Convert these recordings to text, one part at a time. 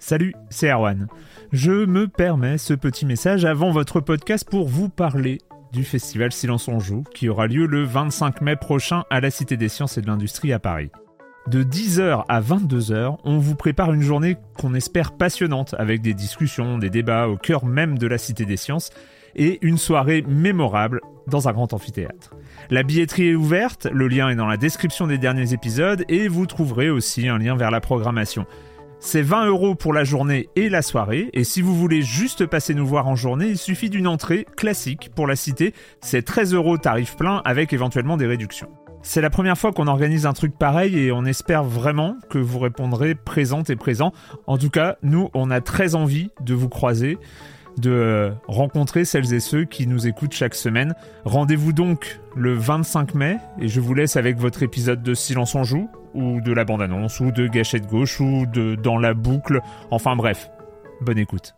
Salut, c'est Erwan. Je me permets ce petit message avant votre podcast pour vous parler du festival Silence on Joue qui aura lieu le 25 mai prochain à la Cité des Sciences et de l'Industrie à Paris. De 10h à 22h, on vous prépare une journée qu'on espère passionnante avec des discussions, des débats au cœur même de la Cité des Sciences et une soirée mémorable dans un grand amphithéâtre. La billetterie est ouverte, le lien est dans la description des derniers épisodes et vous trouverez aussi un lien vers la programmation. C'est 20 € pour la journée et la soirée, et si vous voulez juste passer nous voir en journée, il suffit d'une entrée classique pour la Cité, c'est 13 € tarif plein avec éventuellement des réductions. C'est la première fois qu'on organise un truc pareil et on espère vraiment que vous répondrez présentes et présents. En tout cas, nous, on a très envie de vous croiser, de rencontrer celles et ceux qui nous écoutent chaque semaine. Rendez-vous donc le 25 mai et je vous laisse avec votre épisode de Silence on Joue, ou de la bande-annonce, ou de Gâchette Gauche, ou de Dans la boucle. Enfin bref, bonne écoute.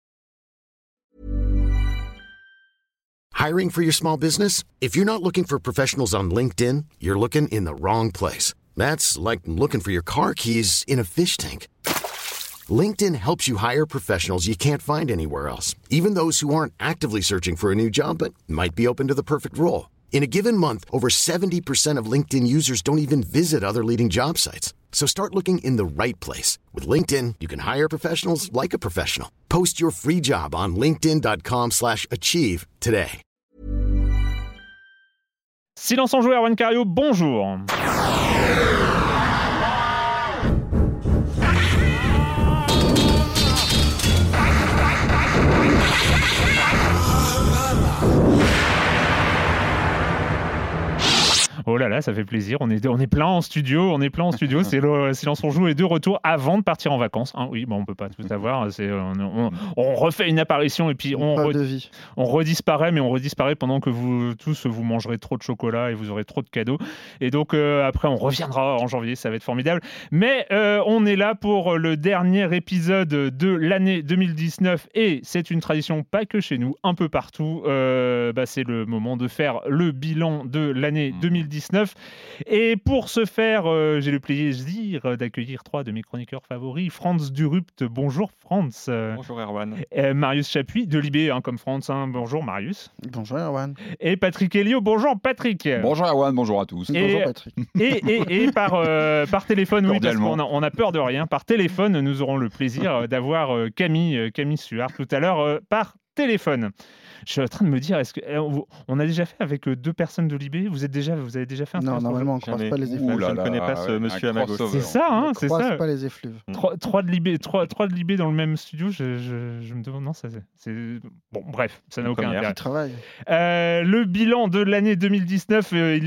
Hiring for your small business? If you're not looking for professionals on LinkedIn, you're looking in the wrong place. That's like looking for your car keys in a fish tank. LinkedIn helps you hire professionals you can't find anywhere else, even those who aren't actively searching for a new job but might be open to the perfect role. In a given month, over 70% of LinkedIn users don't even visit other leading job sites. So start looking in the right place. With LinkedIn, you can hire professionals like a professional. Post your free job on linkedin.com/achieve today. Silence en Joue, Erwan Cario, bonjour. Oh là là, ça fait plaisir. On est plein en studio. C'est le Silence on Joue est de retour avant de partir en vacances. Hein, oui, bon, on peut pas tout avoir. On refait une apparition et puis on redisparaît, mais on redisparaît pendant que vous tous vous mangerez trop de chocolat et vous aurez trop de cadeaux. Et donc après, on reviendra en janvier. Ça va être formidable. Mais on est là pour le dernier épisode de l'année 2019 et c'est une tradition pas que chez nous, un peu partout. C'est le moment de faire le bilan de l'année 2019. Et pour ce faire, j'ai le plaisir d'accueillir 3 de mes chroniqueurs favoris. Franz Durupt, bonjour Franz. Bonjour Erwan. Marius Chapuis, de Libé, comme Franz. Bonjour Marius. Bonjour Erwan. Et Patrick Helio, bonjour Patrick. Bonjour Erwan, bonjour à tous. Bonjour Patrick. Et par téléphone, oui, parce qu'on a peur de rien. Par téléphone, nous aurons le plaisir d'avoir Camille Suard tout à l'heure par téléphone. Je suis en train de me dire, est-ce qu'on a déjà fait avec 2 personnes de Libé ? Vous avez déjà fait un Non, normalement, on ne croise pas les effluves. Je ne connais pas ce monsieur à ma gauche. C'est ça, hein, c'est ça. On ne croise pas les effluves. 3 de Libé dans le même studio, je me demande, non, c'est... Bon, bref, ça n'a aucun intérêt. Travail. Le bilan de l'année 2019,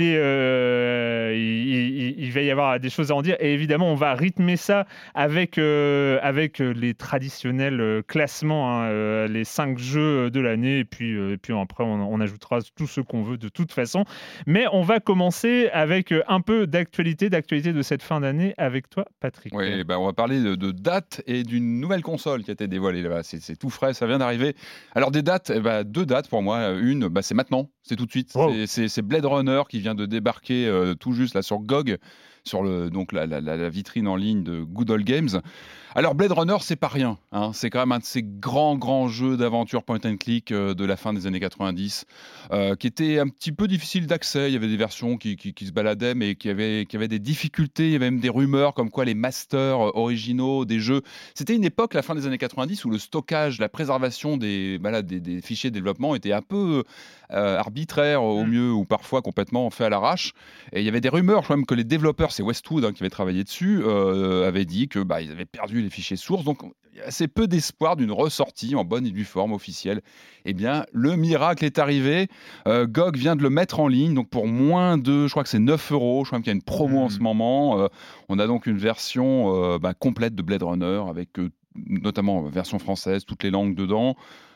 il va y avoir des choses à en dire. Et évidemment, on va rythmer ça avec les traditionnels classements, les 5 jeux de l'année, et puis après, on ajoutera tout ce qu'on veut de toute façon. Mais on va commencer avec un peu d'actualité de cette fin d'année avec toi, Patrick. Oui, on va parler de dates et d'une nouvelle console qui a été dévoilée. Là-bas. C'est tout frais, ça vient d'arriver. Alors des dates, 2 dates pour moi. Une, c'est maintenant, c'est tout de suite. Wow. C'est Blade Runner qui vient de débarquer tout juste là sur GOG, sur la vitrine en ligne de Good Old Games. Alors Blade Runner, c'est pas rien, hein. C'est quand même un de ces grands jeux d'aventure point and click de la fin des années 90, qui était un petit peu difficile d'accès. Il y avait des versions qui se baladaient, mais qui avaient des difficultés. Il y avait même des rumeurs comme quoi les masters originaux des jeux. C'était une époque, la fin des années 90, où le stockage, la préservation des fichiers de développement était un peu arbitraire au mieux, ou parfois complètement fait à l'arrache. Et il y avait des rumeurs, je crois même que les développeurs, c'est Westwood qui avait travaillé dessus, avaient dit que ils avaient perdu les fichiers sources, donc il y a assez peu d'espoir d'une ressortie en bonne et due forme officielle. Eh bien, le miracle est arrivé. GOG vient de le mettre en ligne, donc pour moins de, je crois que c'est 9 €. Je crois qu'il y a une promo en ce moment. On a donc une version complète de Blade Runner avec notamment version française, toutes les langues dedans.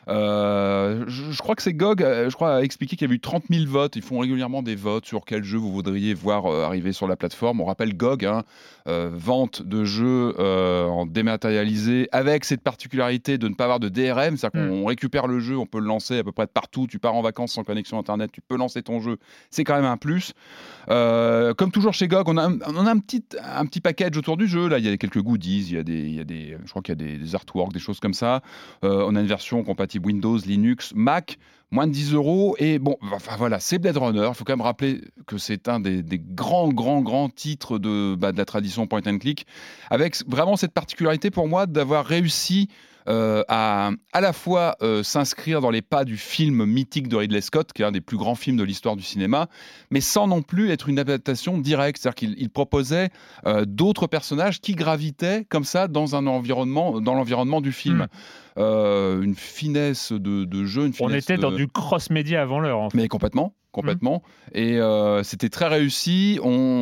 Je crois que c'est GOG, a expliqué qu'il y avait eu 30 000 votes. Ils font régulièrement des votes sur quel jeu vous voudriez voir arriver sur la plateforme. On rappelle GOG, vente de jeux en dématérialisé, avec cette particularité de ne pas avoir de DRM, c'est-à-dire qu'on récupère le jeu, on peut le lancer à peu près de partout. Tu pars en vacances sans connexion Internet, tu peux lancer ton jeu. C'est quand même un plus. Comme toujours chez GOG, on a un petit package autour du jeu. Là, il y a quelques goodies, je crois qu'il y a des artworks, des choses comme ça. On a une version compatible Windows, Linux, Mac, moins de 10 €. Et bon, enfin voilà, c'est Blade Runner. Il faut quand même rappeler que c'est un des grands titres de la tradition point and click, avec vraiment cette particularité pour moi d'avoir réussi à la fois s'inscrire dans les pas du film mythique de Ridley Scott, qui est un des plus grands films de l'histoire du cinéma, mais sans non plus être une adaptation directe. C'est-à-dire qu'il proposait d'autres personnages qui gravitaient comme ça dans l'environnement du film. Une finesse de jeu. On était dans du cross-média avant l'heure. En fait. Mais complètement. Et c'était très réussi.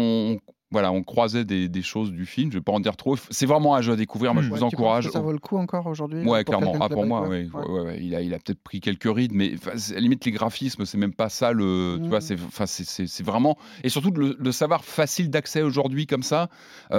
On croisait des choses du film. Je ne vais pas en dire trop. C'est vraiment un jeu à découvrir. Moi, je vous encourage. Que ça vaut le coup encore aujourd'hui? Ouais, clairement. Pour moi, oui. Il a peut-être pris quelques rides, mais à la limite, les graphismes, c'est même pas ça. Tu vois, c'est vraiment. Et surtout, le savoir facile d'accès aujourd'hui, comme ça.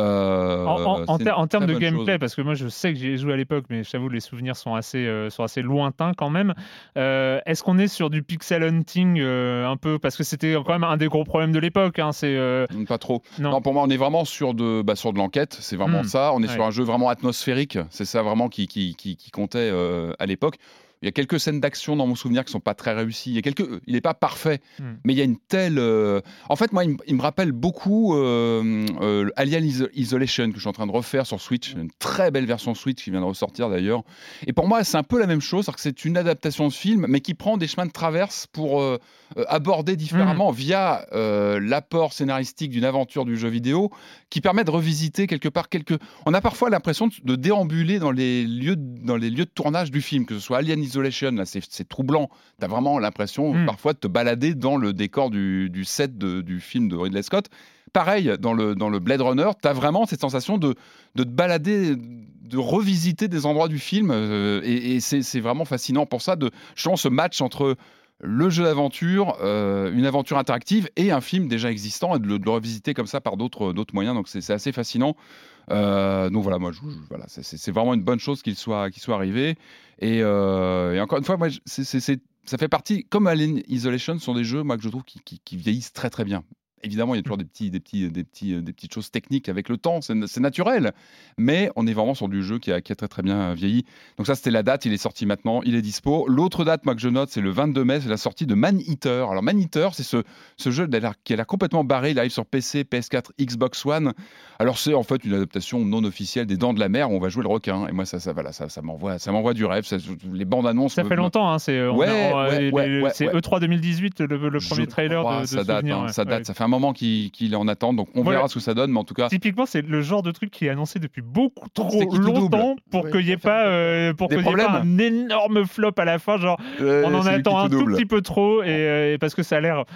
En termes de gameplay, parce que moi, je sais que j'y ai joué à l'époque, mais je t'avoue, les souvenirs sont assez lointains quand même. Est-ce qu'on est sur du pixel hunting un peu? Parce que c'était quand même un des gros problèmes de l'époque. Pas trop. Non. Pour moi, on est vraiment sur de l'enquête, c'est vraiment ça. On est sur un jeu vraiment atmosphérique, c'est ça vraiment qui comptait à l'époque. Il y a quelques scènes d'action dans mon souvenir qui sont pas très réussies. Il n'est pas parfait, mais il y a une telle. En fait, moi, il me rappelle beaucoup Alien Isolation que je suis en train de refaire sur Switch. Une très belle version Switch qui vient de ressortir d'ailleurs. Et pour moi, c'est un peu la même chose, c'est-à-dire que c'est une adaptation de film, mais qui prend des chemins de traverse pour aborder différemment via l'apport scénaristique d'une aventure du jeu vidéo, qui permet de revisiter quelque part On a parfois l'impression de déambuler dans les lieux de tournage du film, que ce soit Alien Isolation, là c'est troublant. T'as vraiment l'impression parfois de te balader dans le décor du set du film de Ridley Scott. Pareil, dans le Blade Runner, t'as vraiment cette sensation de te balader, de revisiter des endroits du film. Et c'est vraiment fascinant pour ça, justement ce match entre le jeu d'aventure, une aventure interactive et un film déjà existant, et de le revisiter comme ça par d'autres moyens. Donc c'est assez fascinant. Donc voilà, moi, c'est vraiment une bonne chose qu'il soit arrivé. Et encore une fois, moi, ça fait partie, comme Alien Isolation, ce sont des jeux, moi, que je trouve qui vieillissent très très bien. Évidemment, il y a toujours des petites choses techniques avec le temps, c'est naturel, mais on est vraiment sur du jeu qui a très très bien vieilli. Donc ça, c'était la date, il est sorti maintenant, il est dispo. L'autre date, moi, que je note, c'est le 22 mai, c'est la sortie de Man-Eater. Alors Man-Eater, c'est ce jeu qui a l'air complètement barré, il arrive sur PC, PS4, Xbox One. Alors c'est en fait une adaptation non officielle des Dents de la Mer, où on va jouer le requin. Et moi, ça m'envoie du rêve. Les bandes annonces. Ça fait longtemps, hein, c'est E3 2018, le premier trailer de ça date, souvenir. Ça date, ça fait un moment qu'il est en attente, donc on verra ce que ça donne, mais en tout cas... Typiquement, c'est le genre de truc qui est annoncé depuis beaucoup trop longtemps pour qu'il n'y ait pas un énorme flop à la fin, genre on en attend un tout petit peu trop, et parce que ça a l'air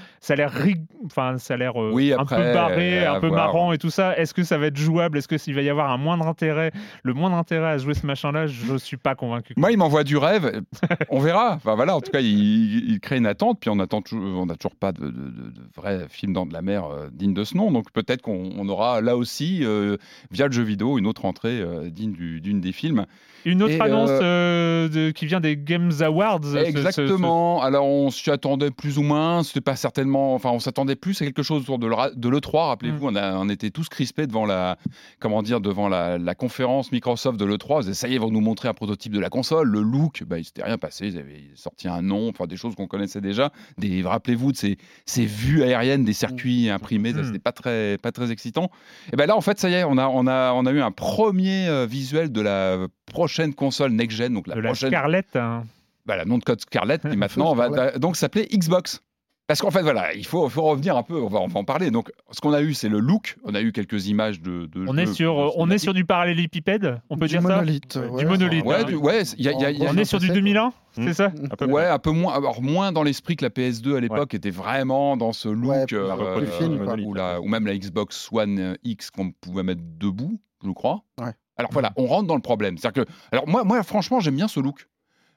un peu barré, un peu marrant et tout ça. Est-ce que ça va être jouable? Est-ce qu'il va y avoir le moindre intérêt à jouer ce machin-là? Je suis pas convaincu. Moi, il m'envoie du rêve, on verra. Enfin voilà, en tout cas, il crée une attente, puis on n'a toujours pas de vrai film dans de la mer digne de ce nom, donc peut-être qu'on aura là aussi via le jeu vidéo une autre entrée digne d'une des films. Une autre annonce qui vient des Games Awards. Exactement. Alors on s'y attendait plus ou moins. C'était pas certainement. Enfin, on s'attendait plus à quelque chose autour de l'E3. Rappelez-vous, on était tous crispés devant la conférence Microsoft de l'E3. Ça y est, ils vont nous montrer un prototype de la console. Le look, il s'était rien passé. Ils avaient sorti un nom, enfin des choses qu'on connaissait déjà. Rappelez-vous de ces vues aériennes des circuits imprimés. Ça, c'était pas très excitant. Et là, en fait, ça y est, on a eu un premier visuel de la prochaine console next-gen, donc la prochaine... Scarlett. La nom de code Scarlett, qui maintenant va donc s'appeler Xbox. Parce qu'en fait, voilà, il faut revenir un peu, on va en parler. Donc, ce qu'on a eu, c'est le look. On a eu quelques images de on est sur du parallélépipède, on peut dire monolithe, ça du monolithe. On est sur du 2001, c'est ça? Un peu moins. Alors, moins dans l'esprit que la PS2 à l'époque était vraiment dans ce look, ou même la Xbox One X qu'on pouvait mettre debout, je crois. Ouais. Alors voilà, on rentre dans le problème. C'est-à-dire que, alors moi franchement, j'aime bien ce look.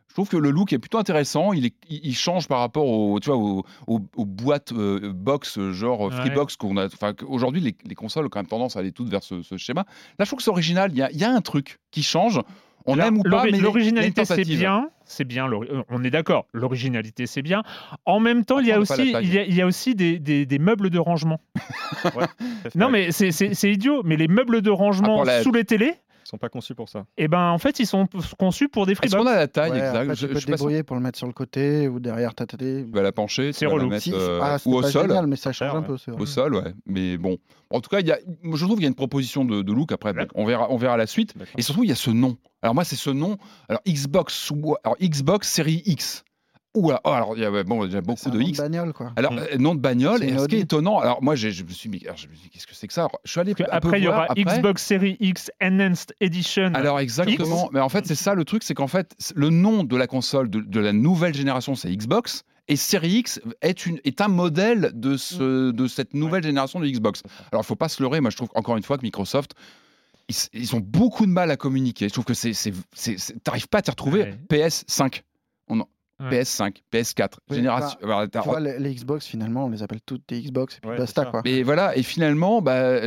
Je trouve que le look est plutôt intéressant. Il change par rapport aux boîtes box, genre Freebox qu'on a. Enfin, aujourd'hui, les consoles ont quand même tendance à aller toutes vers ce schéma. Là, je trouve que c'est original. Il y a un truc qui change. On aime ou pas, mais l'originalité, c'est bien. C'est bien. On est d'accord. L'originalité, c'est bien. En même temps, il y a aussi des meubles de rangement. Non, mais c'est idiot. Mais les meubles de rangement sous les télés. Ils sont pas conçus pour ça. Et ben en fait, ils sont conçus pour des Freebox. Est-ce qu'on a la taille exacte? Tu peux te débrouiller pour le mettre sur le côté ou derrière ta télé. Tu vas la pencher, c'est relou. Ou au sol. Génial, mais ça change un peu. Au sol, ouais. Mais bon, en tout cas, je trouve qu'il y a une proposition de look. Après, on verra la suite. D'accord. Et surtout, il y a ce nom. Alors moi, c'est ce nom. Alors Xbox série X. Alors il y a déjà beaucoup de X. Nom de bagnole, quoi. Alors nom de bagnole. Et ce qui est étonnant, alors moi je me suis dit qu'est-ce que c'est que ça? Alors, je suis allé après il y aura Xbox Series X Enhanced Edition. Alors exactement. X. Mais en fait c'est ça le truc, c'est qu'en fait le nom de la console de la nouvelle génération c'est Xbox. Et Series X est un modèle de cette nouvelle génération de Xbox. Alors il faut pas se leurrer. Moi je trouve encore une fois que Microsoft ils ont beaucoup de mal à communiquer. Je trouve que t'arrives pas à t'y retrouver. PS5. PS5, PS4, génération. Tu vois, les Xbox, finalement, on les appelle toutes des Xbox et puis basta, quoi. Et voilà, et finalement,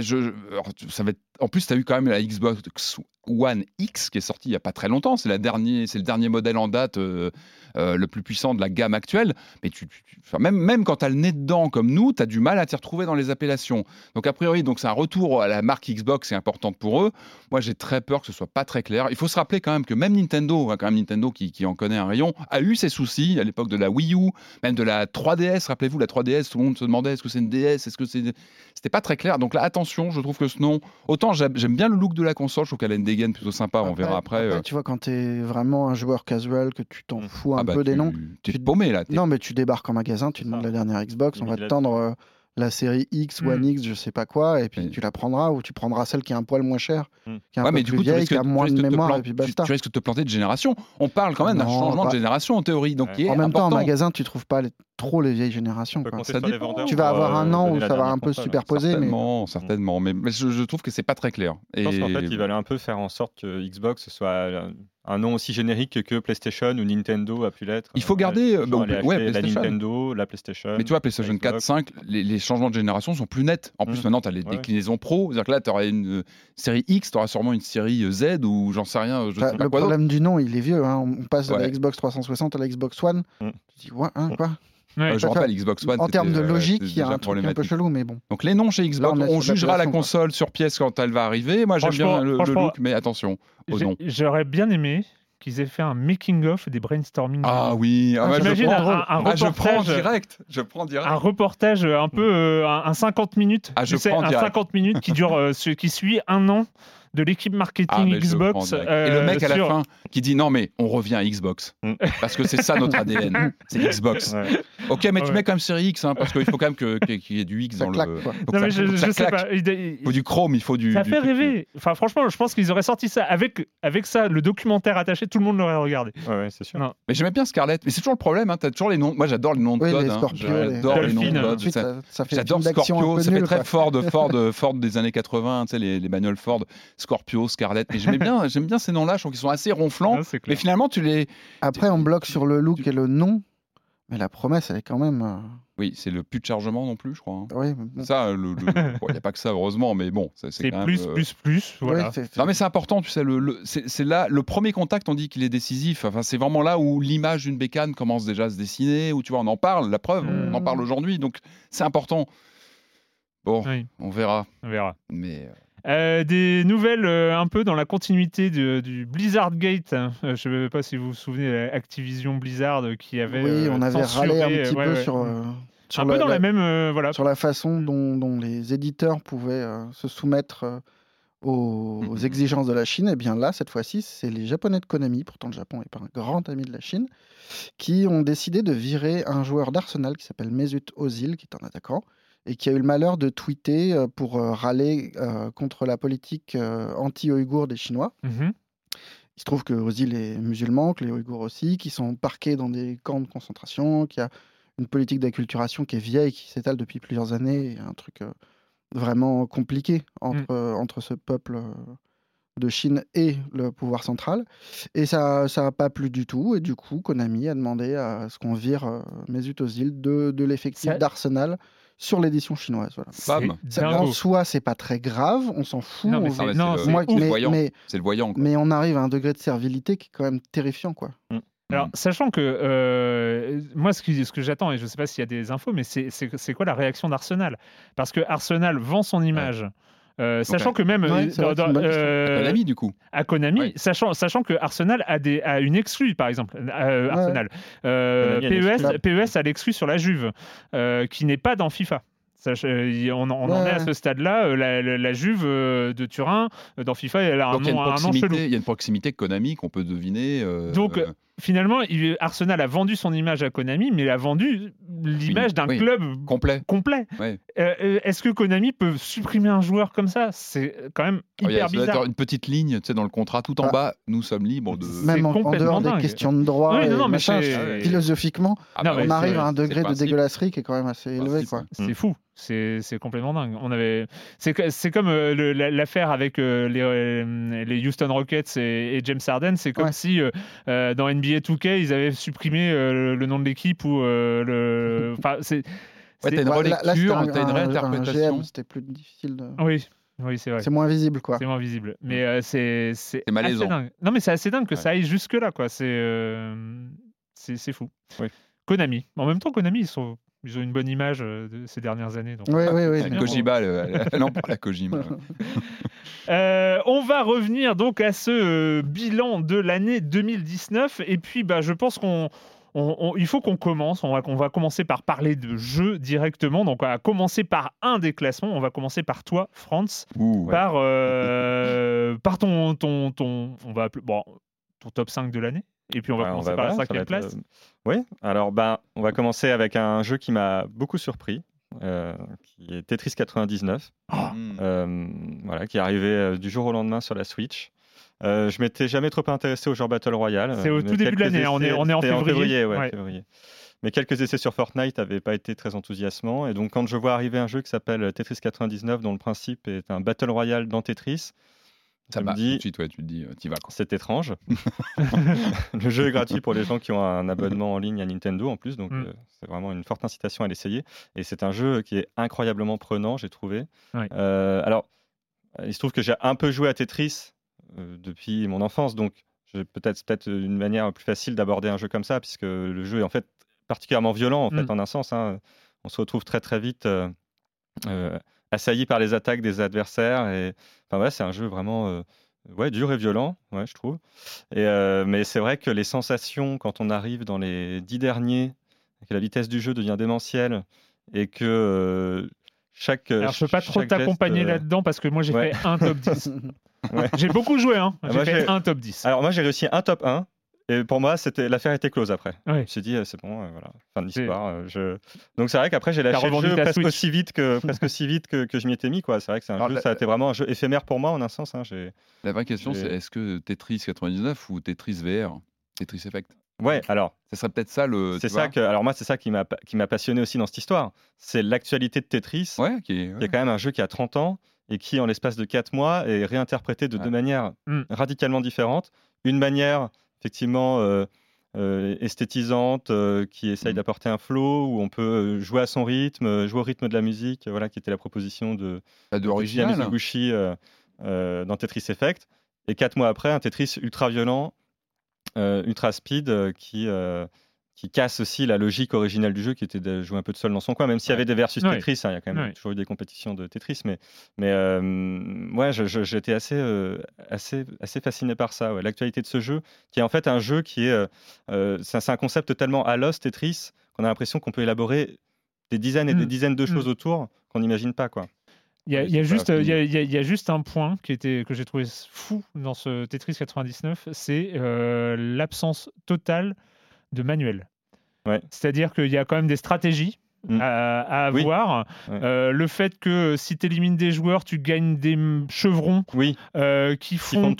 ça va être. En plus, tu as eu quand même la Xbox One X qui est sortie il n'y a pas très longtemps. C'est le dernier modèle en date le plus puissant de la gamme actuelle. Mais même quand tu as le nez dedans comme nous, tu as du mal à t'y retrouver dans les appellations. Donc a priori, c'est un retour à la marque Xbox, c'est important pour eux. Moi, j'ai très peur que ce soit pas très clair. Il faut se rappeler quand même que même Nintendo, qui en connaît un rayon, a eu ses soucis à l'époque de la Wii U, même de la 3DS. Rappelez-vous, la 3DS, tout le monde se demandait est-ce que c'est une DS, est-ce que c'est... C'était pas très clair. Donc là, attention, je trouve que ce nom... Autant j'aime bien le look de la console, je trouve qu'elle a une dégaine plutôt sympa, on verra après. Tu vois, quand t'es vraiment un joueur casual, que tu t'en fous un peu des noms... Tu es paumé là. Non, mais tu débarques en magasin, tu demandes la dernière Xbox, on va te tendre la série X, One X, je sais pas quoi, et puis tu la prendras, ou tu prendras celle qui est un poil moins chère, qui est un peu plus vieille, qui a moins de mémoire, et puis basta. Tu risques de te planter de génération. On parle quand même d'un changement de génération en théorie. Donc en même temps, en magasin, tu trouves pas trop les vieilles générations. Ça dépend. Tu vas avoir un an où ça va un peu se superposer. Certainement. Mais je trouve que c'est pas très clair. Je pense qu'en fait, ils veulent un peu faire en sorte que Xbox soit un nom aussi générique que PlayStation ou Nintendo a pu l'être. Il faut garder la Nintendo, la PlayStation. Mais tu vois, PlayStation 4, 5, les changements de génération sont plus nets. En plus, maintenant, tu as les déclinaisons pro. C'est-à-dire que là, tu auras une série X, tu auras sûrement une série Z ou j'en sais rien. Le problème du nom, il est vieux. On passe de la Xbox 360 à la Xbox One. Tu dis, quoi je rappelle, Xbox One. En termes de logique, il y a un truc un peu chelou, mais bon. Donc les noms chez Xbox, on jugera la console sur pièce quand elle va arriver. Moi, j'aime bien le look, mais attention aux noms. J'aurais bien aimé qu'ils aient fait un making-of des brainstorming. Ah oui, j'imagine un reportage. Je prends direct. Un reportage un peu un 50 minutes. Un 50 minutes qui suit un an de l'équipe marketing Xbox. Et le mec à la fin qui dit non mais on revient à Xbox parce que c'est ça notre ADN, c'est Xbox. Ok, mais tu mets quand même série X parce qu'il faut quand même qu'il y ait du X ça dans claque, le. Quoi. Non, mais je sais pas. Il faut du chrome, il faut du. Ça fait rêver. Enfin franchement, je pense qu'ils auraient sorti ça avec ça, le documentaire attaché, tout le monde l'aurait regardé. Ouais, c'est sûr. Non. Mais j'aimais bien Scarlett, mais c'est toujours le problème. T'as toujours les noms. Moi j'adore les noms de code. J'adore les noms de code. J'adore Scorpio. Ça fait très Ford des années 80. Tu sais les bagnoles Ford, Scorpio, Scarlett. Mais j'aime bien ces noms-là, je trouve qu'ils sont assez ronflants. Mais finalement, Après, on bloque sur le look et le nom, mais la promesse, elle est quand même. Oui, c'est le plus de chargement non plus, je crois. Oui. Ça, il n'y a pas que ça, heureusement, mais bon, c'est quand plus, même. plus. Voilà. Oui, non, mais c'est important, tu sais. C'est là le premier contact. On dit qu'il est décisif. Enfin, c'est vraiment là où l'image d'une bécane commence déjà à se dessiner. Où tu vois, on en parle. La preuve, on en parle aujourd'hui. Donc, c'est important. Bon, on verra. Mais. Des nouvelles un peu dans la continuité du Blizzard Gate. Je ne sais pas si vous vous souvenez, Activision Blizzard qui avait. Oui, on avait râlé un petit peu sur un peu dans la même sur la façon dont les éditeurs pouvaient se soumettre aux exigences de la Chine. Et bien là, cette fois-ci, c'est les Japonais de Konami, pourtant le Japon n'est pas un grand ami de la Chine, qui ont décidé de virer un joueur d'Arsenal qui s'appelle Mesut Özil, qui est un attaquant, et qui a eu le malheur de tweeter pour râler contre la politique anti-Ouïghour des Chinois. Il se trouve que Özil est musulman, que les Ouïghours aussi, qui sont parqués dans des camps de concentration, qu'il y a une politique d'acculturation qui est vieille, qui s'étale depuis plusieurs années, et un truc vraiment compliqué entre ce peuple de Chine et le pouvoir central. Et ça n'a pas plu du tout. Et du coup, Konami a demandé à ce qu'on vire Mesut Özil de l'effectif d'Arsenal sur l'édition chinoise. Voilà. En soi, c'est pas très grave, on s'en fout. Non, mais c'est le voyant. Mais on arrive à un degré de servilité qui est quand même terrifiant, quoi. Alors, sachant que moi, ce que j'attends, et je ne sais pas s'il y a des infos, mais c'est quoi la réaction d'Arsenal ? Parce que Arsenal vend son image. Sachant que même à Konami, du coup. À Konami, sachant que Arsenal a une exclue, par exemple. Arsenal. PES a l'exclue sur la Juve, qui n'est pas dans FIFA. On en est à ce stade-là. La Juve de Turin, dans FIFA, elle a un nom chelou. Il y a une proximité Konami qu'on peut deviner. Donc, finalement, Arsenal a vendu son image à Konami, mais il a vendu l'image d'un club complet. Ouais. Est-ce que Konami peut supprimer un joueur comme ça ? C'est quand même hyper bizarre. Il y a une petite ligne dans le contrat, tout en bas, nous sommes libres de... Même en dehors des questions de droit, philosophiquement, on arrive à un degré de dégueulasserie qui est quand même assez élevé. C'est fou. C'est complètement dingue. C'est comme l'affaire avec les Houston Rockets et James Harden. C'est comme si dans NBA 2K ils avaient supprimé le nom de l'équipe ou le. Enfin, t'as une relecture, t'as une réinterprétation. C'était plus difficile. Oui, c'est vrai. C'est moins visible, quoi. C'est moins visible, mais c'est malaisant. Assez dingue. Non, mais c'est assez dingue que ça aille jusque là, quoi. C'est fou. Oui. Konami. En même temps, Konami, ils ont une bonne image de ces dernières années. Donc... Oui. Kojima, non, pas la Kojima. On va revenir donc à ce bilan de l'année 2019. Et puis, je pense il faut qu'on commence. On va commencer par parler de jeux directement. Donc, on va commencer par un des classements. On va commencer par toi, Franz. Par ton top 5 de l'année. Et puis on va commencer par la 5e place. Oui, alors on va commencer avec un jeu qui m'a beaucoup surpris, qui est Tetris 99, qui est arrivé du jour au lendemain sur la Switch. Je m'étais jamais trop intéressé au genre Battle Royale. C'est au tout début de l'année, on est en février. Février. Mais quelques essais sur Fortnite n'avaient pas été très enthousiasmants. Et donc quand je vois arriver un jeu qui s'appelle Tetris 99, dont le principe est un Battle Royale dans Tetris, ça m'a dit, tout de suite, tu te dis, t'y vas. C'est étrange. Le jeu est gratuit pour les gens qui ont un abonnement en ligne à Nintendo en plus, donc c'est vraiment une forte incitation à l'essayer. Et c'est un jeu qui est incroyablement prenant, j'ai trouvé. Alors, il se trouve que j'ai un peu joué à Tetris depuis mon enfance, donc peut-être une manière plus facile d'aborder un jeu comme ça, puisque le jeu est en fait particulièrement violent, en un sens. On se retrouve très très vite assailli par les attaques des adversaires. Et c'est un jeu vraiment dur et violent, je trouve. Mais c'est vrai que les sensations, quand on arrive dans les 10 derniers, que la vitesse du jeu devient démentielle et que chaque. Alors, je ne peux pas trop t'accompagner là-dedans parce que moi, j'ai fait un top 10. J'ai beaucoup joué, j'ai fait un top 10. Alors, moi, j'ai réussi un top 1. Et pour moi, l'affaire était close après. Je me suis dit, c'est bon, fin de l'histoire. Donc c'est vrai qu'après, j'ai lâché le jeu presque aussi vite que je m'y étais mis. C'est vrai que ça a été vraiment un jeu éphémère pour moi en un sens. La vraie question, c'est est-ce que Tetris 99 ou Tetris VR, Tetris Effect ? Ouais, alors. Ça serait peut-être ça le. Alors moi, c'est ça qui m'a passionné aussi dans cette histoire. C'est l'actualité de Tetris, qui est quand même un jeu qui a 30 ans et qui, en l'espace de 4 mois, est réinterprété de deux manières radicalement différentes. Une manière effectivement esthétisante, qui essaye d'apporter un flow, où on peut jouer à son rythme, jouer au rythme de la musique, qui était la proposition de Mizuguchi dans Tetris Effect. Et 4 mois après, un Tetris ultra violent, ultra speed, qui casse aussi la logique originale du jeu, qui était de jouer un peu de seul dans son coin, même s'il y avait des versus Tetris, il y a quand même toujours eu des compétitions de Tetris, mais j'étais assez fasciné par ça, l'actualité de ce jeu, qui est en fait un jeu qui est, c'est un concept tellement à l'os Tetris, qu'on a l'impression qu'on peut élaborer des dizaines et des dizaines de choses autour qu'on n'imagine pas, quoi. Il y a juste un point que j'ai trouvé fou dans ce Tetris 99, c'est l'absence totale de manuel. C'est-à-dire qu'il y a quand même des stratégies à avoir. Le fait que si tu élimines des joueurs, tu gagnes des chevrons qui font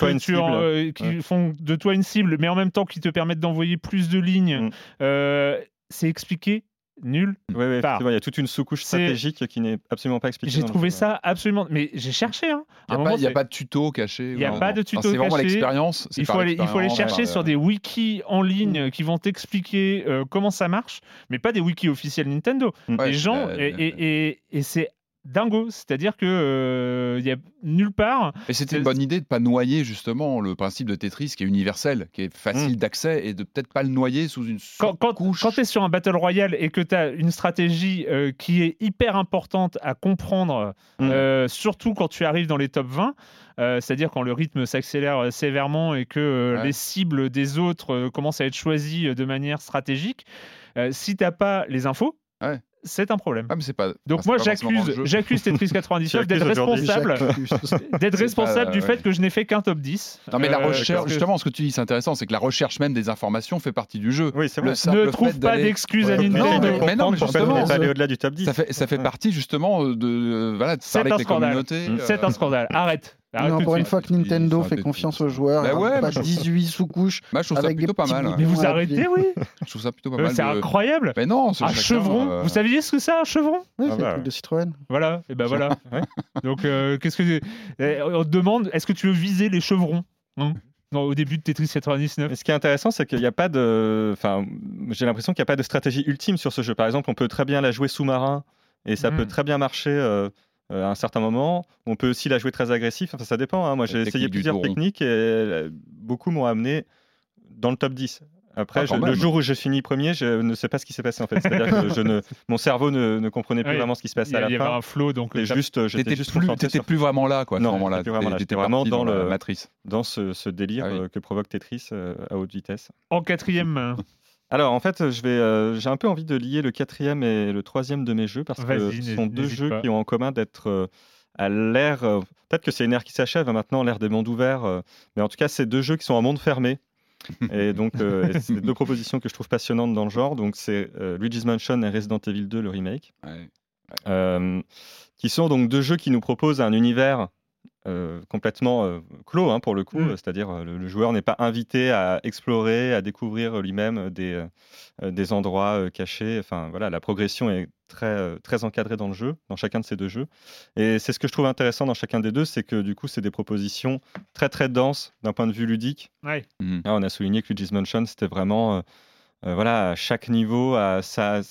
de toi une cible, mais en même temps qui te permettent d'envoyer plus de lignes. C'est expliqué nulle part. Il y a toute une sous-couche stratégique qui n'est absolument pas expliquée. J'ai trouvé ça absolument... Mais j'ai cherché. Hein. Il n'y a pas de tuto caché. Il n'y a pas de tuto caché. C'est vraiment l'expérience. Il faut aller chercher sur des wikis en ligne qui vont t'expliquer comment ça marche, mais pas des wikis officiels Nintendo. Les gens... Et c'est dingo, c'est-à-dire que il y a nulle part. Et c'était une bonne idée de pas noyer justement le principe de Tetris qui est universel, qui est facile d'accès, et de peut-être pas le noyer sous une couche. Quand tu es sur un Battle Royale et que tu as une stratégie qui est hyper importante à comprendre, surtout quand tu arrives dans les top 20, c'est-à-dire quand le rythme s'accélère sévèrement et que les cibles des autres commencent à être choisies de manière stratégique, si tu n'as pas les infos, c'est un problème. Mais c'est pas, donc moi j'accuse Tetris 99 d'être responsable du fait que je n'ai fait qu'un top 10. Non mais la recherche, justement, ce que tu dis c'est intéressant, c'est que la recherche même des informations fait partie du jeu. Oui, c'est vrai. Ne trouve pas d'excuses à Nintendo. Mais justement, ça aller au-delà du top 10. Ça fait partie justement de parler avec les communautés. C'est un scandale. Arrête. Pour une fois que Nintendo fait confiance aux joueurs, pas 18 sous-couches. Je trouve ça plutôt pas mal. Mais vous arrêtez, oui. Je trouve ça plutôt pas mal. C'est incroyable. Mais non, un chevron. Vous saviez ce que c'est un chevron? Oui, c'est le truc de Citroën. Voilà, et ben voilà. Donc, qu'est-ce que on te demande? Est-ce que tu veux viser les chevrons au début de Tetris 99. Et ce qui est intéressant, c'est qu'il n'y a pas de... Enfin, j'ai l'impression qu'il n'y a pas de stratégie ultime sur ce jeu. Par exemple, on peut très bien la jouer sous-marin et ça peut très bien marcher à un certain moment. On peut aussi la jouer très agressif. Enfin, ça dépend. Moi, j'ai essayé plusieurs techniques et beaucoup m'ont amené dans le top 10. Après, le jour où j'ai fini premier, je ne sais pas ce qui s'est passé en fait. C'est-à-dire que mon cerveau ne comprenait plus vraiment ce qui se passait à la fin. Il y avait un flow, donc t'étais plus vraiment là, quoi. Non, j'étais vraiment dans la matrice, dans ce délire que provoque Tetris à haute vitesse. En quatrième. Alors en fait, j'ai un peu envie de lier le quatrième et le troisième de mes jeux parce que ce sont deux jeux qui ont en commun d'être à l'ère. Peut-être que c'est une ère qui s'achève maintenant, l'ère des mondes ouverts, mais en tout cas, c'est deux jeux qui sont en monde fermé. Et donc, c'est deux propositions que je trouve passionnantes dans le genre. Donc, c'est Luigi's Mansion et Resident Evil 2, le remake, qui sont donc deux jeux qui nous proposent un univers complètement clos, pour le coup. C'est-à-dire, le joueur n'est pas invité à explorer, à découvrir lui-même des endroits cachés. Enfin, voilà, la progression est très encadrée dans le jeu, dans chacun de ces deux jeux. Et c'est ce que je trouve intéressant dans chacun des deux, c'est que du coup, c'est des propositions très très denses d'un point de vue ludique. Ouais. Là, on a souligné que Luigi's Mansion, c'était vraiment à chaque niveau, à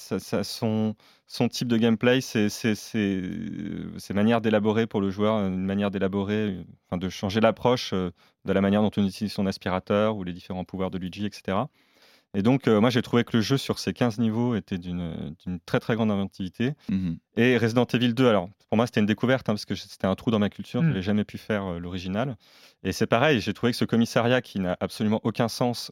son type de gameplay, ses manières d'élaborer pour le joueur, une manière d'élaborer, de changer l'approche de la manière dont on utilise son aspirateur ou les différents pouvoirs de Luigi, etc. Et donc, moi, j'ai trouvé que le jeu sur ces 15 niveaux était d'une très, très grande inventivité. Et Resident Evil 2, alors, pour moi, c'était une découverte, parce que c'était un trou dans ma culture. Je n'avais jamais pu faire l'original. Et c'est pareil, j'ai trouvé que ce commissariat qui n'a absolument aucun sens,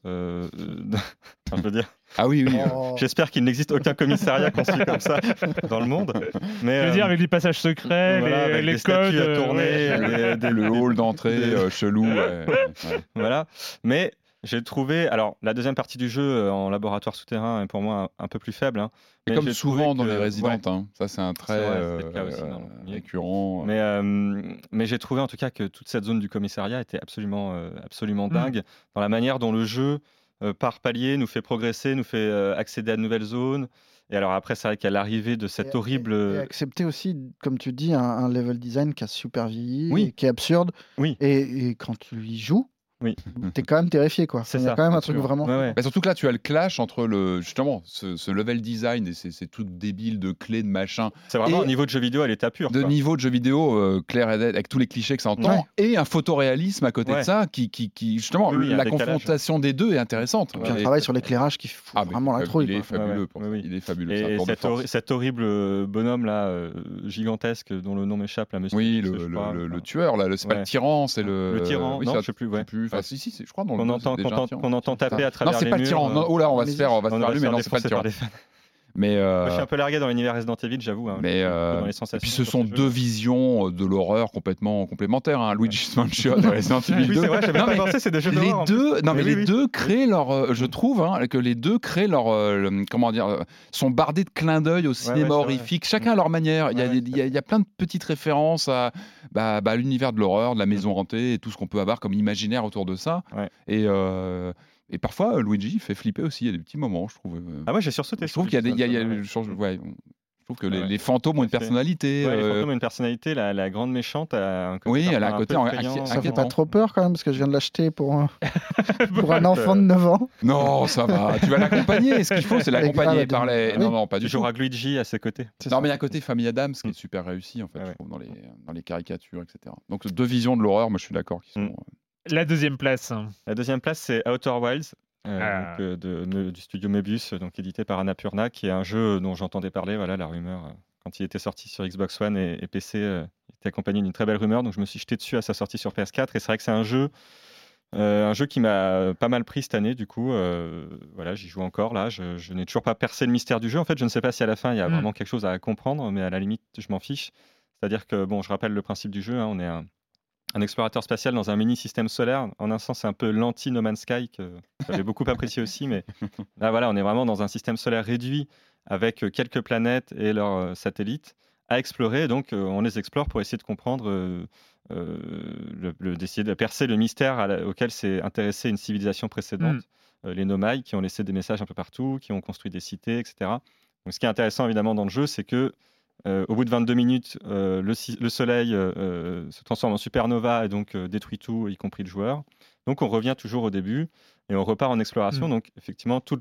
je veux dire... Ah oui. J'espère qu'il n'existe aucun commissariat conçu comme ça dans le monde. Mais, je veux dire, avec les passages secrets, les codes à tourner, le hall d'entrée chelou. Voilà. Mais... j'ai trouvé, alors la deuxième partie du jeu en laboratoire souterrain est pour moi un peu plus faible. Mais comme souvent dans les Resident, ça c'est un trait récurrent. Mais j'ai trouvé en tout cas que toute cette zone du commissariat était absolument dingue dans la manière dont le jeu, par palier, nous fait progresser, nous fait accéder à de nouvelles zones. Et alors après, c'est vrai qu'à l'arrivée de cette horrible... Et accepter aussi, comme tu dis, un level design qui a super vieilli, qui est absurde. Oui. Et quand tu y joues, t'es quand même terrifié, quoi. C'est ça. Il y a quand même un truc vraiment. Mais surtout que là, tu as le clash entre justement ce level design et ces trucs débiles de clés, de machin. C'est vraiment un niveau de jeu vidéo à l'état pur. Niveau de jeu vidéo clair et net, avec tous les clichés que ça entend, et un photoréalisme à côté de ça, qui justement, la confrontation des deux est intéressante. Et puis un travail sur l'éclairage qui fout vraiment la trouille. Il est fabuleux. Il est fabuleux. Et cet horrible bonhomme là, gigantesque, dont le nom m'échappe, là, monsieur. Oui, le tueur, là, c'est pas le tyran, c'est le tyran. Non, je sais plus. Enfin, si, je crois dans qu'on entend taper à travers les murs. Non, c'est pas le tyran. Oh là, on va se faire allumer, mais non, c'est pas le tyran. Mais je suis un peu largué dans l'univers Resident Evil, j'avoue. Mais dans les sensations. Et puis ce sont deux visions de l'horreur complètement complémentaires. Luigi's Mansion et Resident Evil 2. Oui, c'est vrai, j'avais pas pensé, c'est des jeux d'horreur. Les deux créent leur. Je trouve que les deux créent leur. Comment dire, sont bardés de clins d'œil au cinéma horrifique, chacun à leur manière. Il y a plein de petites références à l'univers de l'horreur, de la maison hantée et tout ce qu'on peut avoir comme imaginaire autour de ça. Et Et parfois, Luigi fait flipper aussi. Il y a des petits moments, je trouve. Ah, moi, j'ai sursauté. Je trouve qu'il y a je trouve que les fantômes ont une personnalité. Les fantômes ont une personnalité. La grande méchante a un côté. Oui, elle a un côté inquiétant. Ça fait pas trop peur quand même, parce que je viens de l'acheter pour un enfant de 9 ans. Non, ça va. Tu vas l'accompagner. Ce qu'il faut, c'est l'accompagner par les. Oui. Non, pas du tout. Tu joueras Luigi à ses côtés. Non, mais il y a un côté Famille Adams qui est super réussi, en fait, je trouve, dans les caricatures, etc. Donc, deux visions de l'horreur, moi, je suis d'accord, qui sont. La deuxième place. La deuxième place, c'est Outer Wilds. Du studio Möbius, donc édité par Annapurna, qui est un jeu dont j'entendais parler, la rumeur, quand il était sorti sur Xbox One et PC, il était accompagné d'une très belle rumeur, donc je me suis jeté dessus à sa sortie sur PS4, et c'est vrai que c'est un jeu qui m'a pas mal pris cette année, du coup, j'y joue encore, là, je n'ai toujours pas percé le mystère du jeu, en fait, je ne sais pas si à la fin il y a vraiment quelque chose à comprendre, mais à la limite, je m'en fiche, c'est-à-dire que, je rappelle le principe du jeu, on est un explorateur spatial dans un mini-système solaire. En un sens, c'est un peu l'anti-No Man's Sky, que j'avais beaucoup apprécié aussi. Mais là, on est vraiment dans un système solaire réduit avec quelques planètes et leurs satellites à explorer. Donc, on les explore pour essayer de comprendre, d'essayer de percer le mystère auquel s'est intéressée une civilisation précédente. Les Nomai, qui ont laissé des messages un peu partout, qui ont construit des cités, etc. Donc, ce qui est intéressant, évidemment, dans le jeu, c'est que au bout de 22 minutes, le soleil se transforme en supernova et donc détruit tout, y compris le joueur. Donc on revient toujours au début et on repart en exploration. Donc effectivement, toute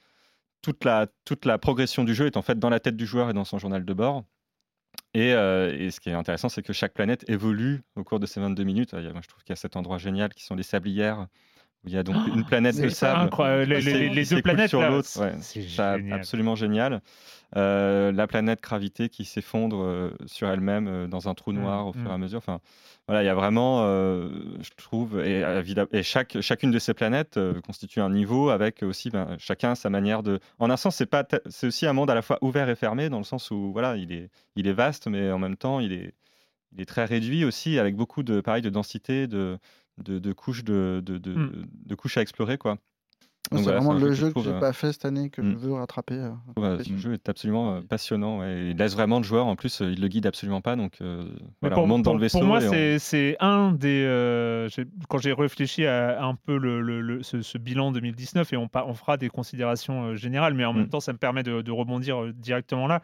la progression du jeu est en fait dans la tête du joueur et dans son journal de bord. Et ce qui est intéressant, c'est que chaque planète évolue au cours de ces 22 minutes. Moi, je trouve qu'il y a cet endroit génial qui sont les sablières, où il y a donc une planète de sable. Incroyable. Les deux planètes sur là, l'autre. C'est absolument génial. La planète Gravité qui s'effondre sur elle-même dans un trou noir au fur et à mesure. Enfin, il y a vraiment, je trouve, et chacune de ces planètes constitue un niveau avec aussi chacun sa manière de. En un sens, c'est aussi un monde à la fois ouvert et fermé, dans le sens où il est vaste, mais en même temps, il est très réduit aussi, avec beaucoup de densité, de couches de couches à explorer, quoi. Donc c'est vraiment le jeu que j'ai pas fait cette année que je veux rattraper. Ce jeu est absolument passionnant. Il laisse vraiment le joueur. En plus, il le guide absolument pas. Donc, on monte dans le vaisseau. Pour moi, c'est un des. Quand j'ai réfléchi à un peu ce bilan 2019, et on fera des considérations générales, mais en même temps, ça me permet de rebondir directement là.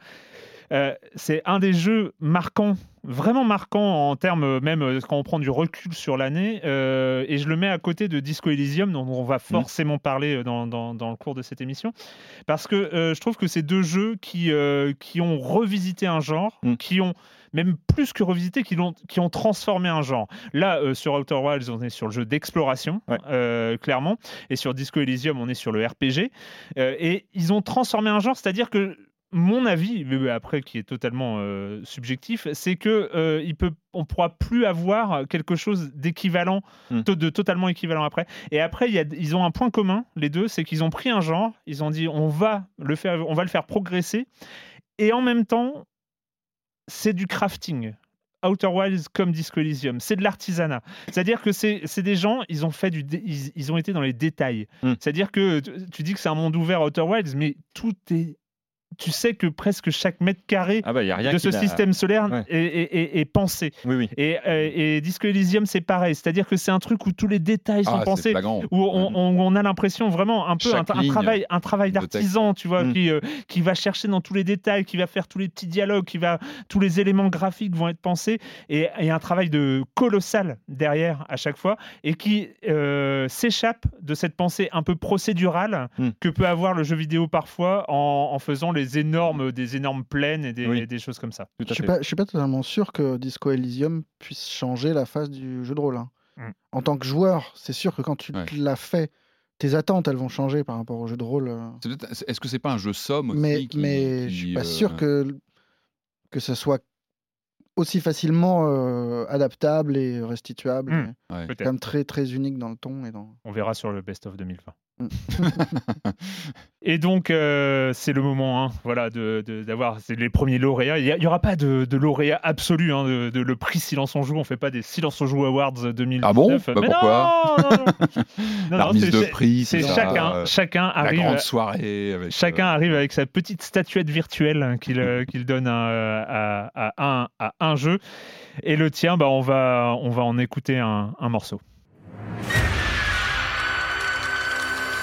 C'est un des jeux marquants, vraiment marquants en termes, même quand on prend du recul sur l'année, et je le mets à côté de Disco Elysium, dont on va forcément parler dans le cours de cette émission, parce que je trouve que c'est deux jeux qui ont revisité un genre, qui ont même plus que revisité, qui ont transformé un genre. Là, sur Outer Wilds, on est sur le jeu d'exploration, clairement, et sur Disco Elysium, on est sur le RPG, et ils ont transformé un genre, c'est-à-dire que mon avis, après qui est totalement subjectif, c'est que on pourra plus avoir quelque chose d'équivalent, de totalement équivalent après. Et après, ils ont un point commun, les deux, c'est qu'ils ont pris un genre, ils ont dit on va le faire progresser, et en même temps, c'est du crafting. Outer Wilds comme Disco Elysium, c'est de l'artisanat. C'est-à-dire que c'est des gens, ils ont été dans les détails. C'est-à-dire que tu dis que c'est un monde ouvert Outer Wilds, mais tout est. Tu sais que presque chaque mètre carré de ce système solaire est pensé. Oui. Et Disco Elysium, c'est pareil. C'est-à-dire que c'est un truc où tous les détails sont pensés, où on a l'impression vraiment un peu un travail d'artisan, tu vois, qui va chercher dans tous les détails, qui va faire tous les petits dialogues, tous les éléments graphiques vont être pensés, et un travail colossal derrière à chaque fois, et qui s'échappe de cette pensée un peu procédurale que peut avoir le jeu vidéo parfois en faisant des énormes plaines et des choses comme ça. Je suis pas totalement sûr que Disco Elysium puisse changer la face du jeu de rôle. En tant que joueur, c'est sûr que quand tu l'as fait, tes attentes, elles vont changer par rapport au jeu de rôle. Est-ce que c'est pas un jeu somme aussi mais je suis pas sûr que ce soit aussi facilement adaptable et restituable. C'est quand même très, très unique dans le ton. On verra sur le Best of 2020. Et donc c'est le moment d'avoir les premiers lauréats. Il n'y aura pas de lauréat absolu, de le prix Silence on Joue. On fait pas des Silence on Joue Awards 2019. Ah bon pourquoi non, la remise de prix, c'est chacun arrive, la grande soirée avec, chacun arrive avec sa petite statuette virtuelle qu'il donne à un jeu. Et le tien, on va en écouter un morceau.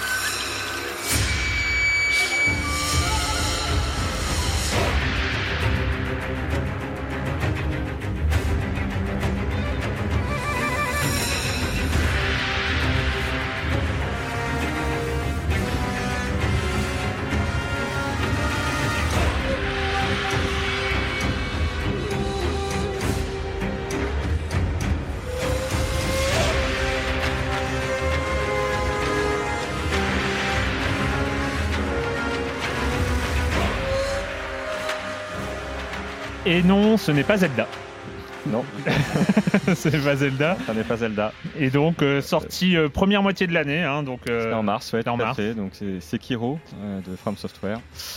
Et non, ce n'est pas Zelda. Non. Ce n'est pas Zelda. Ça n'est pas Zelda. Et donc, sorti première moitié de l'année. Hein, donc, c'était en mars, ouais, tout à fait. Donc, c'est Sekiro de From Software,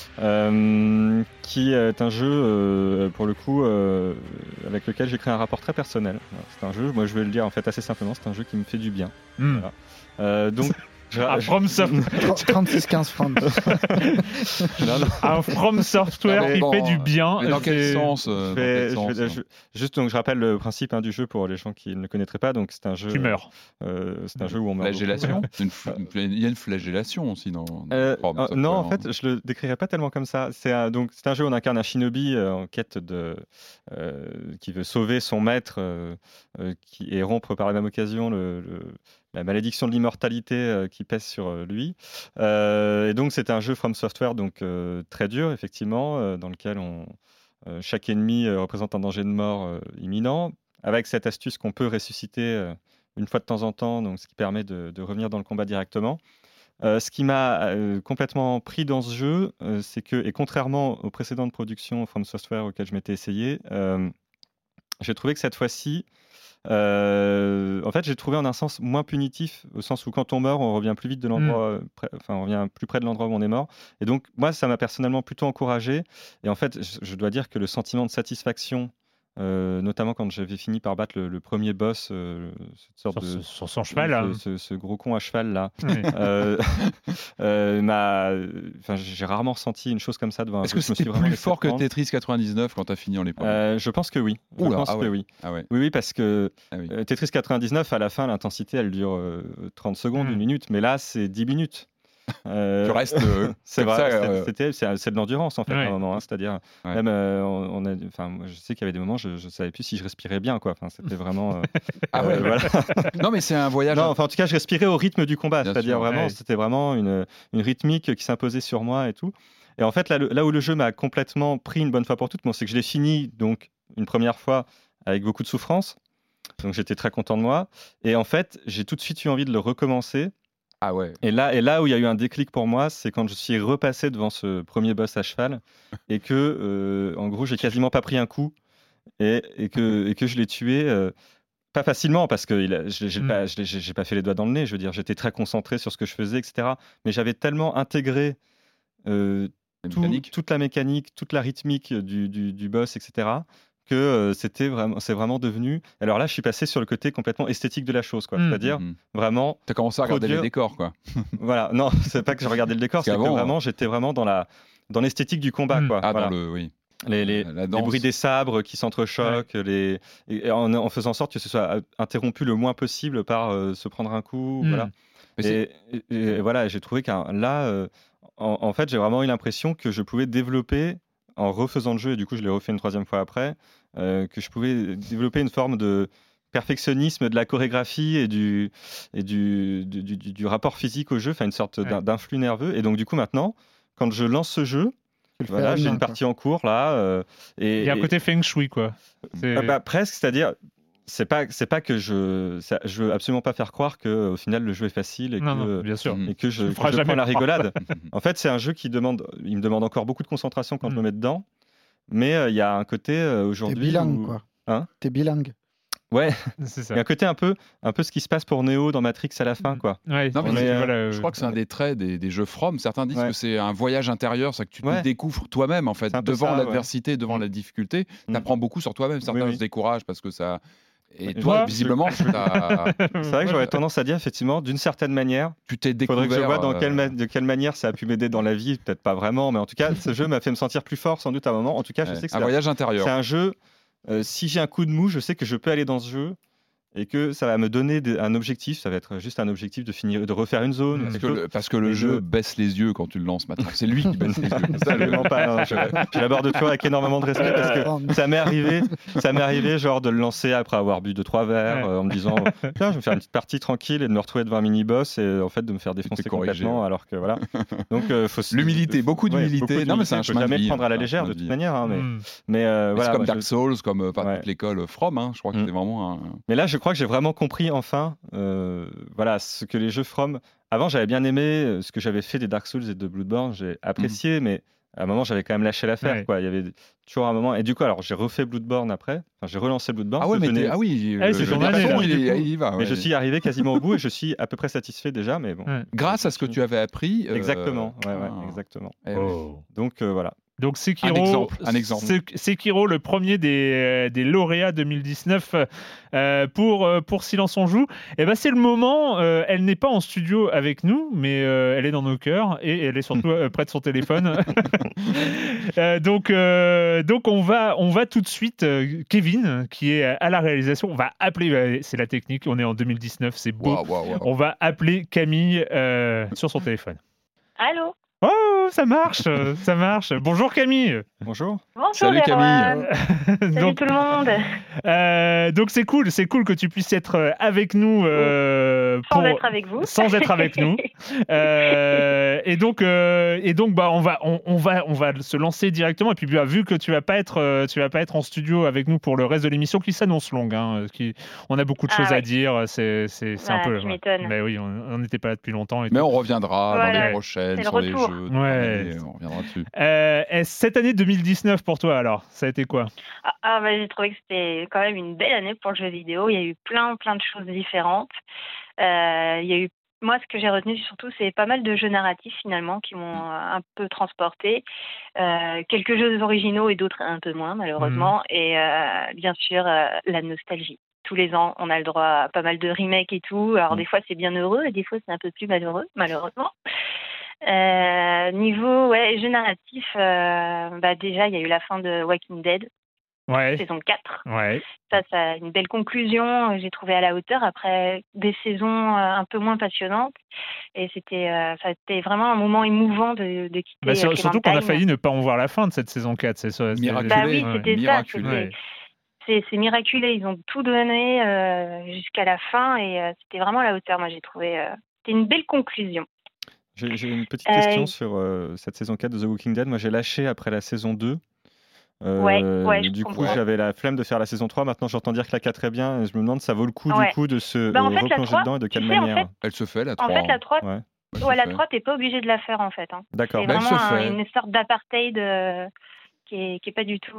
qui est un jeu, pour le coup, avec lequel j'ai créé un rapport très personnel. Alors, c'est un jeu, moi je vais le dire en fait assez simplement, c'est un jeu qui me fait du bien. Voilà. Donc, From Software 36-15 francs. Un From Software qui fait du bien. Mais dans quel sens, Juste donc je rappelle le principe du jeu pour les gens qui ne le connaîtraient pas. Donc c'est un jeu. Tu meurs. C'est un jeu où on meurt. Flagellation. Il y a une flagellation aussi dans From non, en fait, je le décrirais pas tellement comme ça. C'est un jeu où on incarne un shinobi en quête qui veut sauver son maître et rompre par la même occasion la malédiction de l'immortalité qui pèse sur lui. Et donc, c'est un jeu From Software, donc très dur, effectivement, dans lequel chaque ennemi représente un danger de mort imminent, avec cette astuce qu'on peut ressusciter une fois de temps en temps, donc ce qui permet de revenir dans le combat directement. Ce qui m'a complètement pris dans ce jeu, c'est que, et contrairement aux précédentes productions From Software auxquelles je m'étais essayé, j'ai trouvé que cette fois-ci, en fait, j'ai trouvé en un sens moins punitif, au sens où quand on meurt, on revient plus vite de l'endroit, on revient plus près de l'endroit où on est mort. Et donc, moi, ça m'a personnellement plutôt encouragé. Et en fait, je dois dire que le sentiment de satisfaction, notamment quand j'avais fini par battre le premier boss, cette sorte sur son cheval, ce gros con à cheval là, oui. j'ai rarement ressenti une chose comme ça devant un jeu. Est-ce que c'était plus fort que Tetris 99 quand tu as fini en l'époque? Je pense que oui. Oui, parce que Tetris 99, à la fin, l'intensité, elle dure 30 secondes, 1 minute, mais là, c'est 10 minutes. Tu restes c'est de l'endurance en fait, à un moment, c'est-à-dire même moi, je sais qu'il y avait des moments je savais plus si je respirais bien, quoi. Enfin, c'était vraiment voilà. Non, mais c'est un voyage. Non, en tout cas, je respirais au rythme du combat, c'est-à-dire vraiment, c'était vraiment une rythmique qui s'imposait sur moi et tout. Et en fait, là où le jeu m'a complètement pris une bonne fois pour toutes, c'est que je l'ai fini donc une première fois avec beaucoup de souffrance, donc j'étais très content de moi, et en fait, j'ai tout de suite eu envie de le recommencer. Ah ouais. Et là où il y a eu un déclic pour moi, c'est quand je suis repassé devant ce premier boss à cheval et que, en gros, j'ai quasiment pas pris un coup et que je l'ai tué pas facilement parce que j'ai pas fait les doigts dans le nez. Je veux dire, j'étais très concentré sur ce que je faisais, etc. Mais j'avais tellement intégré toute la mécanique, toute la rythmique du boss, etc. que c'est vraiment devenu. Alors là, je suis passé sur le côté complètement esthétique de la chose, quoi. C'est-à-dire vraiment. T'as commencé à regarder les décors, quoi. Voilà, non, c'est pas que je regardais le décor, c'est que vraiment, j'étais vraiment dans l'esthétique du combat, quoi. Ah, voilà. Les bruits des sabres qui s'entrechoquent, en faisant en sorte que ce soit interrompu le moins possible par se prendre un coup, voilà. Et voilà, j'ai trouvé qu'en fait, j'ai vraiment eu l'impression que je pouvais développer, en refaisant le jeu, et du coup je l'ai refait une 3e fois après, que je pouvais développer une forme de perfectionnisme de la chorégraphie et du rapport physique au jeu, enfin une sorte d'influx nerveux. Et donc du coup maintenant, quand je lance ce jeu, voilà, j'ai une partie en cours là. Il y a un côté feng shui, quoi. Presque, c'est-à-dire... C'est pas que je veux absolument pas faire croire que au final le jeu est facile et bien sûr. Et que je prends la rigolade. En fait, c'est un jeu il me demande encore beaucoup de concentration quand je me mets dedans. Mais il y a un côté aujourd'hui. T'es bilingue, quoi. Hein ? T'es bilingue. Ouais, c'est ça. Il y a un côté un peu ce qui se passe pour Neo dans Matrix à la fin, quoi. Ouais, non, mais je crois que c'est un des traits des jeux From. Certains disent que c'est un voyage intérieur, c'est que tu te découvres toi-même, en fait, devant l'adversité, devant la difficulté. T'apprends beaucoup sur toi-même. Certains se découragent parce que ça. Et toi, visiblement, c'est vrai que j'aurais tendance à dire, effectivement, d'une certaine manière, tu t'es découvert. Faudrait que je vois de quelle manière ça a pu m'aider dans la vie, peut-être pas vraiment, mais en tout cas, ce jeu m'a fait me sentir plus fort, sans doute à un moment. En tout cas, je sais que c'est un voyage intérieur. C'est un jeu. Si j'ai un coup de mou, je sais que je peux aller dans ce jeu et que ça va me donner un objectif. Ça va être juste un objectif de refaire une zone. Parce que le jeu baisse les yeux quand tu le lances maintenant. C'est lui qui baisse les yeux. Absolument pas. Je l'aborde toujours avec énormément de respect parce que ça m'est arrivé genre de le lancer après avoir bu 2-3 verres en me disant tiens, je vais me faire une petite partie tranquille et de me retrouver devant un mini-boss et en fait de me faire défoncer complètement alors que voilà. Donc l'humilité, beaucoup d'humilité. Non mais c'est un chemin de vie. Jamais prendre à la légère de toute manière. Mais voilà. C'est comme Dark Souls, comme toute l'école From. Je crois que c'est vraiment un. Mais là, je crois que j'ai vraiment compris enfin ce que les jeux From... Avant, j'avais bien aimé ce que j'avais fait des Dark Souls et de Bloodborne, j'ai apprécié, mais à un moment, j'avais quand même lâché l'affaire. Ouais. Quoi. Il y avait toujours un moment. Et du coup, alors, j'ai refait Bloodborne après. Enfin, j'ai relancé Bloodborne. Ah ouais, mais le c'est ton année, garçon, là. il y va. Mais Ouais. je suis arrivé quasiment au bout et je suis à peu près satisfait déjà. Mais bon. Ouais. Grâce à ce que tu avais appris. Exactement. Ouais, ah. exactement. Eh oui. Donc, voilà. Donc Sekiro, Un exemple. Sekiro, le premier des lauréats 2019 pour Silence on joue. Et ben c'est le moment. Elle n'est pas en studio avec nous, mais elle est dans nos cœurs et elle est surtout près de son téléphone. Donc on va tout de suite. Kevin, qui est à la réalisation, on va appeler. C'est la technique. On est en 2019, c'est beau. Waouh. On va appeler Camille sur son téléphone. Allô? Oh, ça marche, ça marche. Bonjour Camille. Bonjour. Bonjour Salut, Erwan. Salut donc, tout le monde. donc c'est cool que tu puisses être avec nous Sans être avec vous. sans être avec nous. Et donc bah on va se lancer directement. Et puis bah, vu que tu vas pas être en studio avec nous pour le reste de l'émission qui s'annonce longue, hein, on a beaucoup de choses à dire. C'est un peu. Tu m'étonnes. Mais oui, on n'était pas là depuis longtemps. Mais on reviendra dans les prochaines, C'est le sur les retour. jeux. Ouais. On reviendra dessus. Cette année 2019 pour toi alors, ça a été quoi? J'ai trouvé que c'était quand même une belle année pour le jeu vidéo. Il y a eu plein de choses différentes. Il y a eu, moi, ce que j'ai retenu surtout, c'est pas mal de jeux narratifs finalement qui m'ont un peu transporté. Quelques jeux originaux et d'autres un peu moins malheureusement. Et bien sûr, la nostalgie. Tous les ans, on a le droit à pas mal de remakes et tout. Alors des fois, c'est bien heureux et des fois, c'est un peu plus malheureux, malheureusement. Niveau jeu narratif, déjà, il y a eu la fin de Walking Dead, saison 4. Ouais. Ça a une belle conclusion, j'ai trouvé à la hauteur après des saisons un peu moins passionnantes. Et ça a été vraiment un moment émouvant de quitter surtout qu'on a Clementine. failli ne pas en voir la fin de cette saison 4. C'est ça. Miraculé. Bah oui, c'était Miraculé. ça. C'est miraculé. Ils ont tout donné jusqu'à la fin et c'était vraiment à la hauteur. Moi, j'ai trouvé c'était une belle conclusion. J'ai une petite question sur cette saison 4 de The Walking Dead. Moi, j'ai lâché après la saison 2. Du coup, j'avais la flemme de faire la saison 3. Maintenant, j'entends dire que la 4 est bien. Et je me demande, ça vaut le coup du coup de se replonger dedans et de quelle manière? Elle se fait la 3. En fait, la 3, la 3, t'es pas obligé de la faire en fait. Hein. D'accord. C'est vraiment une sorte d'apartheid qui est pas du tout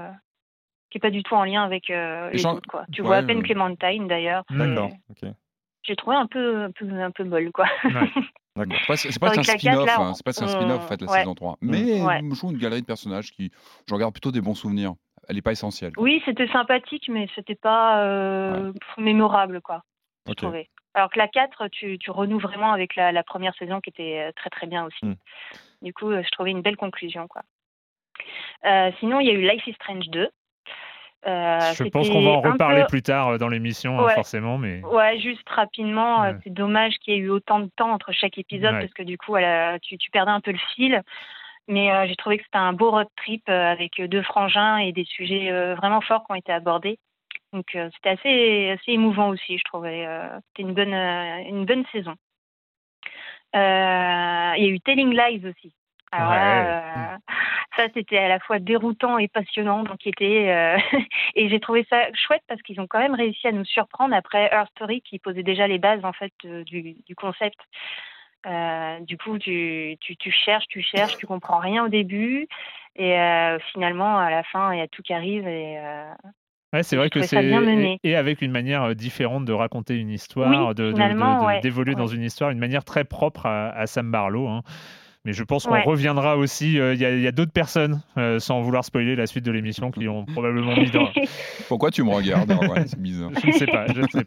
en lien avec les autres, quoi. Tu vois à peine Clementine d'ailleurs. D'accord. Ok. J'ai trouvé un peu molle, quoi. C'est pas un spin-off, c'est pas un spin-off en fait, la saison 3. Mais je joue une galerie de personnages qui, je regarde plutôt des bons souvenirs. Elle n'est pas essentielle. Oui, c'était sympathique, mais c'était pas mémorable, quoi. Je trouvais. Alors que la 4, tu renoues vraiment avec la première saison qui était très très bien aussi. Du coup, je trouvais une belle conclusion, quoi. Sinon, il y a eu Life is Strange 2. Je pense qu'on va en reparler plus tard dans l'émission, forcément. Mais... Ouais, juste rapidement, c'est dommage qu'il y ait eu autant de temps entre chaque épisode parce que du coup, tu perdais un peu le fil. Mais j'ai trouvé que c'était un beau road trip avec 2 frangins et des sujets vraiment forts qui ont été abordés. Donc c'était assez émouvant aussi, je trouvais. C'était une bonne saison. Il y a eu Telling Lies aussi. Alors ça, c'était à la fois déroutant et passionnant d'enquêter. Et j'ai trouvé ça chouette parce qu'ils ont quand même réussi à nous surprendre après Her Story qui posait déjà les bases en fait du concept. Du coup, tu cherches, tu comprends rien au début et finalement à la fin il y a tout qui arrive et c'est vrai que c'est et avec une manière différente de raconter une histoire, d'évoluer dans une histoire, une manière très propre à Sam Barlow. Hein. Mais je pense qu'on reviendra aussi. Il y a d'autres personnes, sans vouloir spoiler la suite de l'émission, qui ont probablement mis dans. Pourquoi tu me regardes? C'est bizarre. Je ne sais pas.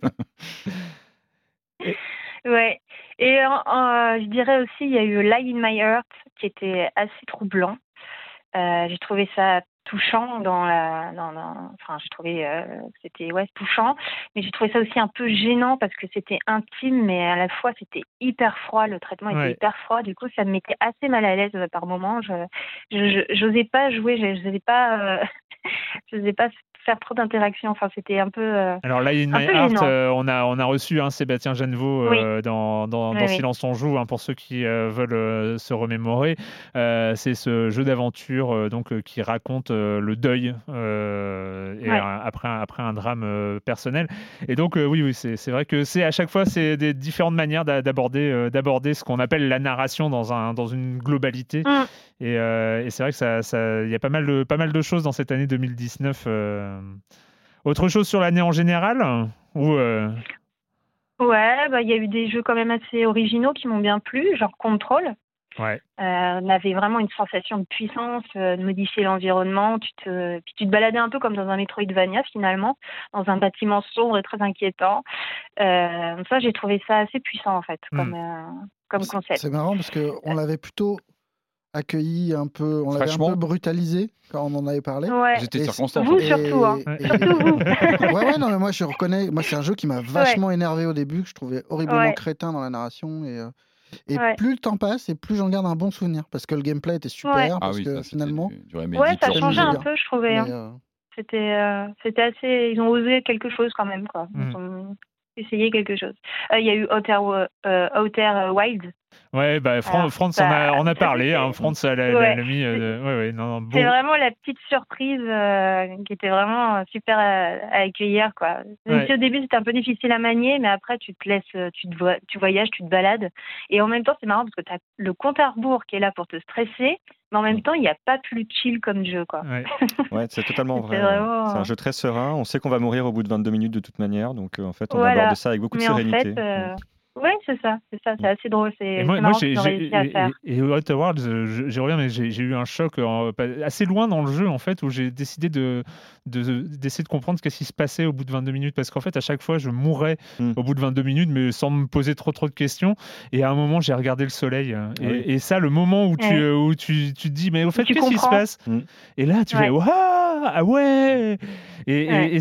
Ouais. Et je dirais aussi, il y a eu Lie in My Heart qui était assez troublant. J'ai trouvé ça touchant j'ai trouvé c'était touchant, mais j'ai trouvé ça aussi un peu gênant parce que c'était intime, mais à la fois c'était hyper froid, le traitement était hyper froid, du coup ça me mettait assez mal à l'aise par moments. J'osais pas jouer, j'osais pas faire trop d'interactions. Enfin, c'était un peu. Alors là, In My Heart, on a reçu Sébastien Genevaux dans Silence on joue, pour ceux qui veulent se remémorer. C'est ce jeu d'aventure qui raconte le deuil après un drame personnel. Et donc oui, c'est vrai que c'est à chaque fois c'est des différentes manières d'aborder ce qu'on appelle la narration dans une globalité. Et c'est vrai que il y a pas mal de choses dans cette année 2019. Autre chose sur l'année en général Ouais, il y a eu des jeux quand même assez originaux qui m'ont bien plu, genre Control. Ouais. On avait vraiment une sensation de puissance, de modifier l'environnement. Puis tu te baladais un peu comme dans un Metroidvania finalement, dans un bâtiment sombre et très inquiétant. Ça, j'ai trouvé ça assez puissant en fait, comme concept. C'est marrant parce qu'on l'avait plutôt accueilli un peu, on l'avait un peu brutalisé quand on en avait parlé. Ouais. J'étais circonstance. Vous surtout, hein. Surtout vous. Non mais moi je reconnais, c'est un jeu qui m'a vachement énervé au début, que je trouvais horriblement crétin dans la narration et plus le temps passe et plus j'en garde un bon souvenir parce que le gameplay était super, parce que finalement. Ça changeait un peu, je trouvais. C'était assez, ils ont osé quelque chose quand même quoi. Ils ont essayé quelque chose. Il y a eu Outer Wilds. Ouais, Franz en a parlé. Franz l'a mis. Bon. C'est vraiment la petite surprise qui était vraiment super à accueillir, quoi. Même si au début c'était un peu difficile à manier, mais après tu te laisses, tu voyages, tu te balades. Et en même temps, c'est marrant parce que tu as le compte à rebours qui est là pour te stresser, mais en même temps, il n'y a pas plus chill comme jeu, quoi. Ouais, c'est totalement vrai. C'est un jeu très serein. On sait qu'on va mourir au bout de 22 minutes de toute manière, donc en fait, on aborde ça avec beaucoup de sérénité. En fait, oui, c'est ça, c'est assez drôle. Et moi j'ai Outer Worlds, j'y reviens, mais j'ai eu un choc assez loin dans le jeu, en fait, où j'ai décidé d'essayer de comprendre ce qui se passait au bout de 22 minutes, parce qu'en fait, à chaque fois, je mourais au bout de 22 minutes, mais sans me poser trop de questions. Et à un moment, j'ai regardé le soleil. Et ça, le moment où tu te dis, mais au fait, qu'est-ce qui se passe ? Et là, tu fais, waouh, ah ouais. Et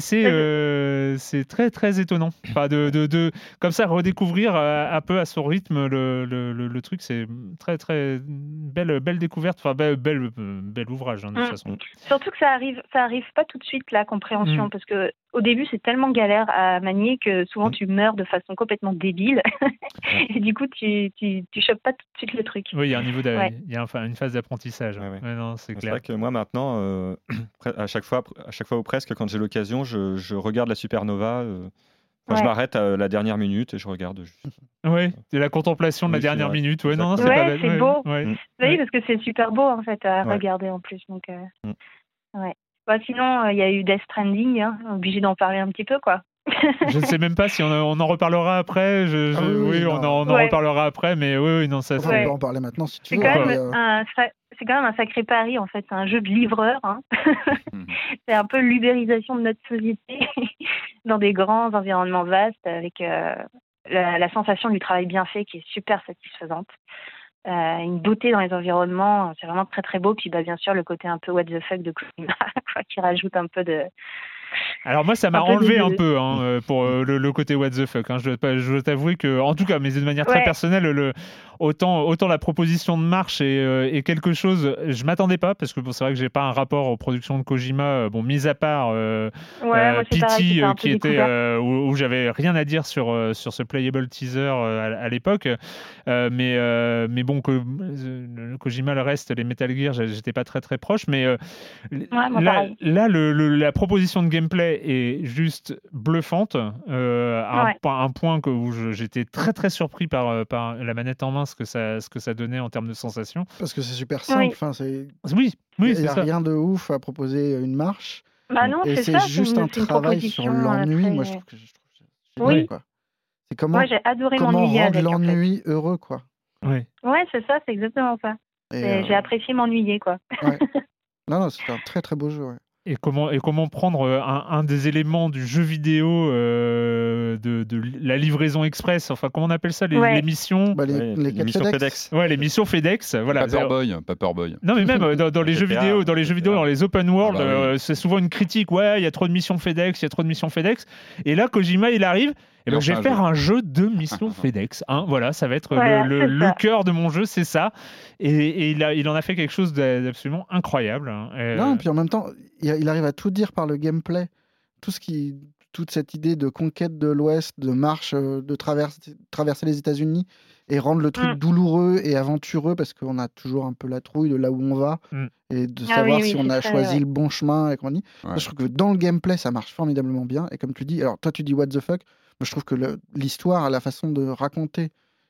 c'est très, très étonnant. Enfin, de comme ça, redécouvrir un peu à son rythme le truc, c'est très très belle découverte, enfin bel ouvrage de toute façon. Surtout que ça arrive pas tout de suite la compréhension, parce que au début c'est tellement galère à manier que souvent tu meurs de façon complètement débile et du coup tu chopes pas tout de suite le truc. Oui, il y a un niveau il y a une phase d'apprentissage. Non, c'est clair. C'est vrai que moi maintenant à chaque fois ou presque, quand j'ai l'occasion, je regarde la supernova. Je m'arrête à la dernière minute et je regarde. Oui, c'est la contemplation de la dernière minute. Ouais, non, c'est pas bête. C'est beau. Oui, parce que c'est super beau en fait à regarder en plus. Donc, sinon, il y a eu Death Stranding, obligé d'en parler un petit peu, quoi. Je ne sais même pas si on en reparlera après. On en reparlera après, mais non, ça. On peut en parler maintenant si tu veux. C'est quand même un sacré pari, en fait. C'est un jeu de livreur. C'est un peu l'ubérisation de notre société dans des grands environnements vastes, avec la sensation du travail bien fait qui est super satisfaisante. Une beauté dans les environnements, c'est vraiment très très beau. Puis bien sûr, le côté un peu what the fuck de Kojima, qui rajoute un peu de... Alors moi, ça m'a enlevé un peu pour le côté what the fuck. Je dois t'avouer que, en tout cas, mais de manière très personnelle, autant la proposition de marche est quelque chose, je m'attendais pas, parce que c'est vrai que j'ai pas un rapport aux productions de Kojima, mis à part Pity, qui était où j'avais rien à dire sur ce playable teaser à l'époque, mais bon, Kojima, le reste, les Metal Gear, j'étais pas très très proche, mais là la proposition de gameplay est juste bluffante, à un point où j'étais très très surpris par la manette en main, ce que ça donnait en termes de sensations. Parce que c'est super simple. Oui, il n'y a rien de ouf à proposer une marche. Non, c'est juste un travail sur l'ennui. Moi, je trouve que c'est génial, quoi. C'est comment j'ai adoré m'ennuyer rendre avec, l'ennui heureux, quoi. Ouais, c'est ça, c'est exactement ça. J'ai apprécié m'ennuyer, quoi. Non, c'est un très très beau jeu. Et comment prendre un des éléments du jeu vidéo de la livraison express, enfin comment on appelle ça, les missions, les missions FedEx. Ouais, les missions FedEx, voilà. Paperboy. Non mais même dans les jeux vidéo, dans les open world, c'est souvent une critique. Ouais, il y a trop de missions FedEx, il y a trop de missions FedEx. Et là, Kojima, il arrive Et ben, je vais faire un jeu de mission FedEx. Hein, voilà, ça va être le cœur de mon jeu, c'est ça. Et il en a fait quelque chose d'absolument incroyable. Hein. Non, et puis en même temps, il arrive à tout dire par le gameplay. Toute cette idée de conquête de l'Ouest, de marche, de traverser les États-Unis et rendre le truc douloureux et aventureux parce qu'on a toujours un peu la trouille de là où on va et de savoir si on a choisi le bon chemin et compagnie. Ouais. Je trouve que dans le gameplay, ça marche formidablement bien. Et comme tu dis, alors toi tu dis what the fuck, moi je trouve que l'histoire, la façon de raconter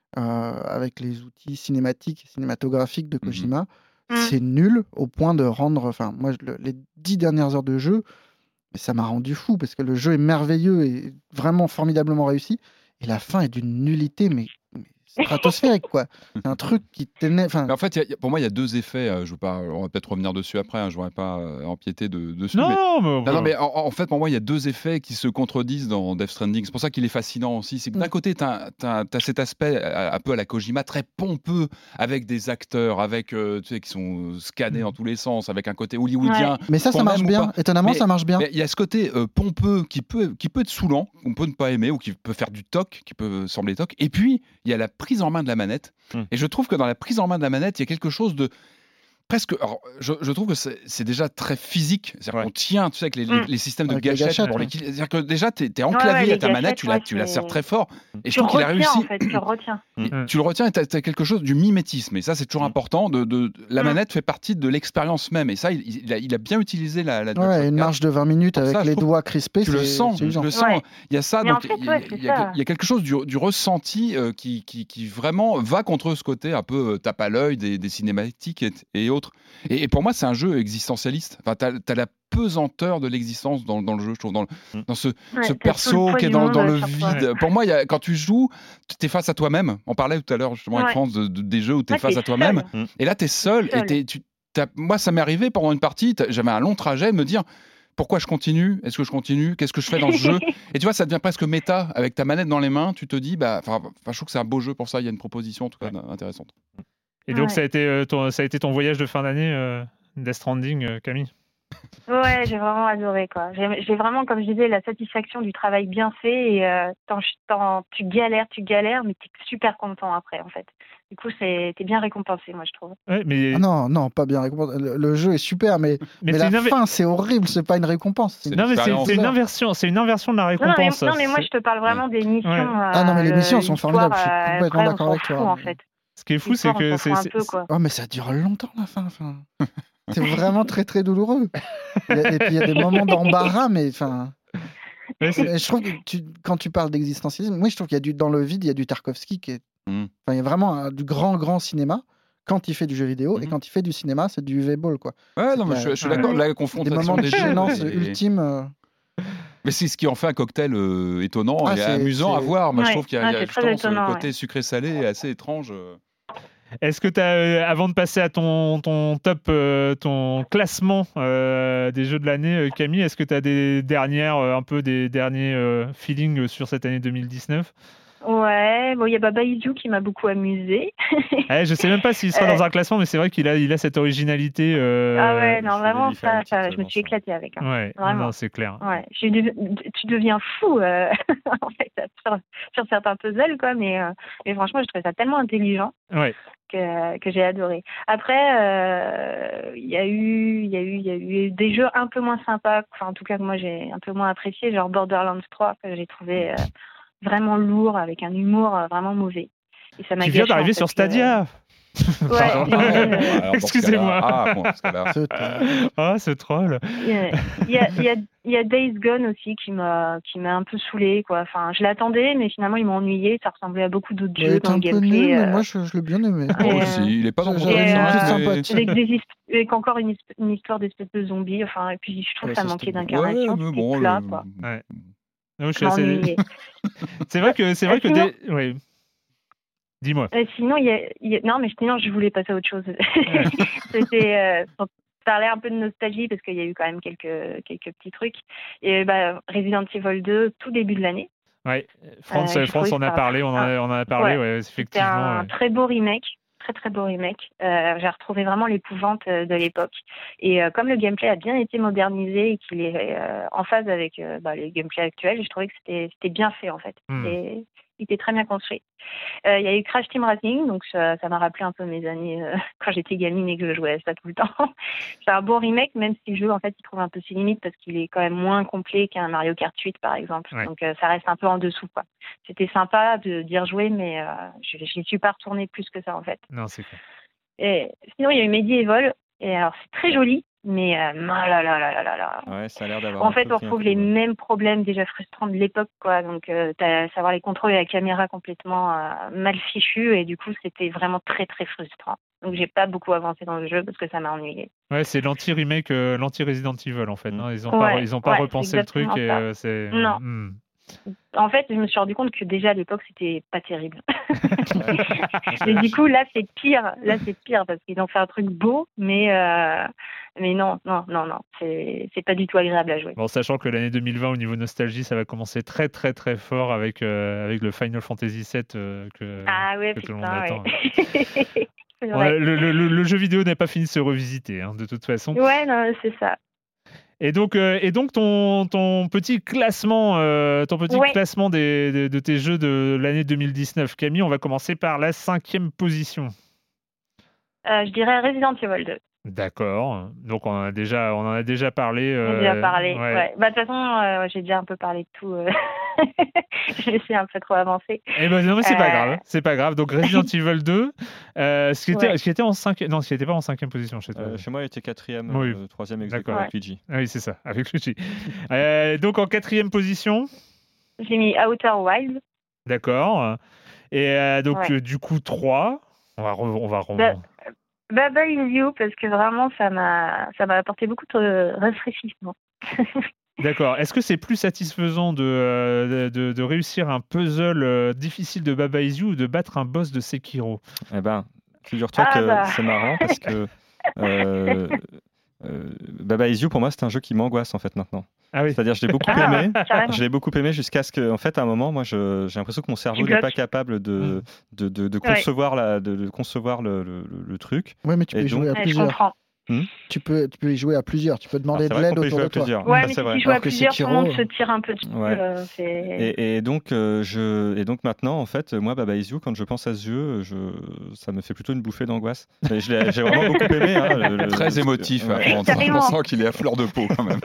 avec les outils cinématiques et cinématographiques de Kojima, c'est nul au point de rendre. Enfin, moi, les 10 dernières heures de jeu, ça m'a rendu fou parce que le jeu est merveilleux et vraiment formidablement réussi. Et la fin est d'une nullité, mais stratosphérique, quoi. C'est un truc qui tenait. En fait, pour moi, il y a deux effets. On va peut-être revenir dessus après. Je ne voudrais pas empiéter dessus. Non, mais en fait, pour moi, il y a deux effets qui se contredisent dans Death Stranding. C'est pour ça qu'il est fascinant aussi. C'est que d'un côté, tu as cet aspect un peu à la Kojima, très pompeux, avec des acteurs, qui sont scannés dans tous les sens, avec un côté hollywoodien. Ouais. Mais ça marche bien. Étonnamment, ça marche bien. Il y a ce côté pompeux qui peut être saoulant, qu'on peut ne pas aimer, ou qui peut faire du toc, qui peut sembler toc. Et puis, il y a la prise en main de la manette. Et je trouve que dans la prise en main de la manette, il y a quelque chose de presque. Alors, je trouve que c'est déjà très physique. C'est-à-dire qu'on tient, tu sais, avec les systèmes de gâchettes. C'est-à-dire que déjà, tu es enclavé à ta manette, tu la serres très fort. Et je trouve qu'il a réussi. En fait, tu retiens. Tu le retiens et tu as quelque chose du mimétisme. Et ça, c'est toujours important. La manette fait partie de l'expérience même. Et ça, il a bien utilisé la une marche de 20 minutes avec les doigts crispés. Tu le sens. Il y a ça. Donc, il y a quelque chose du ressenti qui vraiment va contre ce côté un peu tape à l'œil des cinématiques et autres. Et pour moi, c'est un jeu existentialiste. Enfin, t'as la pesanteur de l'existence dans le jeu, je trouve, dans ce perso qui est dans le vide. Ouais. Pour moi, quand tu joues, tu es face à toi-même. On parlait tout à l'heure justement avec France des jeux où tu es face à toi-même. Et là, tu es seul. Moi, ça m'est arrivé pendant une partie, j'avais un long trajet, me dire pourquoi je continue ? Est-ce que je continue ? Qu'est-ce que je fais dans ce jeu ? Et tu vois, ça devient presque méta. Avec ta manette dans les mains, tu te dis, je trouve que c'est un beau jeu pour ça. Il y a une proposition en tout cas intéressante. Et donc, ça a été ton voyage de fin d'année, Death Stranding, Camille ? Ouais, j'ai vraiment adoré, quoi. J'ai vraiment, comme je disais, la satisfaction du travail bien fait et tu galères, mais t'es super content après, en fait. Du coup, t'es bien récompensé, moi, je trouve. Ouais, mais... Non, pas bien récompensé. Le jeu est super, mais la fin, c'est horrible, c'est pas une récompense. C'est une inversion, de la récompense. Non, mais moi, je te parle vraiment des missions. Ouais. Non, mais les missions sont formidables, je suis complètement d'accord avec toi. En fait. Ce qui est fou, c'est que... Oh, mais ça dure longtemps, la fin. C'est vraiment très très douloureux. Et puis il y a des moments d'embarras, mais enfin. Je trouve que quand tu parles d'existentialisme, moi je trouve qu'il y a dans le vide, il y a du Tarkovsky qui est. Il y a vraiment du grand cinéma quand il fait du jeu vidéo et quand il fait du cinéma, c'est du UV-Ball, quoi. Ouais, non, mais je suis d'accord. La confrontation des moments de gênance ultime. Mais c'est ce qui en fait un cocktail étonnant et amusant à voir. Moi, je trouve qu'il y a justement ce côté sucré-salé assez étrange. Est-ce que avant de passer à ton top, ton classement des jeux de l'année, Camille, est-ce que tu as des derniers feelings sur cette année 2019 ? Ouais, il y a Baba Is You qui m'a beaucoup amusé. Je sais même pas s'il sera dans un classement, mais c'est vrai qu'il a cette originalité. Ah ouais, non, vraiment, je me suis éclatée avec. Ouais, vraiment. Non, c'est clair. Ouais, tu deviens fou en fait, sur certains puzzles, quoi, mais franchement, je trouvais ça tellement intelligent. Ouais. Que j'ai adoré. Après, il y a eu des jeux un peu moins sympas, enfin en tout cas que moi j'ai un peu moins apprécié, genre Borderlands 3 que j'ai trouvé vraiment lourd avec un humour vraiment mauvais. Et ça m'a gâché. Tu viens d'arriver sur Stadia. Ouais. Excusez-moi. Ce troll. Il y a Days Gone aussi qui m'a un peu saoulé, quoi. Enfin, je l'attendais, mais finalement il m'a ennuyé. Ça ressemblait à beaucoup d'autres jeux dans le gameplay. Nul, mais moi je l'ai bien aimé. Il est pas dans avec encore une histoire d'espèce de zombie. Enfin, et puis je trouve que ça manquait d'incarnation. C'était plat, quoi. Ouais. Non, je suis assez... c'est vrai que ouais. Dis-moi. Sinon, non, mais sinon, je voulais passer à autre chose. C'était pour parler un peu de nostalgie parce qu'il y a eu quand même quelques petits trucs. Et Resident Evil 2, tout début de l'année. Ouais. France en a parlé, on en a parlé, ouais, effectivement. C'était un très beau remake. très très beau remake. J'ai retrouvé vraiment l'épouvante de l'époque. Et comme le gameplay a bien été modernisé et qu'il est en phase avec les gameplays actuels, je trouvais que c'était bien fait en fait. Il était très bien construit. Il y a eu Crash Team Racing, donc ça m'a rappelé un peu mes années quand j'étais gamine et que je jouais à ça tout le temps. C'est un bon remake, même si le jeu en fait il trouve un peu ses limites parce qu'il est quand même moins complet qu'un Mario Kart 8 par exemple. Ouais. Donc ça reste un peu en dessous quoi. C'était sympa d'y rejouer, mais je n'y suis pas retournée plus que ça en fait. Non, c'est cool. Et sinon il y a eu Medieval, et alors c'est très joli. Mais ouais, ça a l'air d'avoir. En fait, on retrouve les mêmes problèmes déjà frustrants de l'époque, quoi. Donc, savoir les contrôles et la caméra complètement mal fichus, et du coup, c'était vraiment très très frustrant. Donc, j'ai pas beaucoup avancé dans le jeu parce que ça m'a ennuyé. Ouais, c'est l'anti-remake, l'anti-Resident Evil en fait. Hein. Ils ont pas repensé le truc et c'est. Non. En fait, je me suis rendu compte que déjà à l'époque, c'était pas terrible. Et du coup, là, c'est pire. Là, c'est pire parce qu'ils ont fait un truc beau, mais non. C'est pas du tout agréable à jouer. Bon, sachant que l'année 2020, au niveau nostalgie, ça va commencer très, très, très fort avec le Final Fantasy VII que tout le monde attend. Ouais, le jeu vidéo n'a pas fini de se revisiter, hein, de toute façon. Ouais, non, c'est ça. Et donc ton petit classement, classement de tes jeux de l'année 2019, Camille, on va commencer par la 5e position. Je dirais Resident Evil 2. D'accord. Donc on en a déjà parlé. On a déjà parlé. Ouais. De toute façon, j'ai déjà un peu parlé de tout. Je vais essayer un peu trop avancer. Non, mais c'est pas grave. C'est pas grave. Donc Resident Evil 2, ce qui était en 5e. Non, ce qui n'était pas en 5e position chez toi. Chez moi, il était 4e, 3e exactement avec Luigi. Ah oui, c'est ça, avec Luigi. Donc en 4e position. J'ai mis Outer Wilds. D'accord. Et donc du coup 3. On va Baba Is You, parce que vraiment, ça m'a apporté beaucoup de rafraîchissement. D'accord. Est-ce que c'est plus satisfaisant de réussir un puzzle difficile de Baba Is You ou de battre un boss de Sekiro ? Eh ben, figure-toi que c'est marrant parce que Baba Is You, pour moi, c'est un jeu qui m'angoisse en fait maintenant. Ah oui. C'est-à-dire, je l'ai beaucoup aimé. Je l'ai beaucoup aimé jusqu'à ce que, en fait, à un moment, moi, j'ai l'impression que mon cerveau n'est pas capable de concevoir le truc. Ouais, mais tu peux y jouer à plusieurs. Tu peux y jouer à plusieurs. Tu peux demander de l'aide autour de toi. Ouais, mais si tu joues à plusieurs, tout le monde se tire un peu dessus. Et donc maintenant, en fait, moi, Baba Is You, quand je pense à ce jeu, ça me fait plutôt une bouffée d'angoisse. J'ai vraiment beaucoup aimé. Très émotif. On sent qu'il est à fleur de peau quand même.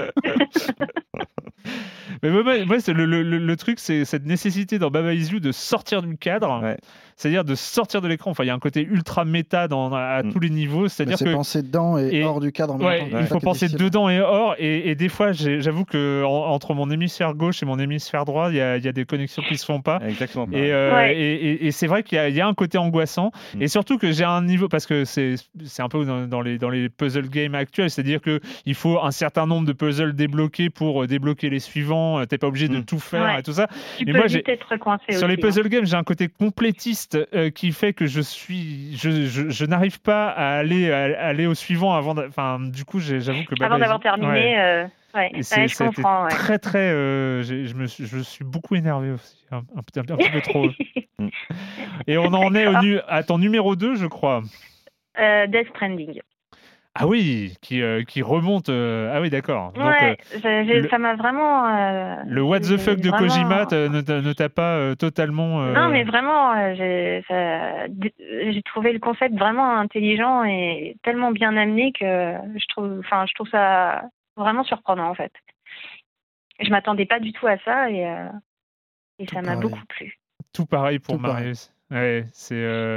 Mais moi, c'est le truc, c'est cette nécessité dans Baba Is You de sortir du cadre, c'est-à-dire de sortir de l'écran. Enfin, il y a un côté ultra méta à tous les niveaux. C'est-à-dire que penser dedans et hors du cadre. Il faut penser dedans et hors. Et des fois, j'avoue que entre mon hémisphère gauche et mon hémisphère droit, il y a des connexions qui se font pas. Exactement. Et c'est vrai qu'il y a un côté angoissant. Et surtout que j'ai un niveau, parce que c'est un peu dans les puzzle games actuels, c'est-à-dire que il faut un certain nombre de puzzles débloqués pour débloquer les suivants. T'es pas obligé de tout faire et tout ça. Mais moi, être coincé sur les puzzle games, j'ai un côté complétiste qui fait que je n'arrive pas à aller au suivant avant. Enfin, du coup, j'avoue que avant d'avoir terminé. Je comprends. Très très. Je suis beaucoup énervé aussi, un petit peu trop. Et on en est à ton numéro 2, je crois. Death Stranding. Ah oui, qui remonte. Ah oui, d'accord. Ouais, ça m'a vraiment. Le what the fuck de vraiment... Kojima ne t'a pas totalement. Non, mais vraiment, j'ai trouvé le concept vraiment intelligent et tellement bien amené que je trouve ça vraiment surprenant en fait. Je m'attendais pas du tout à ça et ça m'a beaucoup plu. Tout pareil pour Marius. Ouais, c'est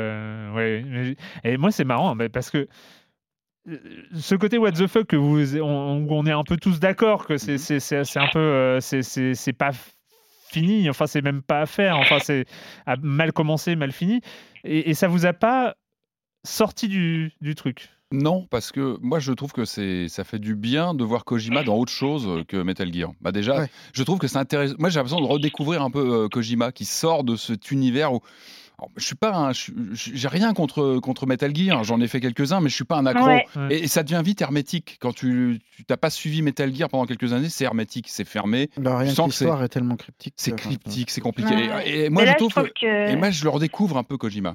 et moi c'est marrant parce que ce côté what the fuck que on est un peu tous d'accord que c'est un peu c'est pas fini, enfin c'est même pas à faire, enfin c'est mal commencé, mal fini, et ça vous a pas sorti du truc? Non, parce que moi je trouve que ça fait du bien de voir Kojima dans autre chose que Metal Gear. Bah déjà, je trouve que c'est intéressant. Moi j'ai l'impression de redécouvrir un peu Kojima qui sort de cet univers où j'ai rien contre Metal Gear, j'en ai fait quelques-uns, mais je suis pas un accro. Et ça devient vite hermétique. Quand tu t'as pas suivi Metal Gear pendant quelques années, c'est hermétique, c'est fermé. L'histoire est tellement cryptique. C'est cryptique, c'est compliqué. Et moi je trouve et moi je le redécouvre un peu Kojima.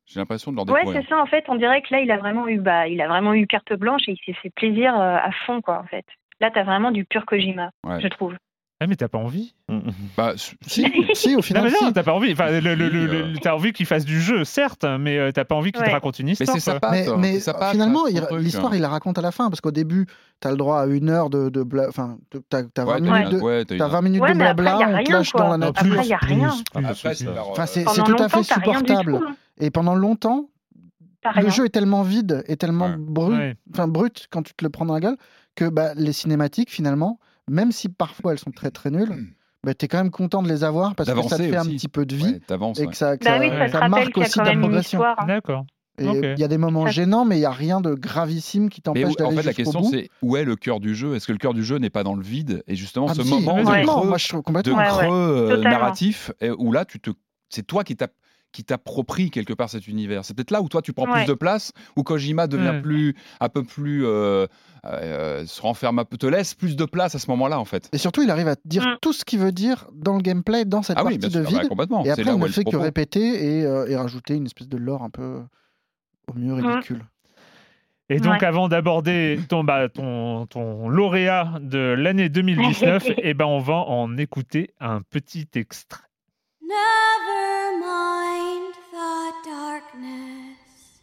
J'ai l'impression de leur découvrir. Ouais, c'est ça, en fait. On dirait que là, il a vraiment eu carte blanche et il s'est fait plaisir à fond, quoi, en fait. Là, t'as vraiment du pur Kojima, je trouve. Ah, mais t'as pas envie. Bah, si, au final. Non, t'as pas envie. Enfin, t'as envie qu'il fasse du jeu, certes, mais t'as pas envie qu'il te raconte une histoire. Mais c'est sa patte. Mais sa patte, finalement, truc, l'histoire, il la raconte à la fin, parce qu'au début, t'as le droit à 1 heure de enfin, t'as 20 minutes de blabla, on te lâche dans la nature. Après, il n'y a rien. C'est tout à fait supportable. Et pendant longtemps, le jeu est tellement vide et tellement brut quand tu te le prends dans la gueule que les cinématiques, finalement, même si parfois elles sont très très nulles, t'es quand même content de les avoir parce que ça te fait un petit peu de vie et que ça marque aussi ta progression. D'accord. Il y a des moments gênants, mais il n'y a rien de gravissime qui t'empêche d'aller jusqu'au bout. En fait, la question, c'est où est le cœur du jeu ? Est-ce que le cœur du jeu n'est pas dans le vide ? Et justement, ce moment de creux narratif, où là, c'est toi qui t'approprie quelque part cet univers. C'est peut-être là où toi tu prends plus de place, où Kojima devient un peu plus se renferme un peu, te laisse plus de place à ce moment-là en fait. Et surtout il arrive à dire tout ce qu'il veut dire dans le gameplay, dans cette partie de vide. Complètement. Et après il ne fait que répéter et rajouter une espèce de lore un peu au mieux ridicule. Et donc, avant d'aborder ton lauréat de l'année 2019, on va en écouter un petit extrait. Never mind the darkness.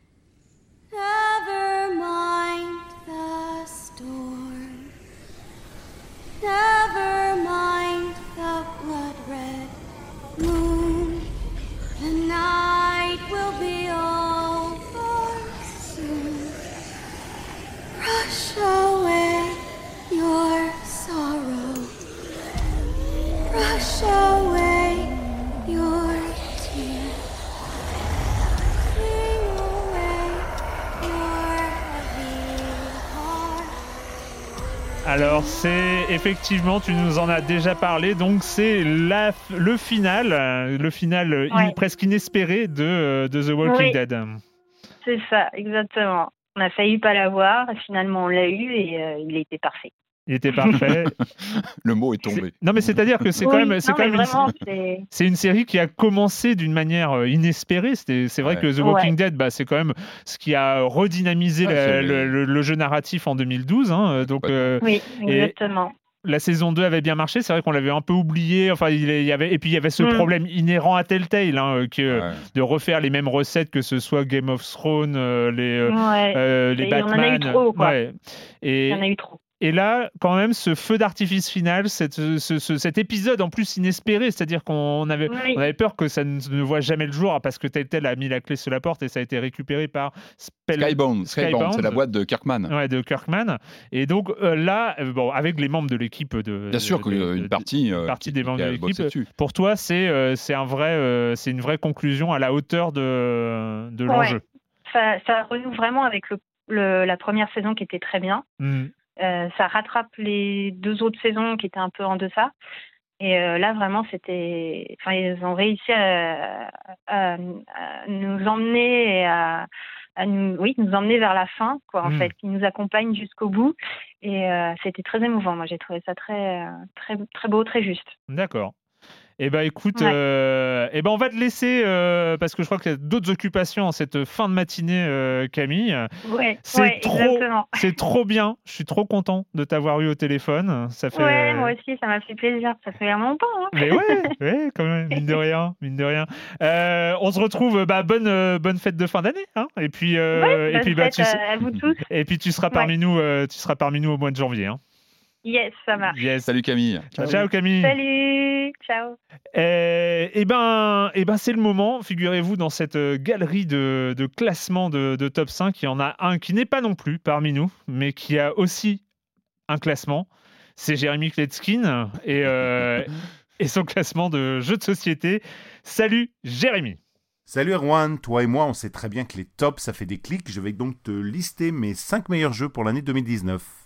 Never mind the storm. Never mind the blood-red moon. The night will be over soon. Brush away your sorrow. Brush away your tears. Fling away your heavy heart. Alors, c'est effectivement, tu nous en as déjà parlé, donc c'est le final presque inespéré de The Walking Dead. C'est ça, exactement. On a failli pas l'avoir, finalement on l'a eu et il était parfait. Il était parfait. Le mot est tombé. Non, mais c'est-à-dire que c'est quand même c'est une série qui a commencé d'une manière inespérée. C'est vrai que The Walking Dead, c'est quand même ce qui a redynamisé le jeu narratif en 2012. Donc, oui, exactement. La saison 2 avait bien marché, c'est vrai qu'on l'avait un peu oublié. Enfin, il y avait ce problème inhérent à Telltale, de refaire les mêmes recettes, que ce soit Game of Thrones, les Batman. Il y en a eu trop, quoi. Il y en a eu trop. Et là, quand même, ce feu d'artifice final, cet épisode en plus inespéré, c'est-à-dire qu'on avait peur que ça ne voit jamais le jour, parce que Telltale a mis la clé sous la porte et ça a été récupéré par Skybound, c'est la boîte de Kirkman. Ouais, de Kirkman. Et donc là, avec les membres de l'équipe bien sûr qu'une partie des membres de l'équipe. Pour toi, c'est une vraie conclusion à la hauteur de l'enjeu. Ça renoue vraiment avec la première saison qui était très bien. Ça rattrape les 2 autres saisons qui étaient un peu en deçà. Et là, vraiment, ils ont réussi à nous emmener et nous emmener vers la fin, quoi, en fait. Ils nous accompagnent jusqu'au bout. Et c'était très émouvant. Moi, j'ai trouvé ça très, très, très beau, très juste. D'accord. Eh bien, écoute, on va te laisser, parce que je crois qu'il y a d'autres occupations en cette fin de matinée, Camille. Exactement. C'est trop bien. Je suis trop content de t'avoir eu au téléphone. Ça fait, moi aussi, ça m'a fait plaisir. Ça fait longtemps. Mais ouais, quand même, mine de rien. On se retrouve, bonne fête de fin d'année. Et puis, à vous tous. Et puis, tu seras parmi nous au mois de janvier. Yes, ça marche. Yes. Salut Camille. Ciao Camille. Salut, ciao. C'est le moment, figurez-vous, dans cette galerie de classement de top 5, il y en a un qui n'est pas non plus parmi nous, mais qui a aussi un classement. C'est Jérémy Kletskin et son classement de jeux de société. Salut Jérémy. Salut Erwan, toi et moi on sait très bien que les tops ça fait des clics, je vais donc te lister mes 5 meilleurs jeux pour l'année 2019.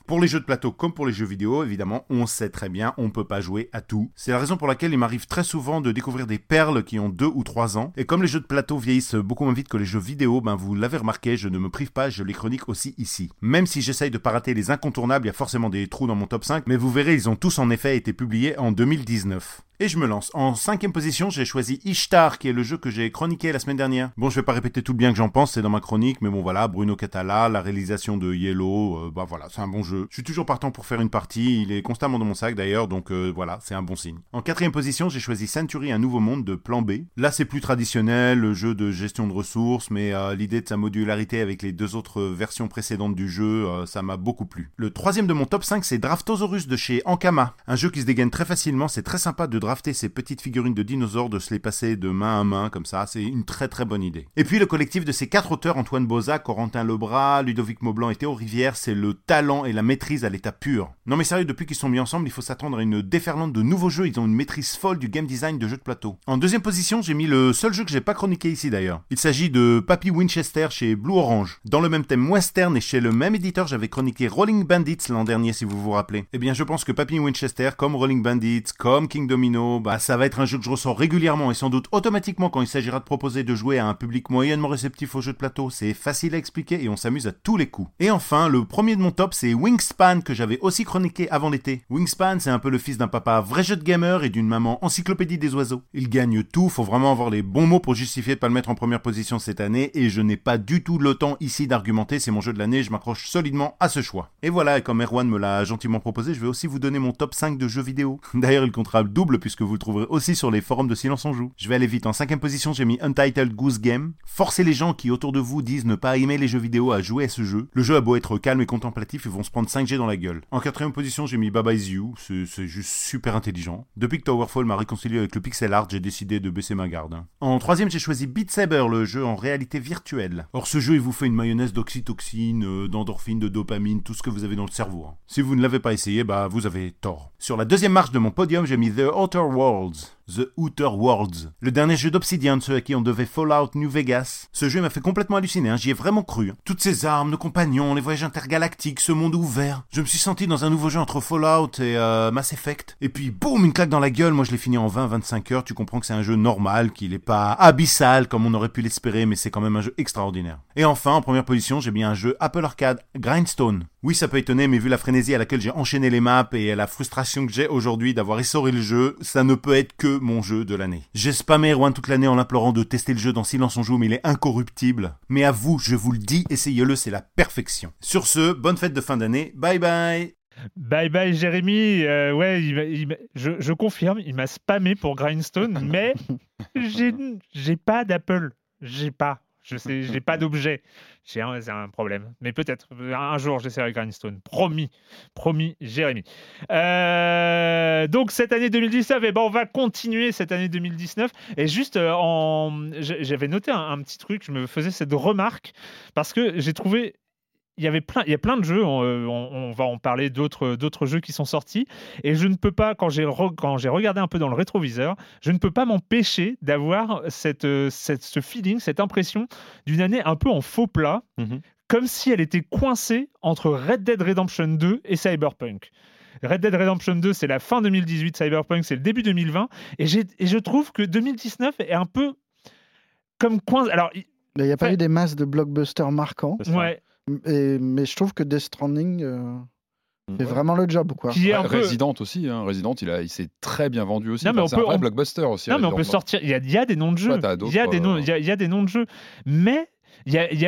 Pour les jeux de plateau comme pour les jeux vidéo, évidemment, on sait très bien, on peut pas jouer à tout. C'est la raison pour laquelle il m'arrive très souvent de découvrir des perles qui ont 2 ou 3 ans. Et comme les jeux de plateau vieillissent beaucoup moins vite que les jeux vidéo, vous l'avez remarqué, je ne me prive pas, je les chronique aussi ici. Même si j'essaye de pas rater les incontournables, il y a forcément des trous dans mon top 5, mais vous verrez, ils ont tous en effet été publiés en 2019. Et je me lance. En 5e position, j'ai choisi Ishtar, qui est le jeu que j'ai chroniqué la semaine dernière. Bon, je vais pas répéter tout le bien que j'en pense, c'est dans ma chronique, mais bon voilà, Bruno Catala, la réalisation de Yellow, voilà, c'est un bon jeu. Je suis toujours partant pour faire une partie, il est constamment dans mon sac d'ailleurs, donc voilà, c'est un bon signe. En 4e position, j'ai choisi Century, un nouveau monde de Plan B. Là, c'est plus traditionnel, le jeu de gestion de ressources, mais l'idée de sa modularité avec les 2 autres versions précédentes du jeu, ça m'a beaucoup plu. Le 3e de mon top 5, c'est Draftosaurus de chez Ankama, un jeu qui se dégaine très facilement, c'est très sympa de drafter ces petites figurines de dinosaures, de se les passer de main à main comme ça, c'est une très très bonne idée. Et puis le collectif de ces 4 auteurs, Antoine Boza, Corentin Lebras, Ludovic Maublanc et Théo Rivière, c'est le talent et la maîtrise à l'état pur. Non mais sérieux, depuis qu'ils sont mis ensemble, il faut s'attendre à une déferlante de nouveaux jeux, ils ont une maîtrise folle du game design de jeux de plateau. En 2e position, j'ai mis le seul jeu que j'ai pas chroniqué ici d'ailleurs. Il s'agit de Papy Winchester chez Blue Orange. Dans le même thème western et chez le même éditeur, j'avais chroniqué Rolling Bandits l'an dernier si vous vous rappelez. Eh bien je pense que Papy Winchester, comme Rolling Bandits, comme King Domino, ça va être un jeu que je ressors régulièrement et sans doute automatiquement quand il s'agira de proposer de jouer à un public moyennement réceptif aux jeux de plateau. C'est facile à expliquer et on s'amuse à tous les coups. Et enfin, le premier de mon top, c'est Wingspan que j'avais aussi chroniqué avant l'été. Wingspan, c'est un peu le fils d'un papa vrai jeu de gamer et d'une maman encyclopédie des oiseaux. Il gagne tout, faut vraiment avoir les bons mots pour justifier de pas le mettre en première position cette année et je n'ai pas du tout le temps ici d'argumenter, c'est mon jeu de l'année, je m'accroche solidement à ce choix. Et voilà, et comme Erwan me l'a gentiment proposé, je vais aussi vous donner mon top 5 de jeux vidéo. D'ailleurs, il comptera le double puisque vous le trouverez aussi sur les forums de Silence on Joue. Je vais aller vite. En 5e position, j'ai mis Untitled Goose Game. Forcez les gens qui autour de vous disent ne pas aimer les jeux vidéo à jouer à ce jeu. Le jeu a beau être calme et contemplatif, ils vont se prendre 5G dans la gueule. En 4e position, j'ai mis Baba Is You. C'est juste super intelligent. Depuis que Towerfall m'a réconcilié avec le pixel art, j'ai décidé de baisser ma garde. En 3e, j'ai choisi Beat Saber, le jeu en réalité virtuelle. Or, ce jeu, il vous fait une mayonnaise d'oxytocine, d'endorphine, de dopamine, tout ce que vous avez dans le cerveau. Si vous ne l'avez pas essayé, vous avez tort. Sur la 2e marche de mon podium, j'ai mis The Outer Worlds. The Outer Worlds. Le dernier jeu d'Obsidian, ceux à qui on devait Fallout New Vegas. Ce jeu m'a fait complètement halluciner, j'y ai vraiment cru. Toutes ces armes, nos compagnons, les voyages intergalactiques, ce monde ouvert. Je me suis senti dans un nouveau jeu entre Fallout et Mass Effect. Et puis boum, une claque dans la gueule, moi je l'ai fini en 20-25 heures, tu comprends que c'est un jeu normal, qu'il est pas abyssal comme on aurait pu l'espérer, mais c'est quand même un jeu extraordinaire. Et enfin, en première position, j'ai mis un jeu Apple Arcade, Grindstone. Oui, ça peut étonner, mais vu la frénésie à laquelle j'ai enchaîné les maps et la frustration que j'ai aujourd'hui d'avoir essoré le jeu, ça ne peut être que mon jeu de l'année. J'ai spammé Erwan toute l'année en l'implorant de tester le jeu dans Silence on Joue, mais il est incorruptible. Mais à vous, je vous le dis, essayez-le, c'est la perfection. Sur ce, bonne fête de fin d'année, bye bye. Bye bye Jérémy, je confirme, il m'a spammé pour Grindstone, mais j'ai pas d'Apple, j'ai pas d'objet. C'est un problème. Mais peut-être, un jour, j'essaierai Grindstone. Promis, Jérémy. Donc, cette année 2019, on va continuer cette année 2019. Et juste, j'avais noté un petit truc, je me faisais cette remarque, parce que j'ai trouvé... Il y a plein de jeux, on va en parler d'autres jeux qui sont sortis, et je ne peux pas, quand j'ai regardé un peu dans le rétroviseur, je ne peux pas m'empêcher d'avoir ce feeling, cette impression d'une année un peu en faux plat, comme si elle était coincée entre Red Dead Redemption 2 et Cyberpunk. Red Dead Redemption 2, c'est la fin 2018, Cyberpunk, c'est le début 2020, et je trouve que 2019 est un peu comme coincé. Alors, il n'y a pas eu des masses de blockbusters marquants. Ouais. Mais je trouve que Death Stranding fait vraiment le job, quoi. Resident aussi, Resident, il s'est très bien vendu aussi. C'est un vrai blockbuster aussi. Non, mais on peut sortir. Il y a des noms de jeux. Il y a des noms de jeux. Mais il y a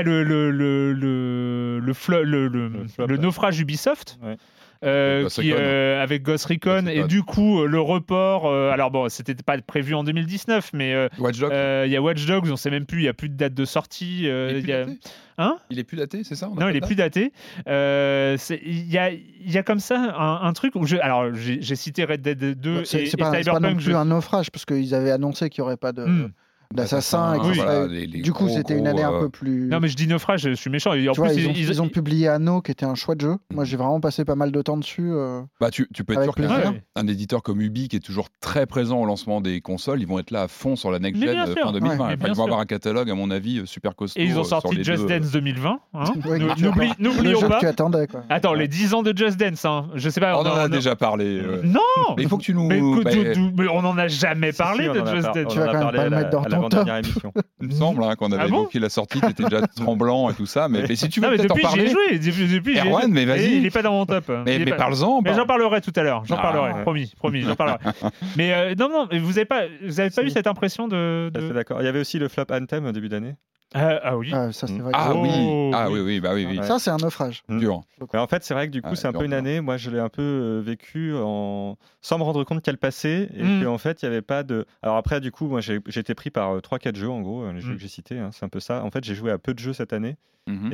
le naufrage Ubisoft. Ouais. Avec Ghost Recon et du coup le report alors bon, c'était pas prévu en 2019, mais il y a Watch Dogs, on sait même plus, il y a plus de date de sortie. Il est plus daté, c'est ça? Non, il est plus daté. Il y a comme ça un truc où j'ai cité Red Dead 2 et Cyberpunk. C'est pas non plus un naufrage, parce qu'ils avaient annoncé qu'il n'y aurait pas de d'assassins. Oui. Voilà, les du coup, gros, c'était une année un peu plus... Non, mais je dis Naufrage, je suis méchant. Et en Tu vois, plus, ils ont publié Anno, qui était un chouette jeu. Moi, j'ai vraiment passé pas mal de temps dessus. Tu peux être avec sûr qu'un plaisir. un éditeur comme Ubi, qui est toujours très présent au lancement des consoles, ils vont être là à fond sur la next Mais gen bien sûr. fin 2020. Ouais, mais Enfin, bien ils vont sûr. avoir un catalogue, à mon avis, super costaud. Et ils ont sur sorti les Just deux. Dance 2020. Hein. Oui, N'oublions le jeu pas. que tu attendais, quoi. Attends, les 10 ans de Just Dance. Hein. Je sais pas. On en a déjà parlé. Non. Mais il faut que tu nous. Mais, Bah, mais on n'en a jamais parlé Si, de on en a Just par- Dance. Tu vas on en a quand même parlé pas le mettre dans à ton l'avant-dernière émission. il me semble qu'on avait Ah bon évoqué la sortie, tu étais déjà tremblant et tout ça. Mais si tu veux Non, mais peut-être en depuis, j'y ai parler. joué. Depuis, j'y ai Erwan, joué. mais vas-y. Et il est pas dans mon top. Mais parle-en. Mais j'en parlerai tout à l'heure. J'en Ah, parlerai. ouais. Promis, j'en parlerai. Mais non, mais vous avez pas eu cette impression de. Je suis d'accord. Il y avait aussi le flop Anthem au début d'année. Ah oui. Ça, c'est vrai. Ah Oh, oui. Ah oui. oui, bah oui. Ouais. Ça, c'est un naufrage. Dur. Mais en fait, c'est vrai que du coup, Ah, c'est un dur, peu une dur. année. Moi, je l'ai un peu vécu sans me rendre compte qu'elle passait et qu'en fait, il n'y avait pas de. Alors après, du coup, moi, j'ai été pris par 3-4 jeux, en gros, les jeux que j'ai cités. Hein, c'est un peu ça. En fait, j'ai joué à peu de jeux cette année Mhm.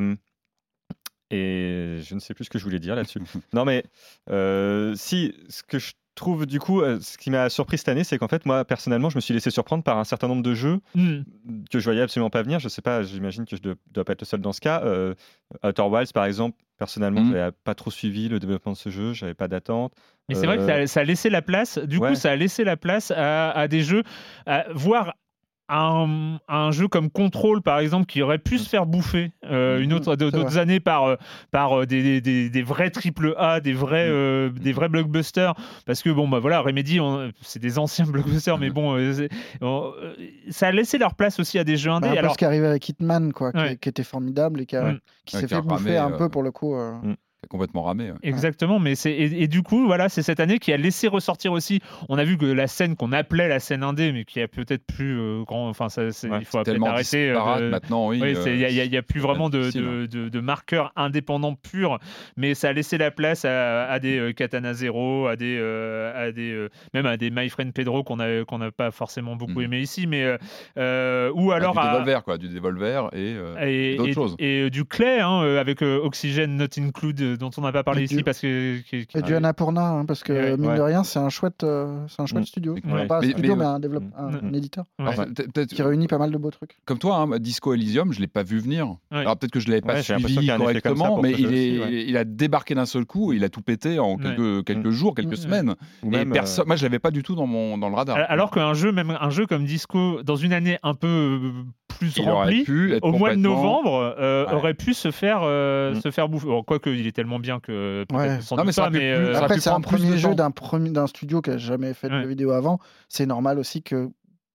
et je ne sais plus ce que je voulais dire là-dessus. Non, mais si, ce que je trouve, du coup, ce qui m'a surpris cette année, c'est qu'en fait, moi, personnellement, je me suis laissé surprendre par un certain nombre de jeux que je voyais absolument pas venir. Je sais pas, j'imagine que je dois pas être le seul dans ce cas. Outer Wilds, par exemple, personnellement, je n'avais pas trop suivi le développement de ce jeu, j'avais pas d'attente. Mais c'est vrai que ça a laissé la place. Du coup, ça a laissé la place à des jeux, voire un jeu comme Control, par exemple, qui aurait pu se faire bouffer d'autres années par des vrais AAA, des vrais blockbusters. Parce que, bon, bah voilà, Remedy, c'est des anciens blockbusters, mais bon, ça a laissé leur place aussi à des jeux indés. Un peu Alors, ce qui est arrivé avec Hitman, quoi, qui était formidable et qui s'est fait bouffer un peu pour le coup. Complètement ramé. Ouais. Exactement, mais et du coup, voilà, c'est cette année qui a laissé ressortir aussi. On a vu que la scène qu'on appelait la scène indé, mais qui a peut-être plus grand. Enfin, il faut peut-être arrêter. Maintenant, oui. Il n'y a plus vraiment de marqueurs indépendants purs, mais ça a laissé la place à des Katana Zero, même à des My Friend Pedro qu'on n'a pas forcément beaucoup aimé ici, mais ou alors du Devolver et d'autres choses. Et du Clay, avec Oxygen Not Included, dont on n'a pas parlé ici parce que et du Annapurna, parce que mine de rien, c'est un chouette studio. Pas un studio, mais un éditeur qui réunit pas mal de beaux trucs. Comme toi, Disco Elysium, je l'ai pas vu venir. Alors peut-être que je l'avais pas suivi correctement, mais il a débarqué d'un seul coup, il a tout pété en quelques jours, quelques semaines. Et personne, moi, je l'avais pas du tout dans le radar. Alors qu'un jeu, même un jeu comme Disco, dans une année un peu plus remplie, au mois de novembre, aurait pu se faire bouffer. Bon, quoique il est tellement bien que sans doute pas, mais après c'est un premier jeu d'un studio qui a jamais fait de vidéo avant, c'est normal aussi que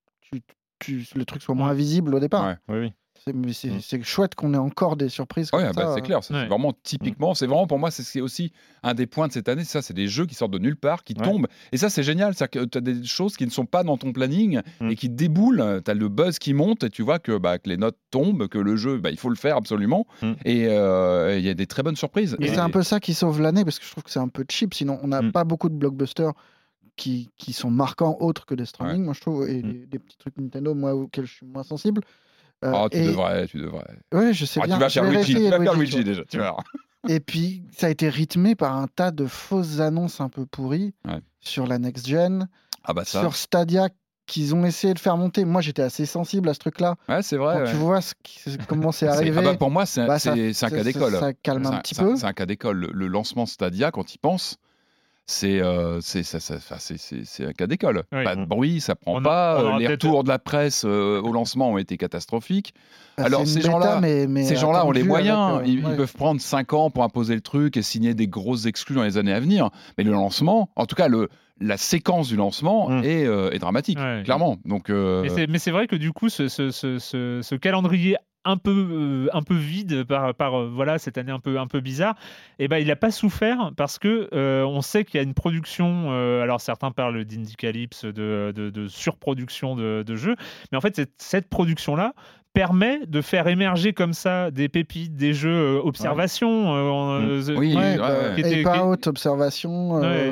le truc soit moins visible au départ. C'est chouette qu'on ait encore des surprises comme ça. C'est clair, c'est vraiment typiquement, c'est vraiment pour moi, c'est aussi un des points de cette année, c'est des jeux qui sortent de nulle part, qui tombent, et ça c'est génial, tu as des choses qui ne sont pas dans ton planning et qui déboulent, tu as le buzz qui monte et tu vois que les notes tombent, que le jeu, il faut le faire absolument, et il y a des très bonnes surprises. Et c'est un peu ça qui sauve l'année, parce que je trouve que c'est un peu cheap, sinon on n'a pas beaucoup de blockbusters qui sont marquants autres que des streaming, moi je trouve, et des petits trucs Nintendo, moi auxquels je suis moins sensible. Tu devrais. Oui, je sais bien. Tu vas faire Luigi déjà, tu vois. Et puis, ça a été rythmé par un tas de fausses annonces un peu pourries sur la next-gen, sur Stadia, qu'ils ont essayé de faire monter. Moi, j'étais assez sensible à ce truc-là. Ouais, c'est vrai. Quand tu vois comment c'est arrivé. Pour moi, c'est un cas d'école. Ça calme un petit peu. C'est un cas d'école. Le lancement Stadia, quand il pense, c'est un cas d'école. Pas de bruit, ça prend pas. Les retours de la presse au lancement ont été catastrophiques. Alors ces gens-là, ont les moyens. Ils peuvent prendre 5 ans pour imposer le truc et signer des grosses exclus dans les années à venir. Mais le lancement, en tout cas la séquence du lancement est dramatique, clairement. Donc, mais c'est vrai que du coup, ce calendrier un peu vide par voilà, cette année un peu bizarre, et il n'a pas souffert parce que on sait qu'il y a une production, alors certains parlent d'Indicalypse, de surproduction de jeux, mais en fait cette production-là permet de faire émerger comme ça des pépites, des jeux observation. Ape Out, observation.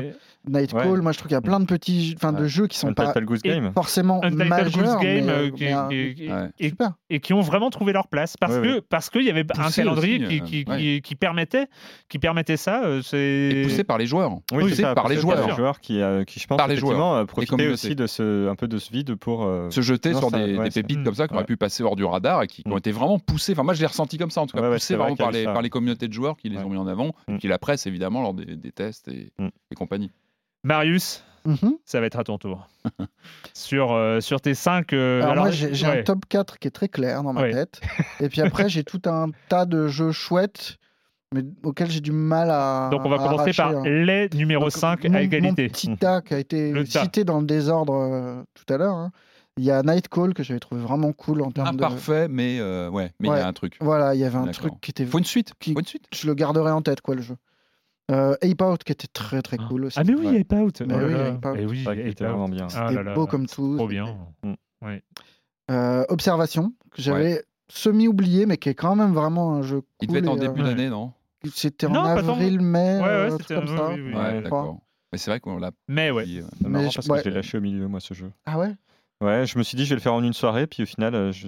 Nightcall, moi je trouve qu'il y a plein de petits de jeux qui sont pas Untitled Goose Game. forcément Untitled majeurs, Goose Game, mais super. et qui ont vraiment trouvé leur place parce qu'il y avait un Poussé calendrier aussi, qui permettait ça. Et poussé par les joueurs. Oui, Poussé par les joueurs. Qui je pense, Par les joueurs. profitaient aussi un peu de ce vide pour se jeter sur des pépites comme ça qui auraient pu passer hors du radar et qui ont été vraiment poussés. Enfin, moi, je l'ai ressenti comme ça, en tout cas, poussés vraiment par les communautés de joueurs qui les ont mis en avant, et puis la presse, évidemment, lors des tests et compagnie. Marius, ça va être à ton tour. sur tes 5... alors moi, j'ai un top 4 qui est très clair dans ma tête. Et puis après, j'ai tout un tas de jeux chouettes, mais auxquels j'ai du mal à. Donc on va commencer par les numéro 5 à égalité. Mon petit tas qui a été cité dans le désordre tout à l'heure. Il y a Nightcall que j'avais trouvé vraiment cool en termes Imparfait, mais il y a un truc. Voilà, il y avait un truc qui était. Faut une suite. Je le garderai en tête, quoi, le jeu. Ape Out qui était très très cool aussi. Ah mais oui, Ape Out. Mais oui, Ape Out. Oui, Ape Out vraiment bien. C'était beau comme tout. Trop bien. Observation que j'avais semi-oublié, mais qui est quand même vraiment un jeu cool. Il devait être en début d'année, non? C'était en avril, mai, c'était comme ça. Oui, d'accord. Mais c'est vrai qu'on l'a. Mais ouais. C'est marrant parce que je l'ai lâché au milieu, moi, ce jeu. Ah ouais? Ouais, je me suis dit je vais le faire en une soirée, puis au final je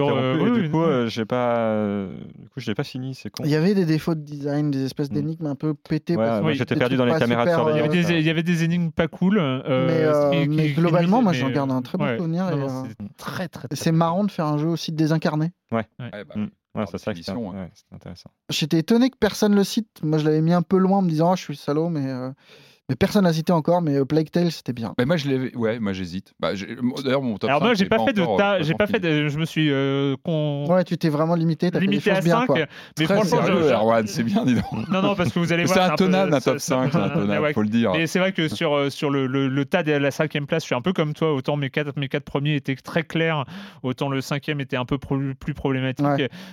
l'ai pas fini, c'est con. Il y avait des défauts de design, des espèces d'énigmes un peu pétées. J'étais perdu dans les caméras de surveillance. Il y avait des énigmes pas cool. Mais globalement, moi j'en garde un très bon souvenir. Très très. C'est marrant de faire un jeu aussi désincarné. Ouais, c'est intéressant. J'étais étonné que personne le cite. Moi je l'avais mis un peu loin en me disant je suis salaud, mais personne l'a cité encore, mais Plague Tale c'était bien. Mais moi j'hésite. D'ailleurs mon top 5. Alors moi j'ai pas fait de je me suis Ouais, tu t'es vraiment limité, t'as limité fait les choses à 5, bien, quoi. mais franchement Erwan, c'est bien, dis donc. Non parce que vous allez voir c'est intenable un top 5, faut le dire. Mais c'est vrai que sur le tas de la 5e place, je suis un peu comme toi, autant mes quatre premiers étaient très clairs, autant le 5e était un peu plus problématique.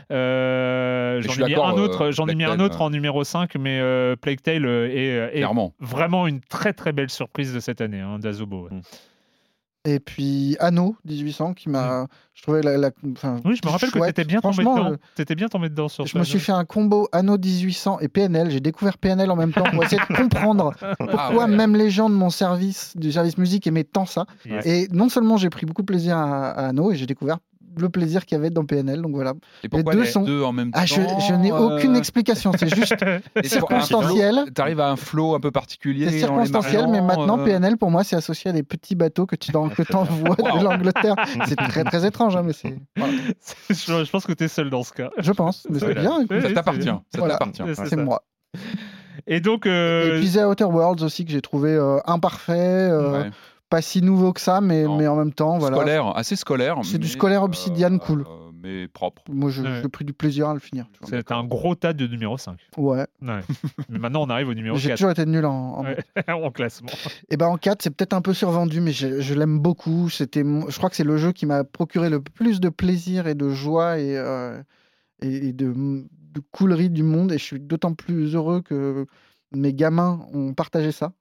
J'en ai mis un autre en numéro 5, mais Plague Tale est vraiment une très très belle surprise de cette année, d'Asobo. Et puis Anno 1800 qui m'a, je trouvais oui, je me rappelle que t'étais bien tombé dedans. T'étais bien tombé dedans sur. Je me suis fait un combo Anno 1800 et PNL. J'ai découvert PNL en même temps pour essayer de comprendre pourquoi même les gens de mon service, du service musique, aimaient tant ça. Et non seulement j'ai pris beaucoup de plaisir à Anno et j'ai découvert le plaisir qu'il y avait dans PNL, donc voilà. Et pourquoi les deux en même temps? Je n'ai aucune explication, c'est juste circonstanciel. T'arrives à un flow un peu particulier. C'est circonstanciel, mais maintenant PNL pour moi c'est associé à des petits bateaux que t'envoies de l'Angleterre. C'est très très étrange, mais c'est. Voilà. Je pense que t'es seul dans ce cas. Je pense, mais c'est bien. Ça t'appartient. C'est moi. Et donc. Et puis The Outer Worlds aussi que j'ai trouvé imparfait. Pas si nouveau que ça, mais en même temps, voilà. Assez scolaire. C'est du scolaire Obsidian cool. Mais propre. Moi, j'ai pris du plaisir à le finir. C'est un gros tas de numéro 5. Ouais. Mais maintenant, on arrive au numéro 4. J'ai toujours été nul en classement. Et en 4, c'est peut-être un peu survendu, mais je l'aime beaucoup. Je crois que c'est le jeu qui m'a procuré le plus de plaisir et de joie et de coolerie du monde. Et je suis d'autant plus heureux que mes gamins ont partagé ça.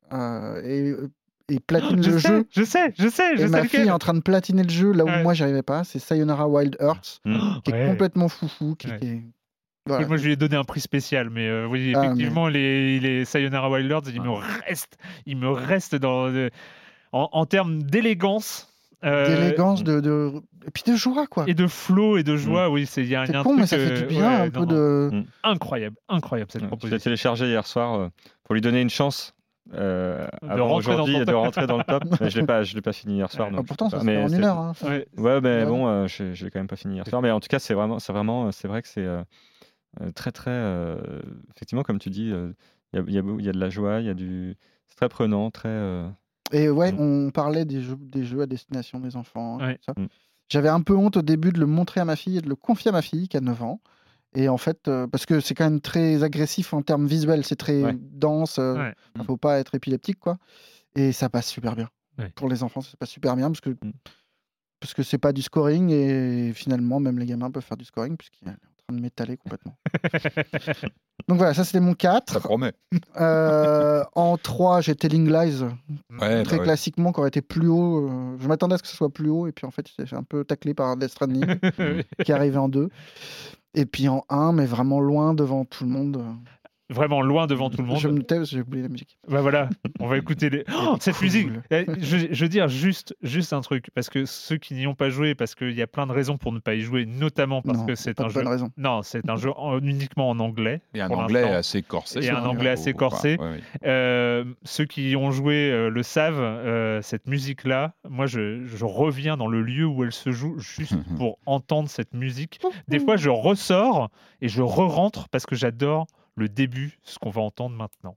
Et platine le jeu. Je sais. Et ma fille est en train de platiner le jeu là où moi j'arrivais pas. C'est Sayonara Wild Earths, qui est complètement foufou. Voilà. Moi je lui ai donné un prix spécial, mais oui, effectivement, les Sayonara Wild Earths, il me reste en termes d'élégance. D'élégance, et puis de joie, quoi. Et de flow et de joie, oui. Il y a un con, mais ça fait du bien, un peu de. Incroyable cette proposition. Je l'ai téléchargé hier soir pour lui donner une chance. Avant aujourd'hui et de rentrer dans le top. Mais je l'ai pas fini hier soir. Pourtant, ça se fait en une heure. Bon, je l'ai quand même pas fini hier soir. Mais en tout cas, c'est vrai que c'est très très. Effectivement, comme tu dis, il y a de la joie, c'est très prenant, très. Et on parlait des jeux à destination des enfants. Ça. J'avais un peu honte au début de le montrer à ma fille et de le confier à ma fille qui a 9 ans. Et en fait, parce que c'est quand même très agressif en termes visuels, c'est très dense, faut pas être épileptique, quoi. Et ça passe super bien. Pour les enfants, ça passe super bien parce que c'est pas du scoring et finalement, même les gamins peuvent faire du scoring puisqu'il est en train de m'étaler complètement. Donc voilà, ça c'était mon 4. Ça promet. En 3, j'ai Telling Lies, très classiquement, qui aurait été plus haut. Je m'attendais à ce que ce soit plus haut et puis en fait, il s'est fait un peu tacler par Death Stranding qui est arrivé en 2. Et puis en 1, mais vraiment loin devant tout le monde. vraiment loin devant tout le monde. Je me tais parce que j'ai oublié la musique. Bah voilà, on va écouter cette musique. Je veux dire juste un truc, parce que ceux qui n'y ont pas joué, parce qu'il y a plein de raisons pour ne pas y jouer, notamment parce que c'est un jeu. Non, c'est un jeu uniquement en anglais. Et un anglais assez corsé. Et un anglais assez corsé. Ceux qui y ont joué le savent, cette musique-là, moi je reviens dans le lieu où elle se joue juste pour entendre cette musique. Des fois je ressors et je re-rentre parce que j'adore le début, ce qu'on va entendre maintenant.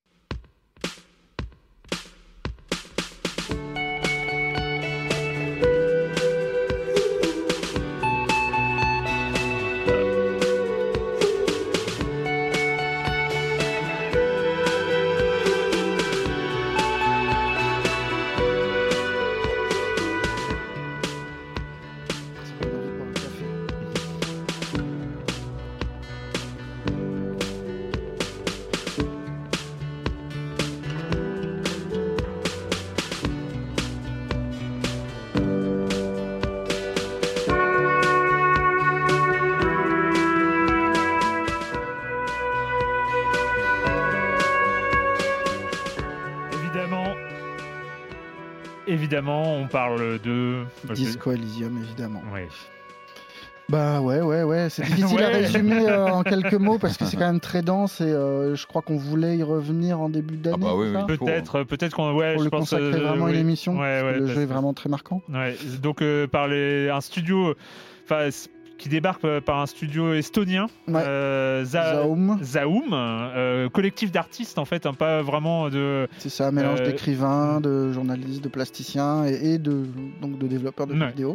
Évidemment, on parle de... Disco Elysium, évidemment. Ouais. Bah ouais, c'est difficile à résumer en quelques mots parce que c'est quand même très dense et je crois qu'on voulait y revenir en début d'année. Ah bah oui, peut-être qu'on pour le consacrer vraiment une émission. Parce que le jeu est vraiment très marquant. Ouais. Donc par un studio, qui débarque par un studio estonien, Zaum, collectif d'artistes en fait, pas vraiment de. C'est ça, un mélange d'écrivains, de journalistes, de plasticiens et de développeurs de jeux vidéo.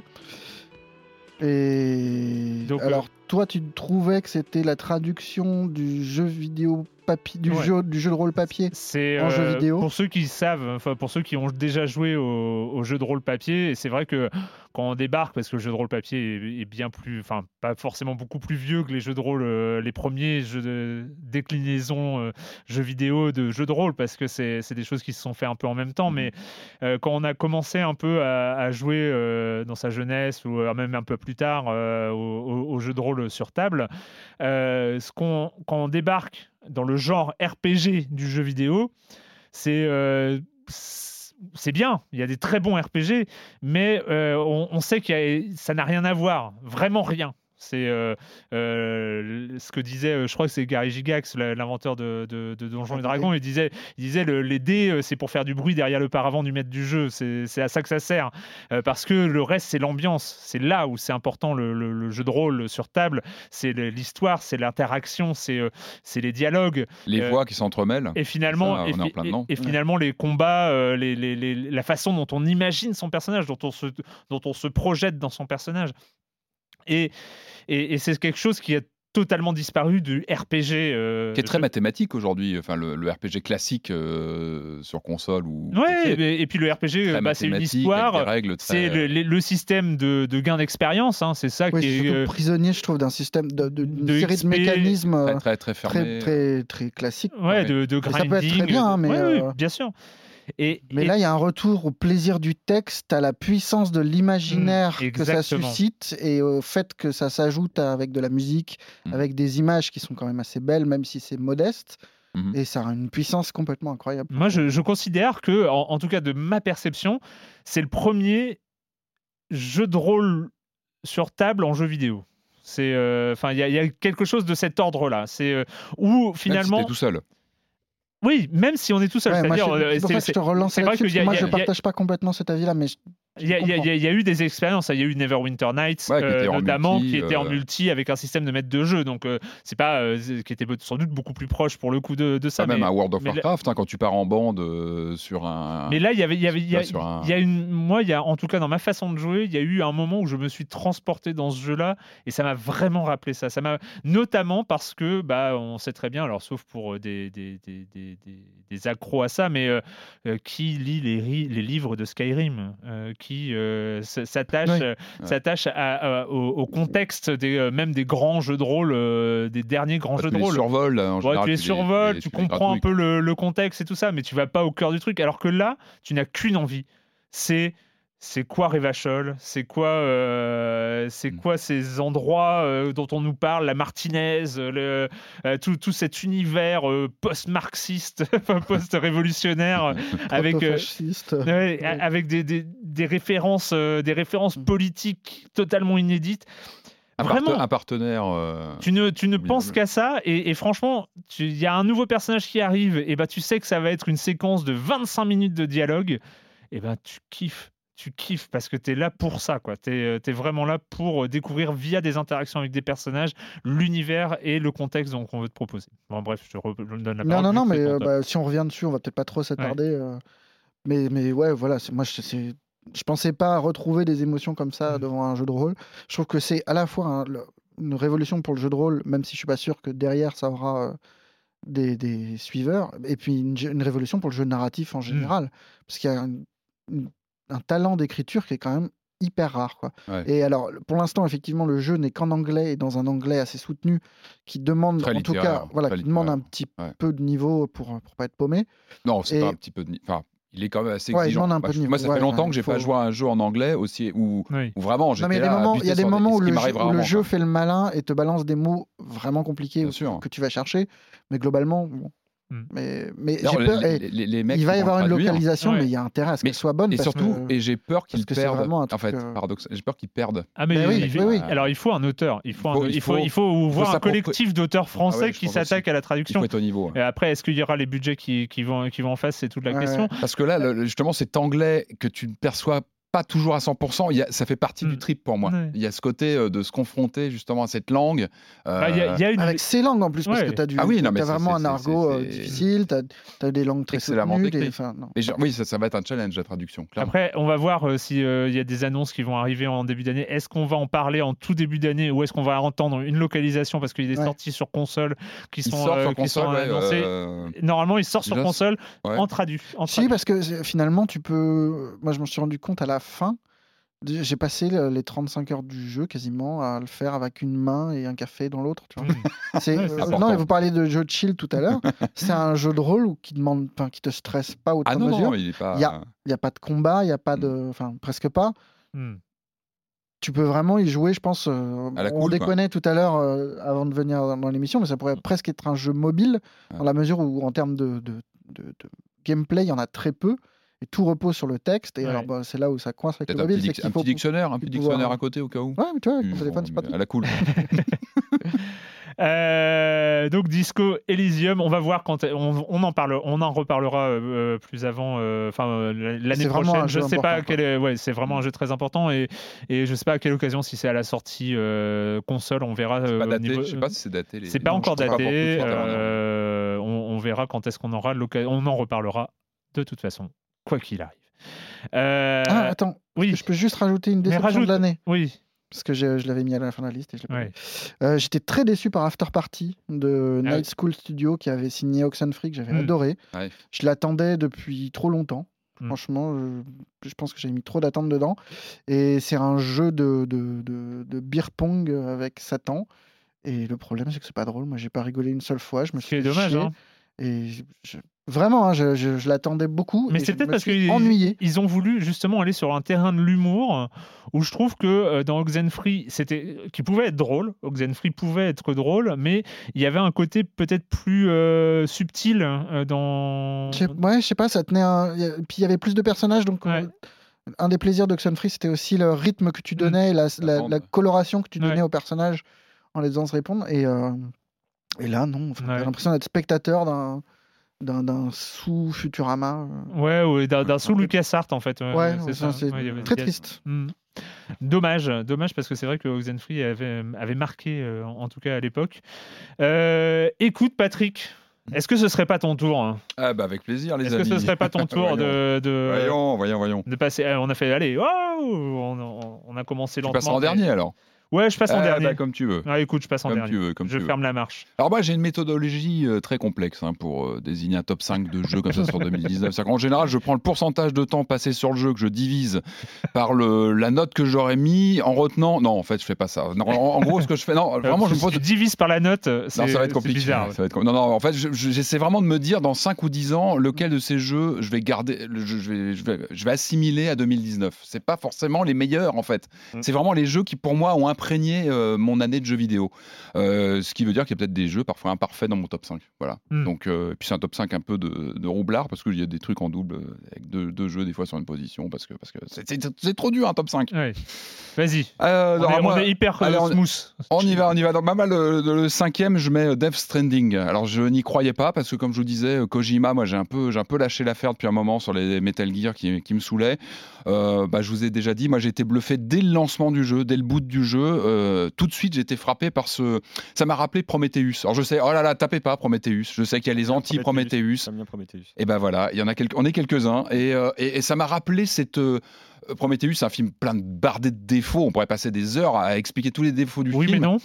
Et donc, alors toi, tu trouvais que c'était la traduction du jeu vidéo papier, du jeu de rôle papier en jeu vidéo. Pour ceux qui savent, pour ceux qui ont déjà joué au jeu de rôle papier, et c'est vrai que quand on débarque, parce que le jeu de rôle papier est bien plus, pas forcément beaucoup plus vieux que les jeux de rôle, les premiers jeux de déclinaison jeux vidéo de jeux de rôle, parce que c'est des choses qui se sont fait un peu en même temps, mais quand on a commencé un peu à jouer dans sa jeunesse ou même un peu plus tard au jeu de rôle sur table, quand on débarque dans le genre RPG du jeu vidéo, c'est bien, il y a des très bons RPG, mais on sait que ça n'a rien à voir, vraiment rien. C'est ce que disait, je crois que c'est Gary Gygax, l'inventeur de Donjons et Dragons. Il disait les dés, c'est pour faire du bruit derrière le paravent du maître du jeu. C'est à ça que ça sert. Parce que le reste, c'est l'ambiance. C'est là où c'est important le jeu de rôle sur table. C'est l'histoire, c'est l'interaction, c'est les dialogues. Les voix qui s'entremêlent. Et finalement, finalement les combats, la façon dont on imagine son personnage, dont on se projette dans son personnage. Et c'est quelque chose qui a totalement disparu du RPG. Qui est très mathématique aujourd'hui, le RPG classique sur console. Et puis le RPG, c'est une histoire, c'est le système de gain d'expérience, c'est ça qui est... surtout prisonnier, je trouve, d'un système, d'une série de mécanismes très fermé. Très classique. De grinding. Ça peut être très bien, mais... bien sûr. Mais là, il y a un retour au plaisir du texte, à la puissance de l'imaginaire que ça suscite et au fait que ça s'ajoute avec de la musique, avec des images qui sont quand même assez belles, même si c'est modeste. Et ça a une puissance complètement incroyable. Moi, je considère que, en tout cas de ma perception, c'est le premier jeu de rôle sur table en jeu vidéo. Il y a quelque chose de cet ordre-là. C'est où finalement. Même si t'es tout seul. Oui, même si on est tout seul. C'est pour ça que je te relance là-dessus, parce que moi, je ne partage pas complètement cet avis-là, mais... Il y a eu des expériences, il y a eu Neverwinter Nights, notamment, qui était en multi avec un système de maître de jeu, donc c'est pas qui était sans doute beaucoup plus proche pour le coup de ça. Même à World of Warcraft, quand tu pars en bande sur un. Mais là, en tout cas dans ma façon de jouer, il y a eu un moment où je me suis transporté dans ce jeu-là et ça m'a vraiment rappelé ça. Ça m'a notamment parce que on sait très bien, alors sauf pour des accros à ça, mais qui lit les livres de Skyrim, qui s'attache au contexte même des grands jeux de rôle, des derniers grands jeux de rôle. Tu les survoles, tu comprends un peu le contexte et tout ça, mais tu vas pas au cœur du truc. Alors que là, tu n'as qu'une envie, c'est c'est quoi Revachol, c'est quoi ces endroits dont on nous parle, la Martinaise, tout cet univers post-marxiste, post-révolutionnaire, avec des références politiques totalement inédites. Un partenaire. Tu ne penses qu'à ça, et franchement, il y a un nouveau personnage qui arrive, et tu sais que ça va être une séquence de 25 minutes de dialogue, et tu kiffes. Tu kiffes parce que tu es là pour ça, quoi. Tu es vraiment là pour découvrir via des interactions avec des personnages l'univers et le contexte qu'on veut te proposer. Bon, bref, je donne la parole. Non, mais si on revient dessus, on va peut-être pas trop s'attarder. Ouais. Mais ouais, voilà, je pensais pas retrouver des émotions comme ça devant un jeu de rôle. Je trouve que c'est à la fois une révolution pour le jeu de rôle, même si je suis pas sûr que derrière ça aura des suiveurs, et puis une révolution pour le jeu narratif en général, parce qu'il y a un talent d'écriture qui est quand même hyper rare, quoi. Ouais. Et alors, pour l'instant, effectivement, le jeu n'est qu'en anglais et dans un anglais assez soutenu qui demande, très en tout cas, qui demande un petit peu de niveau pour pas être paumé. Non, c'est pas un petit peu de niveau. Enfin, il est quand même assez exigeant. Moi, ça fait longtemps que j'ai pas joué à un jeu en anglais aussi où vraiment j'étais là. Il y a des moments où le jeu fait le malin et te balance des mots vraiment compliqués que tu vas chercher, mais globalement. Bon. Mais j'ai peur. Les mecs il va y avoir une localisation, mais il y a intérêt à ce qu'elle soit bonne. Et surtout, j'ai peur qu'ils perdent. En fait, j'ai peur qu'ils perdent. Ah mais oui. Alors il faut un auteur. Il faut voir un collectif d'auteurs français qui s'attaque à la traduction. Il faut être au niveau. Et après, est-ce qu'il y aura les budgets qui vont en face? C'est toute la question. Parce que là, justement, cet anglais que tu ne perçois pas toujours à 100%, ça fait partie du trip pour moi. Il y a ce côté de se confronter justement à cette langue. Avec ces langues en plus, parce que tu as vraiment un argot difficile, tu as des langues très soutenues. Oui, ça va être un challenge, la traduction. Clairement. Après, on va voir s'il y a des annonces qui vont arriver en début d'année. Est-ce qu'on va en parler en tout début d'année ou est-ce qu'on va entendre une localisation parce qu'il y a des sorties sur console qui sont annoncées. Normalement, il sort sur console en traduit. Si, parce que finalement, tu peux... Moi, je me suis rendu compte à la fin, j'ai passé les 35 heures du jeu quasiment à le faire avec une main et un café dans l'autre. Non, mais vous parliez de jeu de chill tout à l'heure. C'est un jeu de rôle qui te stresse pas outre mesure. Il y a pas de combat, il y a pas de, presque pas. Tu peux vraiment y jouer, je pense. On déconnait tout à l'heure avant de venir dans l'émission, mais ça pourrait presque être un jeu mobile dans la mesure où en termes de gameplay, il y en a très peu. Et tout repose sur le texte, et alors c'est là où ça coince avec le mobile. Un petit dictionnaire à côté au cas où. Ouais, mais tu vois, avec ton téléphone, c'est pas tout. À la cool. Donc Disco Elysium, on va voir quand on en reparlera plus avant, l'année prochaine. Je sais pas c'est vraiment un jeu très important et je sais pas à quelle occasion, si c'est à la sortie console, on verra. C'est pas daté, je sais pas si c'est daté. C'est pas encore daté. On verra quand est-ce qu'on aura l'occasion. On en reparlera de toute façon, quoi qu'il arrive. Attends, je peux juste rajouter une déception de l'année. Oui. Parce que je l'avais mis à la fin de la liste et je l'ai pas j'étais très déçu par After Party de Night School Studio qui avait signé Oxenfree, que j'avais adoré. Je l'attendais depuis trop longtemps. Franchement, je pense que j'avais mis trop d'attentes dedans. Et c'est un jeu de beer pong avec Satan. Et le problème, c'est que c'est pas drôle. Moi, j'ai pas rigolé une seule fois. Je me suis fait dommage, chier. Et vraiment, je l'attendais beaucoup. Mais c'est peut-être parce qu'ils ont voulu justement aller sur un terrain de l'humour où je trouve que dans Oxenfree, qui pouvait être drôle. Oxenfree pouvait être drôle, mais il y avait un côté peut-être plus subtil dans. Je sais pas, ça tenait. Puis il y avait plus de personnages, donc. Un des plaisirs d'Oxenfree, c'était aussi le rythme que tu donnais, la coloration que tu donnais aux personnages en les faisant se répondre. Et là, non. J'ai l'impression d'être spectateur d'un sous-Futurama. Ouais, d'un sous-LucasArts, en fait. C'est très triste. Dommage parce que c'est vrai que Oxenfree avait marqué, en tout cas à l'époque. Écoute, Patrick, est-ce que ce serait pas ton tour avec plaisir, les amis. Est-ce que ce serait pas ton tour Voyons. De passer. On a fait, allez, on a commencé lentement. Tu passeras en dernier alors. Ouais, je passe en dernier. Comme tu veux. Ah, écoute, je passe en dernier. Je ferme la marche. Alors moi, j'ai une méthodologie très complexe pour désigner un top 5 de jeux comme ça sur 2019. En général, je prends le pourcentage de temps passé sur le jeu que je divise par la note que j'aurais mis en retenant. Non, en fait, je fais pas ça. Non, en gros, ce que je fais, non, vraiment, je me pose. Tu divises par la note. Non, ça va être compliqué. Bizarre, ça va être... Non, en fait, j'essaie vraiment de me dire dans 5 ou 10 ans lequel de ces jeux je vais garder, je vais assimiler à 2019. C'est pas forcément les meilleurs en fait. C'est vraiment les jeux qui pour moi ont imprégné mon année de jeux vidéo. Ce qui veut dire qu'il y a peut-être des jeux parfois imparfaits dans mon top 5. Voilà. Donc, et puis c'est un top 5 un peu de roublard parce qu'il y a des trucs en double avec deux jeux des fois sur une position parce que c'est trop dur un top 5. Ouais. Vas-y. On est hyper smooth. On y va. Donc le 5e, je mets Death Stranding. Alors je n'y croyais pas parce que comme je vous disais, Kojima, moi j'ai un peu lâché l'affaire depuis un moment sur les Metal Gear qui me saoulaient. Je vous ai déjà dit, moi j'ai été bluffé dès le lancement du jeu, dès le boot du jeu. Tout de suite, j'ai été frappé par ça m'a rappelé Prometheus. Alors je sais, oh là là, tapez pas Prometheus. Je sais qu'il y a les anti-Prometheus. Et ben voilà, il y en a on est quelques-uns. Et ça m'a rappelé cette. Prometheus, c'est un film plein de bardés de défauts. On pourrait passer des heures à expliquer tous les défauts du film. Mais non.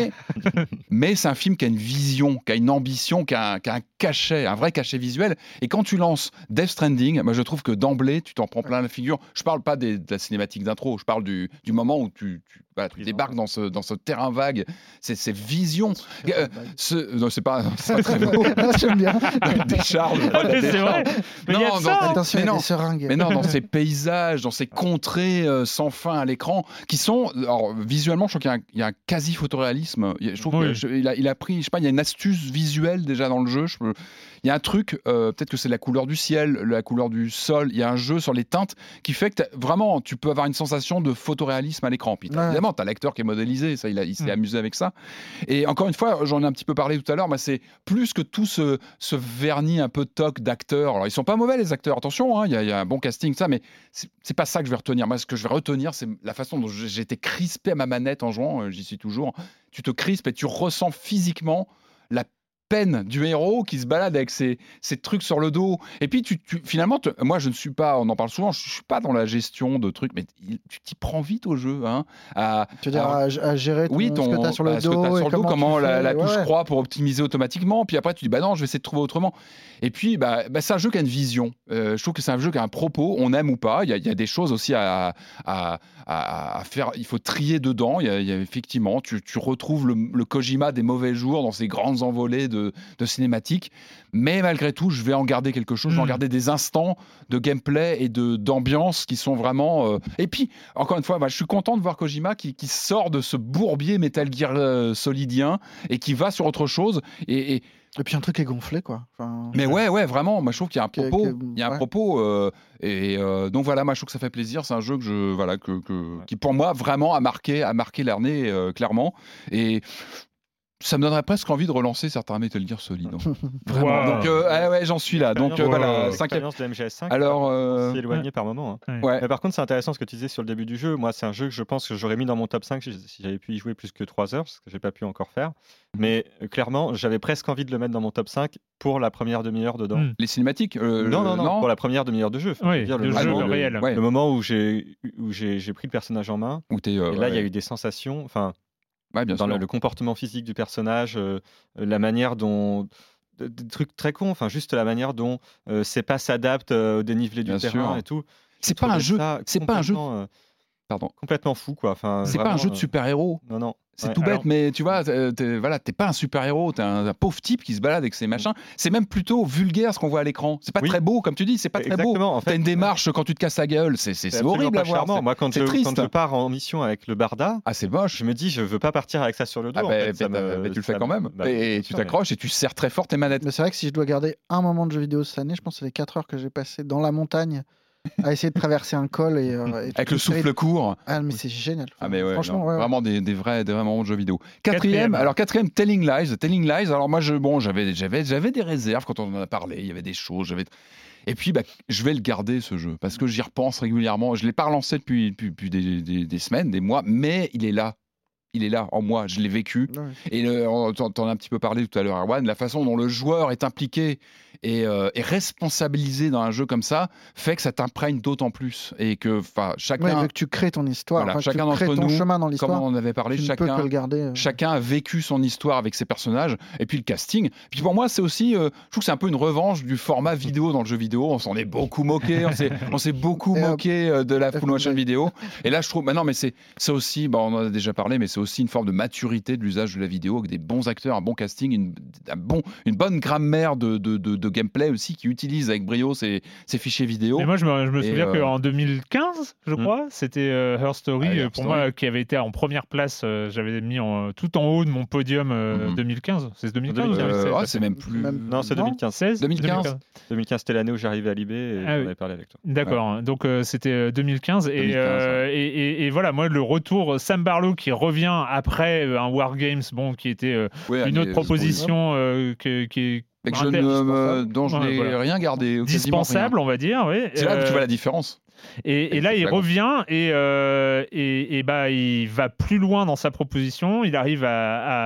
Mais c'est un film qui a une vision, qui a une ambition, qui a un cachet, un vrai cachet visuel. Et quand tu lances Death Stranding, moi je trouve que d'emblée, tu t'en prends plein la figure. Je parle pas de la cinématique d'intro, je parle du moment où tu débarques dans ce terrain vague. Ces visions. Non, c'est pas très beau. J'aime bien. Des chars. C'est vrai. Attention, il y a des seringues. Mais non, dans ces paysages, dans ces contrées sans fin à l'écran, qui sont, alors visuellement, je trouve qu'il y a un quasi photoréalisme. Je trouve qu'il a pris, je sais pas, il y a une astuce visuelle déjà dans le jeu. Il y a un truc, peut-être que c'est la couleur du ciel, la couleur du sol. Il y a un jeu sur les teintes qui fait que vraiment, tu peux avoir une sensation de photoréalisme à l'écran. Puis évidemment, t'as l'acteur qui est modélisé, ça, il s'est amusé avec ça. Et encore une fois, j'en ai un petit peu parlé tout à l'heure, mais c'est plus que tout ce vernis un peu toc d'acteurs. Alors, ils sont pas mauvais les acteurs, attention, il y a un bon casting, ça, mais c'est pas ça que je vais retenir. Moi, ce que je vais retenir, c'est la façon dont j'ai été crispé à ma manette en jouant. J'y suis toujours. Tu te crispes et tu ressens physiquement la peine du héros qui se balade avec ces trucs sur le dos. Et puis, finalement, moi, je ne suis pas, on en parle souvent, je ne suis pas dans la gestion de trucs, mais tu t'y prends vite au jeu. Tu veux dire à gérer ce que tu as sur le dos, comment la touche croix pour optimiser automatiquement. Puis après, tu dis, non, je vais essayer de trouver autrement. Et puis, c'est un jeu qui a une vision. Je trouve que c'est un jeu qui a un propos, on aime ou pas. Il y a des choses aussi à faire. Il faut trier dedans. Il y a effectivement, tu retrouves le Kojima des mauvais jours dans ses grandes envolées de cinématiques, mais malgré tout, je vais en garder quelque chose, je vais en garder des instants de gameplay et d'ambiance qui sont vraiment... Et puis, encore une fois, je suis content de voir Kojima qui sort de ce bourbier Metal Gear solidien et qui va sur autre chose. Et puis un truc est gonflé, quoi. Mais ouais, vraiment, moi je trouve qu'il y a un propos. Il y a un propos. Donc voilà, moi je trouve que ça fait plaisir. C'est un jeu qui pour moi vraiment a marqué l'année, clairement. Et ça me donnerait presque envie de relancer certains Metal Gear Solid. Vraiment. Donc, j'en suis là. Donc, voilà, 5e. De MGS5. Alors, c'est éloigné par moment. Ouais. Mais par contre, c'est intéressant ce que tu disais sur le début du jeu. Moi, c'est un jeu que je pense que j'aurais mis dans mon top 5 si j'avais pu y jouer plus que 3 heures, parce que j'ai pas pu encore faire. Mais clairement, j'avais presque envie de le mettre dans mon top 5 pour la première demi-heure dedans. Les cinématiques non, pour la première demi-heure de jeu. Oui, le jeu réel. Le moment où j'ai pris le personnage en main. Et là, il y a eu des sensations. Dans le comportement physique du personnage, la manière dont... Des trucs très cons, juste la manière dont ses pas s'adaptent au dénivelé du terrain et tout. C'est pas un jeu... complètement fou, quoi. C'est pas un jeu de super-héros. Non. C'est tout bête, mais tu vois, t'es pas un super-héros, t'es un pauvre type qui se balade avec ses machins. C'est même plutôt vulgaire ce qu'on voit à l'écran. C'est pas très beau, comme tu dis, c'est pas très beau. En fait, t'as une démarche quand tu te casses la gueule, c'est horrible à voir. Moi, quand je pars en mission avec le Barda, c'est moche. Je me dis, je veux pas partir avec ça sur le dos. Mais tu le fais quand même. Et tu t'accroches et tu serres très fort tes manettes. Mais c'est vrai que si je dois garder un moment de jeu vidéo cette année, je pense que c'est les 4 heures que j'ai passées dans la montagne à essayer de traverser un col et avec le souffle court. Mais c'est génial. Mais franchement, vraiment des vrais moments de jeux vidéo. 4e, Telling Lies. Alors moi, j'avais des réserves quand on en a parlé. Il y avait des choses. Et puis, je vais le garder ce jeu parce que j'y repense régulièrement. Je l'ai pas relancé depuis des semaines, des mois, mais il est là. il est là en moi, je l'ai vécu. Ouais. Et t'en as un petit peu parlé tout à l'heure, Erwan, la façon dont le joueur est impliqué et responsabilisé dans un jeu comme ça fait que ça t'imprègne d'autant plus. Et que chacun. Vu que tu crées ton histoire, Voilà, enfin, chacun tu crées d'entre ton nous, chemin dans l'histoire. comme on en avait parlé, Tu ne peux que le garder. chacun a vécu son histoire avec ses personnages. Et puis le casting. Puis pour moi, c'est aussi, je trouve que c'est un peu une revanche du format vidéo dans le jeu vidéo. On s'en est beaucoup moqué. On s'est beaucoup moqué de la full motion vidéo. Et là, je trouve, non, mais c'est aussi, on en a déjà parlé, mais c'est aussi une forme de maturité de l'usage de la vidéo avec des bons acteurs, un bon casting, une bonne grammaire de gameplay aussi qui utilise avec brio ces fichiers vidéo. Mais moi, je me souviens qu'en 2015, je crois, c'était Her Story, pour moi, qui avait été en première place. J'avais mis tout en haut de mon podium 2015. C'est 2015 ou 2016 c'est même plus. Non, c'est 2015. 2015. 2015, c'était l'année où j'arrivais à Libé et j'en avais parlé avec toi. D'accord. Ouais. Donc, c'était 2015. Et voilà, moi, le retour, Sam Barlow qui revient après un Wargames, qui était une autre proposition dont je n'ai rien gardé. Dispensable, on va dire. Oui. C'est là que tu vois la différence. Et là, il revient et il va plus loin dans sa proposition. Il arrive à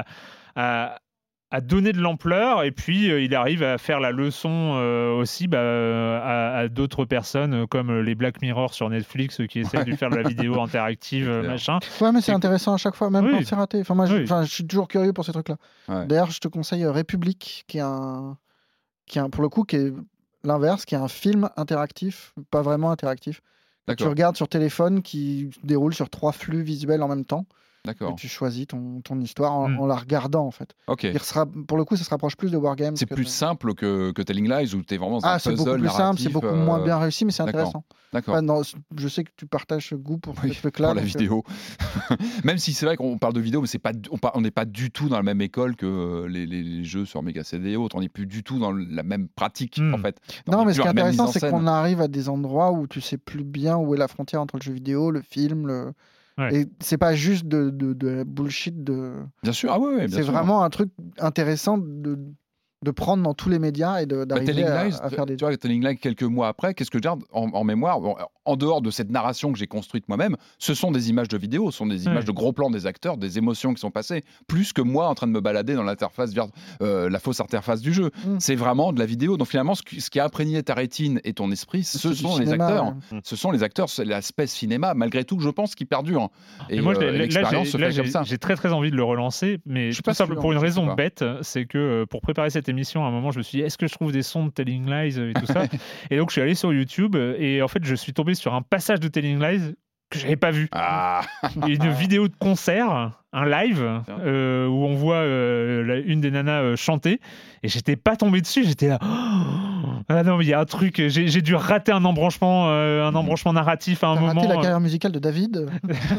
donner de l'ampleur et puis il arrive à faire la leçon aussi à d'autres personnes comme les Black Mirror sur Netflix qui essaient de faire de la vidéo interactive, machin. Ouais, mais c'est intéressant à chaque fois, même quand c'est raté. Enfin, moi, je suis toujours curieux pour ces trucs-là. Ouais. D'ailleurs, je te conseille République, qui est pour le coup, qui est l'inverse, qui est un film interactif, pas vraiment interactif. Que tu regardes sur téléphone, qui se déroule sur 3 flux visuels en même temps. D'accord. Et tu choisis ton histoire en la regardant, en fait. Okay. Pour le coup, ça se rapproche plus de Wargames. C'est plus simple que Telling Lies, où tu es vraiment dans un puzzle c'est beaucoup plus simple, c'est beaucoup moins bien réussi, mais c'est intéressant. D'accord. Je sais que tu partages ce goût pour ce truc-là. Pour la vidéo. Même si c'est vrai qu'on parle de vidéo, mais on n'est pas du tout dans la même école que les jeux sur Mega CD et autres. On n'est plus du tout dans la même pratique, en fait. Non, mais ce qui est intéressant, c'est qu'on arrive à des endroits où tu sais plus bien où est la frontière entre le jeu vidéo, le film, Ouais. Et c'est pas juste de bullshit. Bien sûr, c'est vraiment un truc intéressant de prendre dans tous les médias et d'arriver à faire des... Tu vois, Telling Lies, quelques mois après, qu'est-ce que je garde en mémoire en dehors de cette narration que j'ai construite moi-même, ce sont des images de vidéo, ce sont des images de gros plans des acteurs, des émotions qui sont passées, plus que moi en train de me balader dans l'interface la fausse interface du jeu. C'est vraiment de la vidéo. Donc finalement, ce qui a imprégné ta rétine et ton esprit, ce sont les acteurs. Ce sont les acteurs, c'est l'aspect cinéma, malgré tout, je pense, qui perdure. Et moi, l'expérience se fait comme ça. J'ai très très envie de le relancer, mais tout simple pour une raison bête, c'est que pour préparer cette émission, à un moment, je me suis dit, est-ce que je trouve des sons de Telling Lies et tout ça? Et donc, je suis allé sur YouTube et en fait, je suis tombé sur un passage de Telling Lies que j'avais pas vu. Une vidéo de concert, un live où on voit une des nanas chanter et j'étais pas tombé dessus, j'étais là. Ah non, mais il y a un truc, j'ai dû rater un embranchement narratif à un moment. Raté la carrière musicale de David.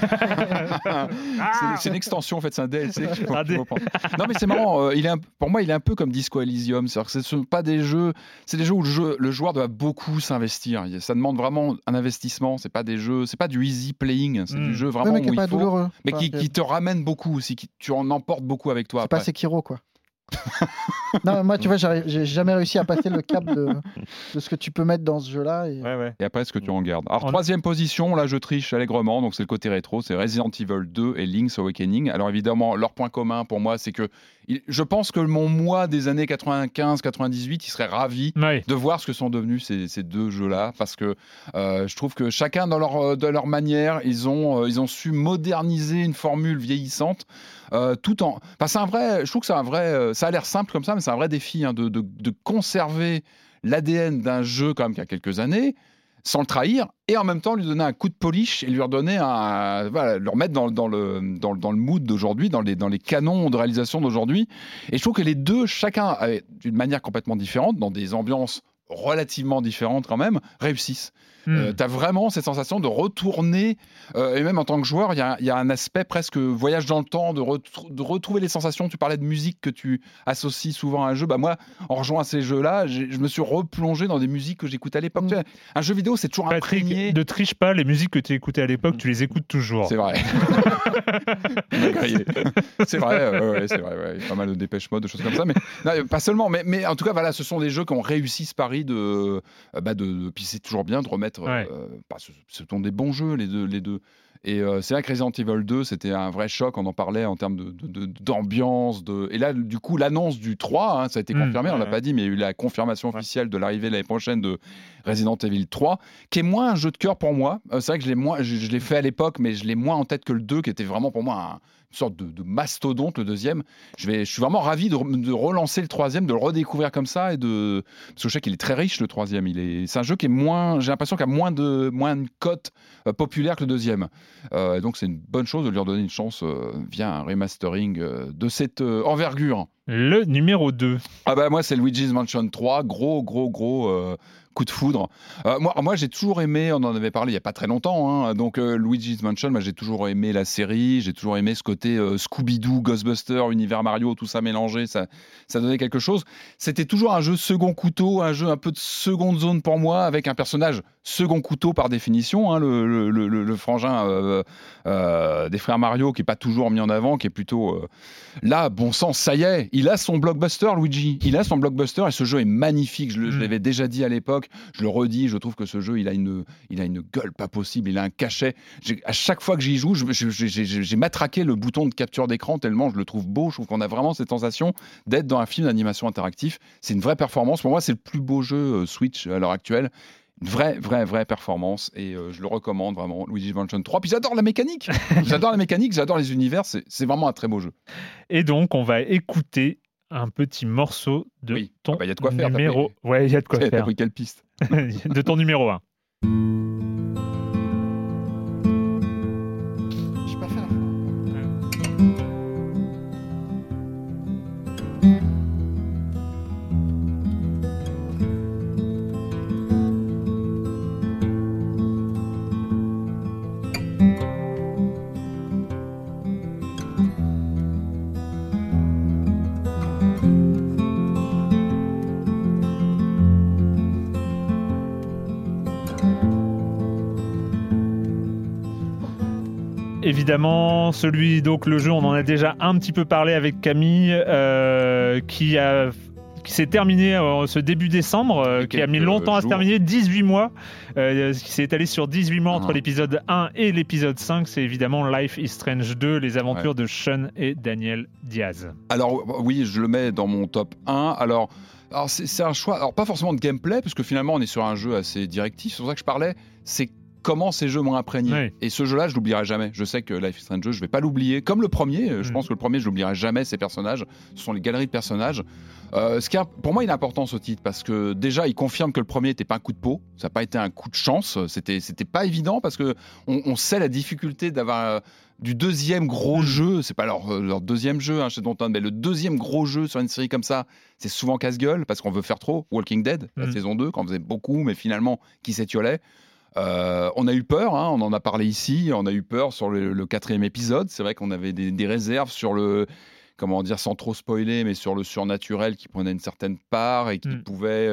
C'est une extension en fait, c'est un DLC. Non mais c'est marrant, pour moi il est un peu comme Disco Elysium, c'est-à-dire que ce sont pas des jeux, c'est des jeux où le joueur doit beaucoup s'investir. Ça demande vraiment un investissement. C'est pas des jeux, c'est pas du easy playing, c'est du jeu vraiment où il faut, douloureux, mais qui te ramène beaucoup aussi, tu en emportes beaucoup avec toi. C'est pas Sekiro quoi. Non, moi, tu vois, j'ai jamais réussi à passer le cap de ce que tu peux mettre dans ce jeu-là. Et après, ce que tu en gardes. Alors, troisième position, là, je triche allègrement, donc c'est le côté rétro, c'est Resident Evil 2 et Link's Awakening. Alors, évidemment, leur point commun pour moi, c'est que je pense que mon moi des années 95-98, il serait ravi de voir ce que sont devenus ces deux jeux-là, parce que je trouve que chacun, dans leur manière, ils ont su moderniser une formule vieillissante. Tout en... c'est un vrai... Je trouve que c'est un vrai... ça a l'air simple comme ça, mais c'est un vrai défi de conserver l'ADN d'un jeu quand même qui a quelques années, sans le trahir, et en même temps lui donner un coup de polish et lui redonner le remettre dans le mood d'aujourd'hui, dans les canons de réalisation d'aujourd'hui. Et je trouve que les deux, chacun d'une manière complètement différente, dans des ambiances relativement différentes quand même, réussissent. T'as vraiment cette sensation de retourner, et même en tant que joueur, il y a un aspect presque voyage dans le temps, de retrouver les sensations. Tu parlais de musique que tu associes souvent à un jeu. Moi, en rejoignant ces jeux-là, je me suis replongé dans des musiques que j'écoutais à l'époque. Un jeu vidéo, c'est toujours imprégné. Ne triche pas, les musiques que tu écoutais à l'époque, tu les écoutes toujours. C'est vrai. C'est vrai, c'est vrai. Il y a pas mal de Dépêche Mode, de choses comme ça. Mais non, pas seulement. Mais en tout cas, voilà, ce sont des jeux qui ont réussi ce pari puis c'est toujours bien de remettre. Ce sont des bons jeux, les deux. Et c'est vrai que Resident Evil 2, c'était un vrai choc, on en parlait en termes d'ambiance. Et là, du coup, l'annonce du 3, hein, ça a été confirmé, on ne l'a pas dit, mais il y a eu la confirmation officielle de l'arrivée l'année prochaine de Resident Evil 3, qui est moins un jeu de cœur pour moi. C'est vrai que je l'ai fait à l'époque, mais je l'ai moins en tête que le 2, qui était vraiment pour moi une sorte de mastodonte, le deuxième. Je suis vraiment ravi de relancer le troisième, de le redécouvrir comme ça, parce que je sais qu'il est très riche, le troisième. C'est un jeu qui est moins, j'ai l'impression qu'il y a moins de cote populaire que le deuxième. Donc c'est une bonne chose de lui redonner une chance via un remastering de cette envergure. Le numéro 2. Moi, c'est Luigi's Mansion 3, gros coup de foudre. Moi, j'ai toujours aimé, on en avait parlé il n'y a pas très longtemps, hein, donc Luigi's Mansion, j'ai toujours aimé la série, j'ai toujours aimé ce côté Scooby-Doo, Ghostbusters, univers Mario, tout ça mélangé, ça donnait quelque chose. C'était toujours un jeu second couteau, un jeu un peu de seconde zone pour moi, avec un personnage second couteau par définition, hein, le frangin des frères Mario, qui n'est pas toujours mis en avant, qui est plutôt... Là, bon sang, ça y est, il a son blockbuster, Luigi. Il a son blockbuster et ce jeu est magnifique. Je l'avais déjà dit à l'époque, je le redis, je trouve que ce jeu, il a une gueule pas possible, il a un cachet. À chaque fois que j'y joue, j'ai matraqué le bouton de capture d'écran tellement je le trouve beau. Je trouve qu'on a vraiment cette sensation d'être dans un film d'animation interactif. C'est une vraie performance. Pour moi, c'est le plus beau jeu Switch à l'heure actuelle. Une vraie performance et je le recommande vraiment, Luigi's Mansion 3. Puis j'adore la mécanique, j'adore les univers, c'est vraiment un très beau jeu. Et donc on va écouter un petit morceau de ton y a de quoi faire, numéro. Ouais, il y a de quoi faire. T'as pris quelle piste? De ton numéro 1. J'ai pas fait la fin. Évidemment, le jeu, on en a déjà un petit peu parlé avec Camille, qui s'est terminé ce début décembre, qui a mis longtemps à se terminer, 18 mois, qui s'est étalé sur 18 mois entre l'épisode 1 et l'épisode 5. C'est évidemment Life is Strange 2, les aventures de Sean et Daniel Diaz. Alors oui, je le mets dans mon top 1. Alors c'est un choix, alors pas forcément de gameplay, parce que finalement on est sur un jeu assez directif, c'est pour ça que je parlais, c'est comment ces jeux m'ont imprégné. Oui. Et ce jeu-là, je l'oublierai jamais. Je sais que Life is Strange 2, je vais pas l'oublier. Comme le premier, je pense que le premier, je l'oublierai jamais, ces personnages. Ce sont les galeries de personnages. Pour moi, il est important ce titre, parce que déjà, il confirme que le premier n'était pas un coup de peau. Ça n'a pas été un coup de chance. C'était pas évident, parce que on sait la difficulté d'avoir... du deuxième gros jeu, c'est pas leur deuxième jeu chez Dontnod, mais le deuxième gros jeu sur une série comme ça, c'est souvent casse-gueule, parce qu'on veut faire trop. Walking Dead, la saison 2, quand on faisait beaucoup, mais finalement, qui s'étiolait. On a eu peur, hein, on en a parlé ici, on a eu peur sur le 4e épisode. C'est vrai qu'on avait des réserves sur le, comment dire, sans trop spoiler, mais sur le surnaturel qui prenait une certaine part et qui pouvait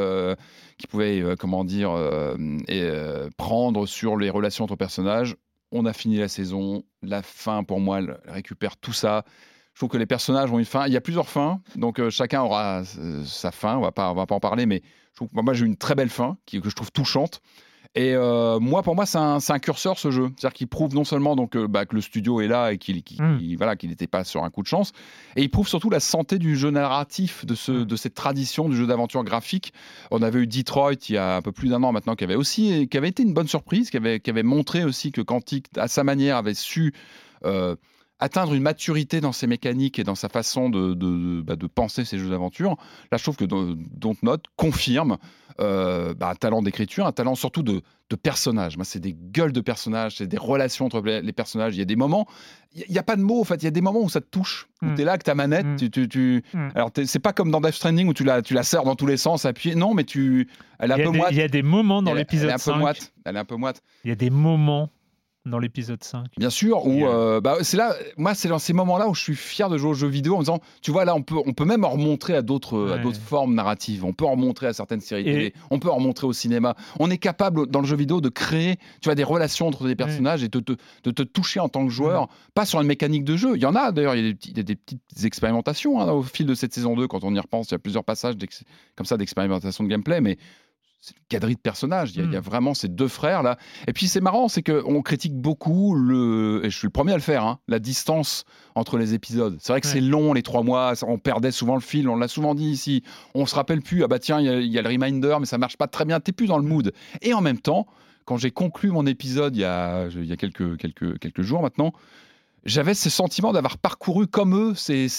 prendre sur les relations entre personnages. On a fini la saison, la fin pour moi elle récupère tout ça. Je trouve que les personnages ont une fin. Il y a plusieurs fins, donc chacun aura sa fin. On va pas en parler, mais je trouve que moi j'ai eu une très belle fin que je trouve touchante. Et pour moi, c'est un curseur, ce jeu. C'est-à-dire qu'il prouve non seulement donc, que le studio est là et qu'il n'était pas sur un coup de chance, et il prouve surtout la santé du jeu narratif, de cette tradition du jeu d'aventure graphique. On avait eu Detroit il y a un peu plus d'1 an maintenant, qui avait été une bonne surprise, qui avait montré aussi que Quantic, à sa manière, avait su... atteindre une maturité dans ses mécaniques et dans sa façon de penser ces jeux d'aventure. Là, je trouve que Dontnod confirme un talent d'écriture, un talent surtout de personnages. Moi, c'est des gueules de personnages, c'est des relations entre les personnages. Il y a des moments, il n'y a pas de mots, en fait. Il y a des moments où ça te touche, où tu es là avec ta manette. Alors, c'est pas comme dans Death Stranding où tu la serres dans tous les sens, appuyée. Non, mais elle est un peu moite. Il y a des moments dans l'épisode 5. Elle est un peu moite. Il y a des moments dans l'épisode 5. Bien sûr, où c'est dans ces moments-là où je suis fier de jouer aux jeux vidéo en me disant, tu vois, là, on peut même en remontrer à d'autres formes narratives. On peut en remontrer à certaines séries télé. On peut en remontrer au cinéma. On est capable, dans le jeu vidéo, de créer, tu vois, des relations entre des personnages et de te toucher en tant que joueur, pas sur une mécanique de jeu. Il y en a, d'ailleurs, il y a des petites expérimentations au fil de cette saison 2. Quand on y repense, il y a plusieurs passages comme ça d'expérimentation de gameplay, mais c'est une galerie de personnages. Il y a vraiment ces deux frères là. Et puis c'est marrant, c'est qu'on critique beaucoup et je suis le premier à le faire, la distance entre les épisodes. C'est vrai que c'est long, les 3 mois. On perdait souvent le fil. On l'a souvent dit ici. On se rappelle plus. Ah bah tiens, il y a le reminder, mais ça marche pas très bien. T'es plus dans le mood. Et en même temps, quand j'ai conclu mon épisode il y a quelques jours maintenant, j'avais ce sentiment d'avoir parcouru comme eux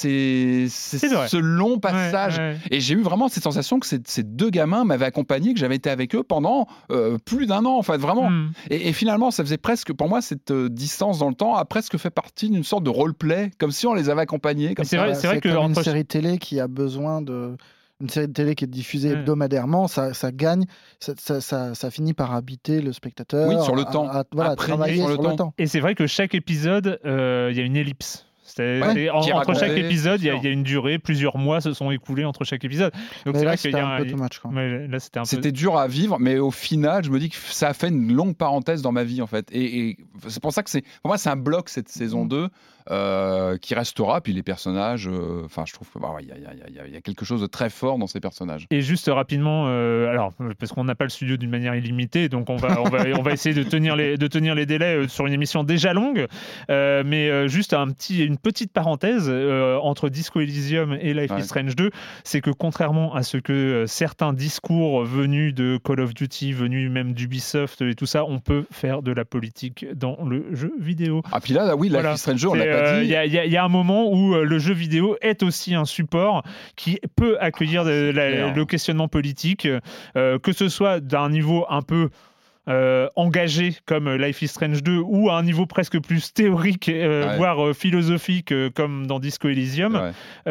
ce long passage. Et j'ai eu vraiment cette sensation que ces 2 gamins m'avaient accompagné, que j'avais été avec eux pendant plus d'1 an, en fait, vraiment. Et finalement, ça faisait presque, pour moi, cette distance dans le temps a presque fait partie d'une sorte de roleplay, comme si on les avait accompagnés. C'est vrai que une série télé qui a besoin de... Une série de télé qui est diffusée hebdomadairement, ça gagne, ça finit par habiter le spectateur. Oui, sur le temps. Travailler sur le temps. Et c'est vrai que chaque épisode, il y a une ellipse. Entre chaque épisode, il y a une durée, plusieurs mois se sont écoulés entre chaque épisode. Donc c'est vrai qu'il y a un peu too much. Là, c'était dur à vivre, mais au final, je me dis que ça a fait une longue parenthèse dans ma vie, en fait. Et c'est pour ça que pour moi, c'est un bloc, cette saison 2, qui restera. Puis les personnages, je trouve qu'il y a quelque chose de très fort dans ces personnages. Et juste rapidement, alors, parce qu'on n'a pas le studio d'une manière illimitée, donc on va essayer de tenir les délais sur une émission déjà longue, mais juste une petite parenthèse entre Disco Elysium et Life is Strange 2, c'est que contrairement à ce que certains discours venus de Call of Duty, venus même d'Ubisoft et tout ça, on peut faire de la politique dans le jeu vidéo. Ah puis là oui, Life is Strange 2, on l'a pas dit. Il y a un moment où le jeu vidéo est aussi un support qui peut accueillir le questionnement politique, que ce soit d'un niveau un peu engagé comme Life is Strange 2 ou à un niveau presque plus théorique, voire philosophique comme dans Disco Elysium,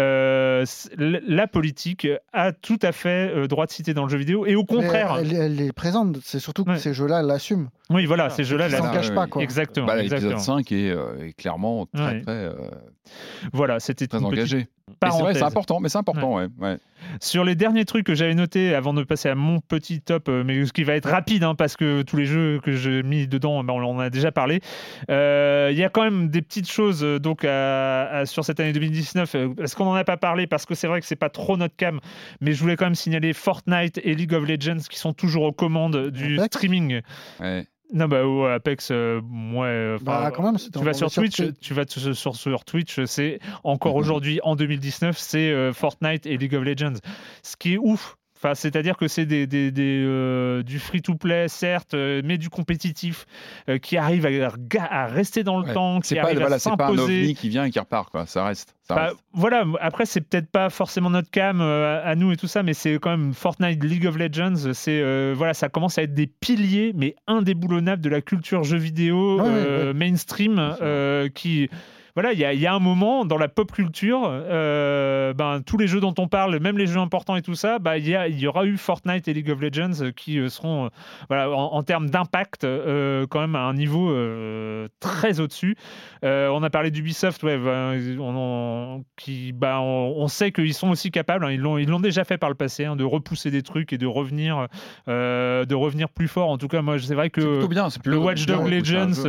la politique a tout à fait droit de citer dans le jeu vidéo, et au contraire... Elle est présente, c'est surtout que ces jeux-là l'assument. Oui, voilà, ces jeux-là l'assument. Ils ne s'en cachent pas, quoi. Exactement. L'épisode 5 est clairement très voilà, c'était très engagé. C'est vrai, c'est important, mais c'est important, ouais. Sur les derniers trucs que j'avais notés avant de passer à mon petit top, mais ce qui va être rapide, parce que tous les jeux que j'ai mis dedans, on en a déjà parlé. Il y a quand même des petites choses donc sur cette année 2019, parce qu'on n'en a pas parlé, parce que c'est vrai que c'est pas trop notre cam, mais je voulais quand même signaler Fortnite et League of Legends qui sont toujours aux commandes du streaming. Ouais. Non, Apex, quand même, tu vas sur Twitch, c'est encore aujourd'hui, en 2019, c'est Fortnite et League of Legends. Ce qui est ouf. Enfin, c'est-à-dire que c'est du free-to-play, certes, mais du compétitif qui arrive à rester dans le temps, qui arrive à s'imposer. C'est pas un ovni qui vient et qui repart, quoi. Ça reste. Voilà, après, c'est peut-être pas forcément notre cam à nous et tout ça, mais c'est quand même Fortnite, League of Legends, ça commence à être des piliers, mais indéboulonnables de la culture jeux vidéo mainstream, qui... Voilà, il y a un moment dans la pop culture, tous les jeux dont on parle, même les jeux importants et tout ça, il y aura eu Fortnite et League of Legends qui seront, en termes d'impact, quand même à un niveau très au-dessus. On a parlé d'Ubisoft, on sait qu'ils sont aussi capables, ils l'ont déjà fait par le passé, de repousser des trucs et de revenir plus fort. En tout cas, moi, c'est vrai que le Watch Dogs Legends,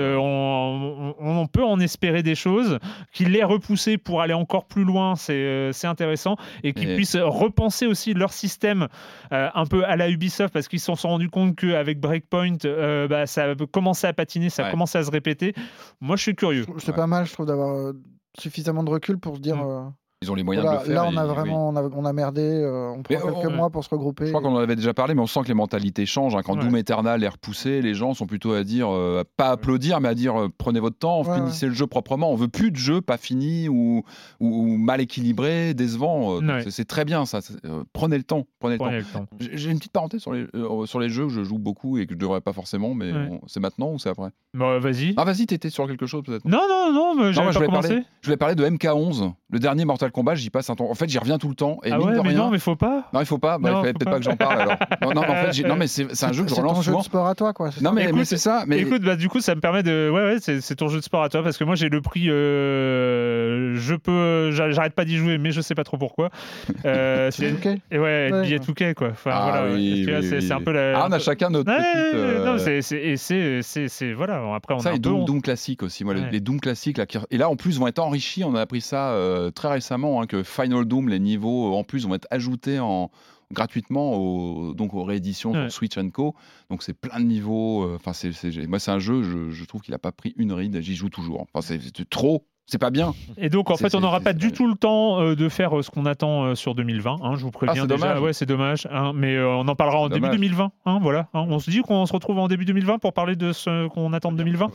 on peut en espérer des choses. Qu'ils l'aient repoussé pour aller encore plus loin, c'est intéressant, et qu'ils puissent repenser aussi leur système un peu à la Ubisoft, parce qu'ils se sont rendus compte qu'avec Breakpoint, ça a commencé à patiner, ça a commencé à se répéter. Moi, je suis curieux. C'est pas mal, je trouve, d'avoir suffisamment de recul pour se dire... Ils ont les moyens de le faire. Là, on a vraiment on a merdé. On prend quelques mois pour se regrouper. Je crois qu'on en avait déjà parlé, mais on sent que les mentalités changent. Quand Doom Eternal est repoussé, les gens sont plutôt à dire, pas applaudir, mais à dire prenez votre temps, finissez le jeu proprement. On veut plus de jeux pas finis ou mal équilibrés, décevants. C'est très bien ça. Prenez le temps. J'ai une petite parenthèse sur les jeux que je joue beaucoup et que je devrais pas forcément, mais c'est maintenant ou c'est après? Vas-y. Ah, vas-y, t'étais sur quelque chose peut-être. Non, mais j'avais pas commencé. Je voulais parler de MK11, le dernier Mortal Kombat. J'y passe un temps. En fait, j'y reviens tout le temps. Et non, mais faut pas. Non, il faut pas. Il fallait peut-être pas que j'en parle alors. Non, mais c'est un jeu que je relance souvent. C'est ton jeu de sport à toi, quoi. Non, mais c'est ça. Mais écoute, du coup, ça me permet de. C'est ton jeu de sport à toi, parce que moi, j'ai le prix. J'arrête pas d'y jouer, mais je sais pas trop pourquoi. C'est Touquet. Et le billet Touquet, quoi. Enfin, c'est un peu la. On a chacun notre petite. Non, c'est voilà. Après, on ça a et Doom classique aussi. Moi, les Doom classiques là, et là en plus vont être enrichis. On a appris ça très récemment, que Final Doom, les niveaux en plus vont être ajoutés gratuitement aux rééditions sur Switch & Co. Donc c'est plein de niveaux. Moi, c'est un jeu, je trouve qu'il n'a pas pris une ride. J'y joue toujours. Enfin, c'est trop. C'est pas bien. Et donc, en fait, on n'aura pas du tout le temps de faire ce qu'on attend sur 2020. Hein, je vous préviens c'est déjà. dommage. Ouais, c'est dommage. Hein, mais on en parlera en début 2020. Hein, voilà. Hein, on se dit qu'on se retrouve en début 2020 pour parler de ce qu'on attend de 2020.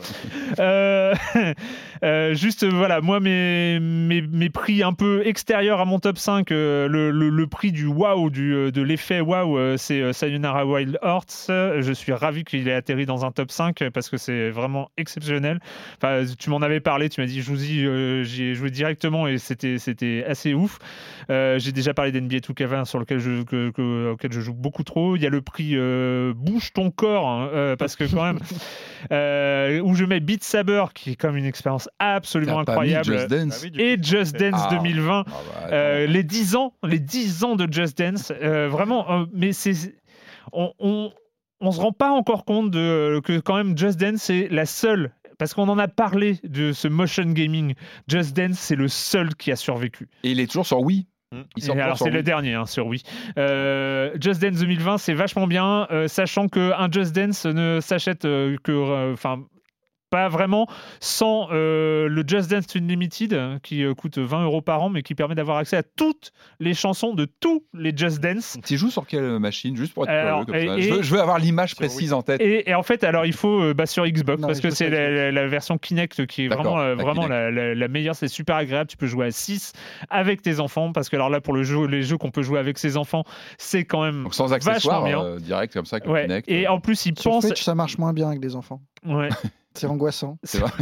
Juste, voilà, moi, mes prix un peu extérieurs à mon top 5, le prix du waouh, de l'effet waouh, c'est Sayonara Wild Hearts. Je suis ravi qu'il ait atterri dans un top 5 parce que c'est vraiment exceptionnel. Enfin, tu m'en avais parlé, tu m'as dit, je vous dis, j'y ai joué directement et c'était assez ouf. J'ai déjà parlé d'NBA 2K20 sur auquel je joue beaucoup trop. Il y a le prix bouge ton corps, hein, parce que quand même, où je mets Beat Saber, qui est comme une expérience absolument incroyable. Just Dance. Et Just Dance 2020. Les 10 ans de Just Dance. Vraiment, mais on se rend pas encore compte que quand même Just Dance, c'est la seule. Parce qu'on en a parlé de ce motion gaming. Just Dance, c'est le seul qui a survécu. Et il est toujours sur Wii. Alors c'est le dernier sur Wii. Just Dance 2020, c'est vachement bien, sachant qu'un Just Dance ne s'achète pas vraiment sans le Just Dance Unlimited qui coûte 20 € par an mais qui permet d'avoir accès à toutes les chansons de tous les Just Dance. Tu joues sur quelle machine, juste pour être curieux comme ça. Je veux avoir l'image précise en tête. Et en fait, alors il faut sur Xbox parce que c'est la version Kinect qui est vraiment la meilleure. C'est super agréable. Tu peux jouer à 6 avec tes enfants parce que alors là pour les jeux qu'on peut jouer avec ses enfants, c'est quand même donc sans accessoires direct comme ça. Kinect. Et en plus ils pensent. Switch, ça marche moins bien avec des enfants. Ouais. C'est angoissant. C'est vrai.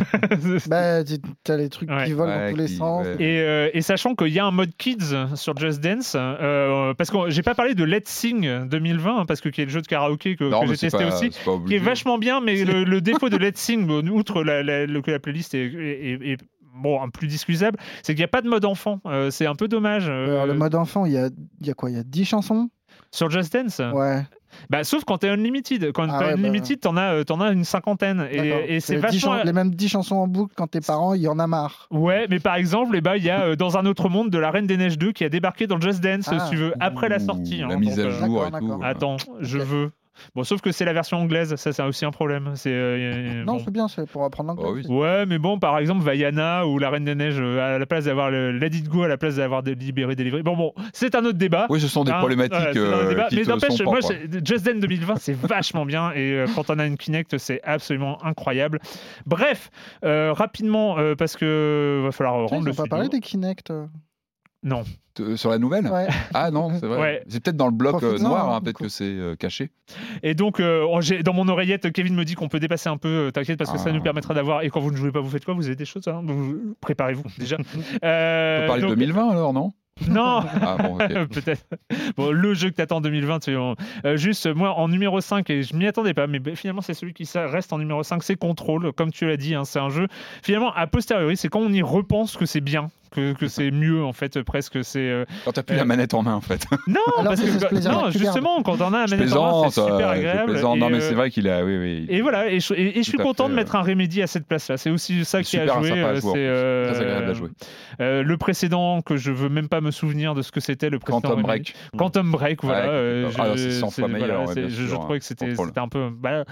T'as les trucs qui volent dans tous les sens. Ouais. Et sachant qu'il y a un mode Kids sur Just Dance, parce que j'ai pas parlé de Let's Sing 2020, parce que qui est le jeu de karaoké que j'ai testé aussi, qui est vachement bien, mais le défaut de Let's Sing, outre que la playlist est plus discutable, c'est qu'il n'y a pas de mode enfant. C'est un peu dommage. Le mode enfant, il y a quoi ? Il y a 10 chansons sur Just Dance ? Ouais. Sauf quand t'es Unlimited. Quand t'es Unlimited, t'en as une cinquantaine. Et c'est vachement... les mêmes 10 chansons en boucle quand t'es parents, il y en a marre. Ouais, mais par exemple, il y a Dans un autre monde de la Reine des Neiges 2 qui a débarqué dans Just Dance, si tu veux, après la sortie. La mise à jour et tout. Attends, je veux... Bon, sauf que c'est la version anglaise, ça c'est aussi un problème. Non, c'est bien, c'est pour apprendre l'anglais. Ouais, mais bon, par exemple, Vaiana ou La Reine des Neiges, à la place d'avoir le Let It Go, à la place d'avoir Libéré, Délivré. Bon, c'est un autre débat. Oui, ce sont des problématiques mais n'empêche, moi, Just Dance 2020, c'est vachement bien, et quand on a une Kinect, c'est absolument incroyable. Bref, rapidement, parce que va falloir rendre le studio. On va pas parler des Kinect. Non. Sur la nouvelle ? Ouais. Ah non, c'est vrai. Ouais. C'est peut-être dans le bloc noir, peut-être que c'est caché. Et donc, dans mon oreillette, Kevin me dit qu'on peut dépasser un peu, t'inquiète, parce que ça nous permettra d'avoir... Et quand vous ne jouez pas, vous faites quoi ? Vous avez des choses, hein ? Préparez-vous, déjà. On peut parler de 2020 alors, non ? Non. Okay. Peut-être. Bon, le jeu que t'attends en 2020, juste moi en numéro 5, et je m'y attendais pas, mais finalement c'est celui qui reste en numéro 5, c'est Control, comme tu l'as dit, hein, c'est un jeu, finalement a posteriori, c'est quand on y repense que c'est bien, que c'est mieux en fait, presque c'est... Quand t'as plus la manette en main en fait. Non, parce que justement, quand on a la manette en main, c'est super agréable. Non mais c'est vrai qu'il a... Oui. Et voilà, et je suis content de mettre un Remedy à cette place-là, c'est aussi ça qui a joué. C'est très agréable à jouer. Le précédent, que je veux même pas me souvenir de ce que c'était, le précédent Quantum Break, voilà. C'est 100 fois meilleur. Je trouvais que c'était un peu...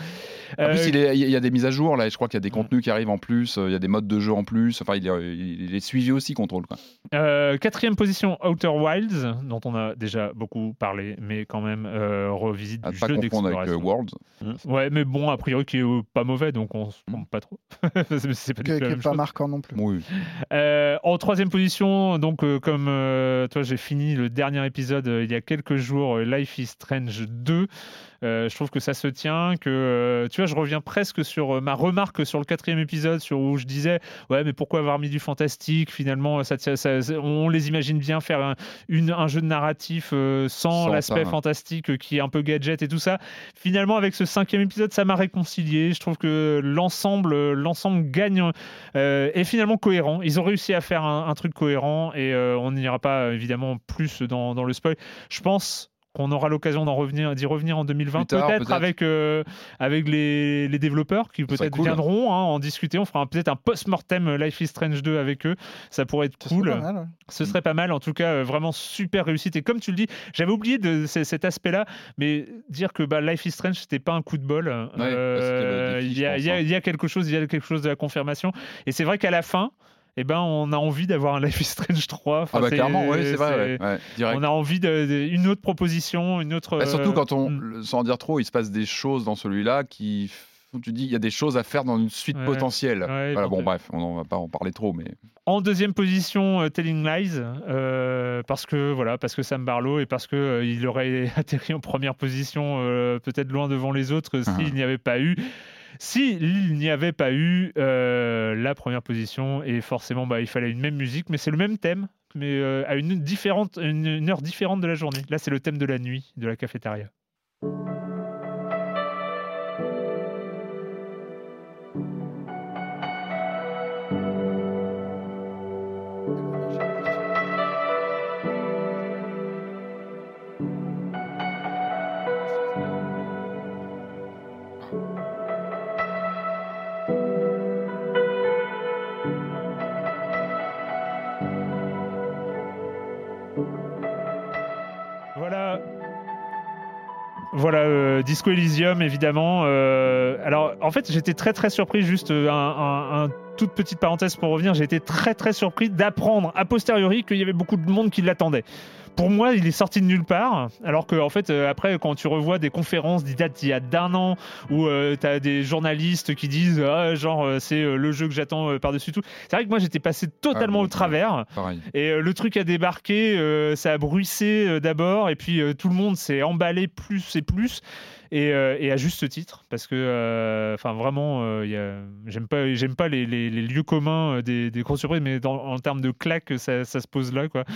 En plus, il y a des mises à jour, là, je crois qu'il y a des contenus qui arrivent en plus, il y a des modes de jeu en plus, enfin, il est suivi aussi, Control. Quatrième position, Outer Wilds, dont on a déjà beaucoup parlé, mais quand même revisite du jeu d'exploration. Avec Worlds. Ouais, mais bon, a priori, qui est pas mauvais, donc on se trompe pas trop. C'est pas du tout la même chose. Marquant non plus. Oui. En troisième position, donc comme toi, j'ai fini le dernier épisode il y a quelques jours, Life is Strange 2. Je trouve que ça se tient, que tu vois, je reviens presque sur ma remarque sur le 4e épisode, où je disais ouais, mais pourquoi avoir mis du fantastique, finalement on les imagine bien faire un jeu de narratif sans l'aspect fantastique qui est un peu gadget et tout ça. Finalement, avec ce 5e épisode, ça m'a réconcilié. Je trouve que l'ensemble gagne, est finalement cohérent. Ils ont réussi à faire un truc cohérent, et on n'ira pas évidemment plus dans le spoil. Je pense qu'on aura l'occasion d'y revenir en 2020, peut-être. Avec les développeurs qui peut-être viendront en discuter. On fera peut-être un post-mortem Life is Strange 2 avec eux. Ça pourrait être cool. Pas mal, ouais. Ce serait pas mal. En tout cas, vraiment super réussite. Et comme tu le dis, j'avais oublié de cet aspect-là, mais dire que Life is Strange, c'était pas un coup de bol. Il y a quelque chose de la confirmation. Et c'est vrai qu'à la fin, on a envie d'avoir un Life is Strange 3. Enfin, clairement, oui, c'est vrai. On a envie d'une autre proposition, une autre. Surtout quand sans en dire trop, il se passe des choses dans celui-là qui. Tu dis, il y a des choses à faire dans une suite potentielle. Bref, on ne va pas en parler trop, mais. En deuxième position, Telling Lies, parce que Sam Barlow et parce que il aurait atterri en première position, peut-être loin devant les autres, s'il n'y avait pas eu. S'il n'y avait pas eu la première position, et forcément il fallait une même musique, mais c'est le même thème, mais à une heure différente de la journée. Là, c'est le thème de la nuit, de la cafétéria. Voilà, Disco Elysium, évidemment. Alors, en fait, j'étais très, très surpris, juste un toute petite parenthèse pour revenir, j'ai été très, très surpris d'apprendre a posteriori qu'il y avait beaucoup de monde qui l'attendait. Pour moi, il est sorti de nulle part, alors que en fait, après, quand tu revois des conférences qui datent d'il y a d'un an, où tu as des journalistes qui disent c'est le jeu que j'attends par-dessus tout. C'est vrai que moi, j'étais passé totalement au travers. Pareil. Et le truc a débarqué, ça a bruissé d'abord, et puis tout le monde s'est emballé plus et plus. Et à juste titre, parce que vraiment j'aime pas les lieux communs des grosses surprises, mais en termes de claques, ça se pose là, quoi.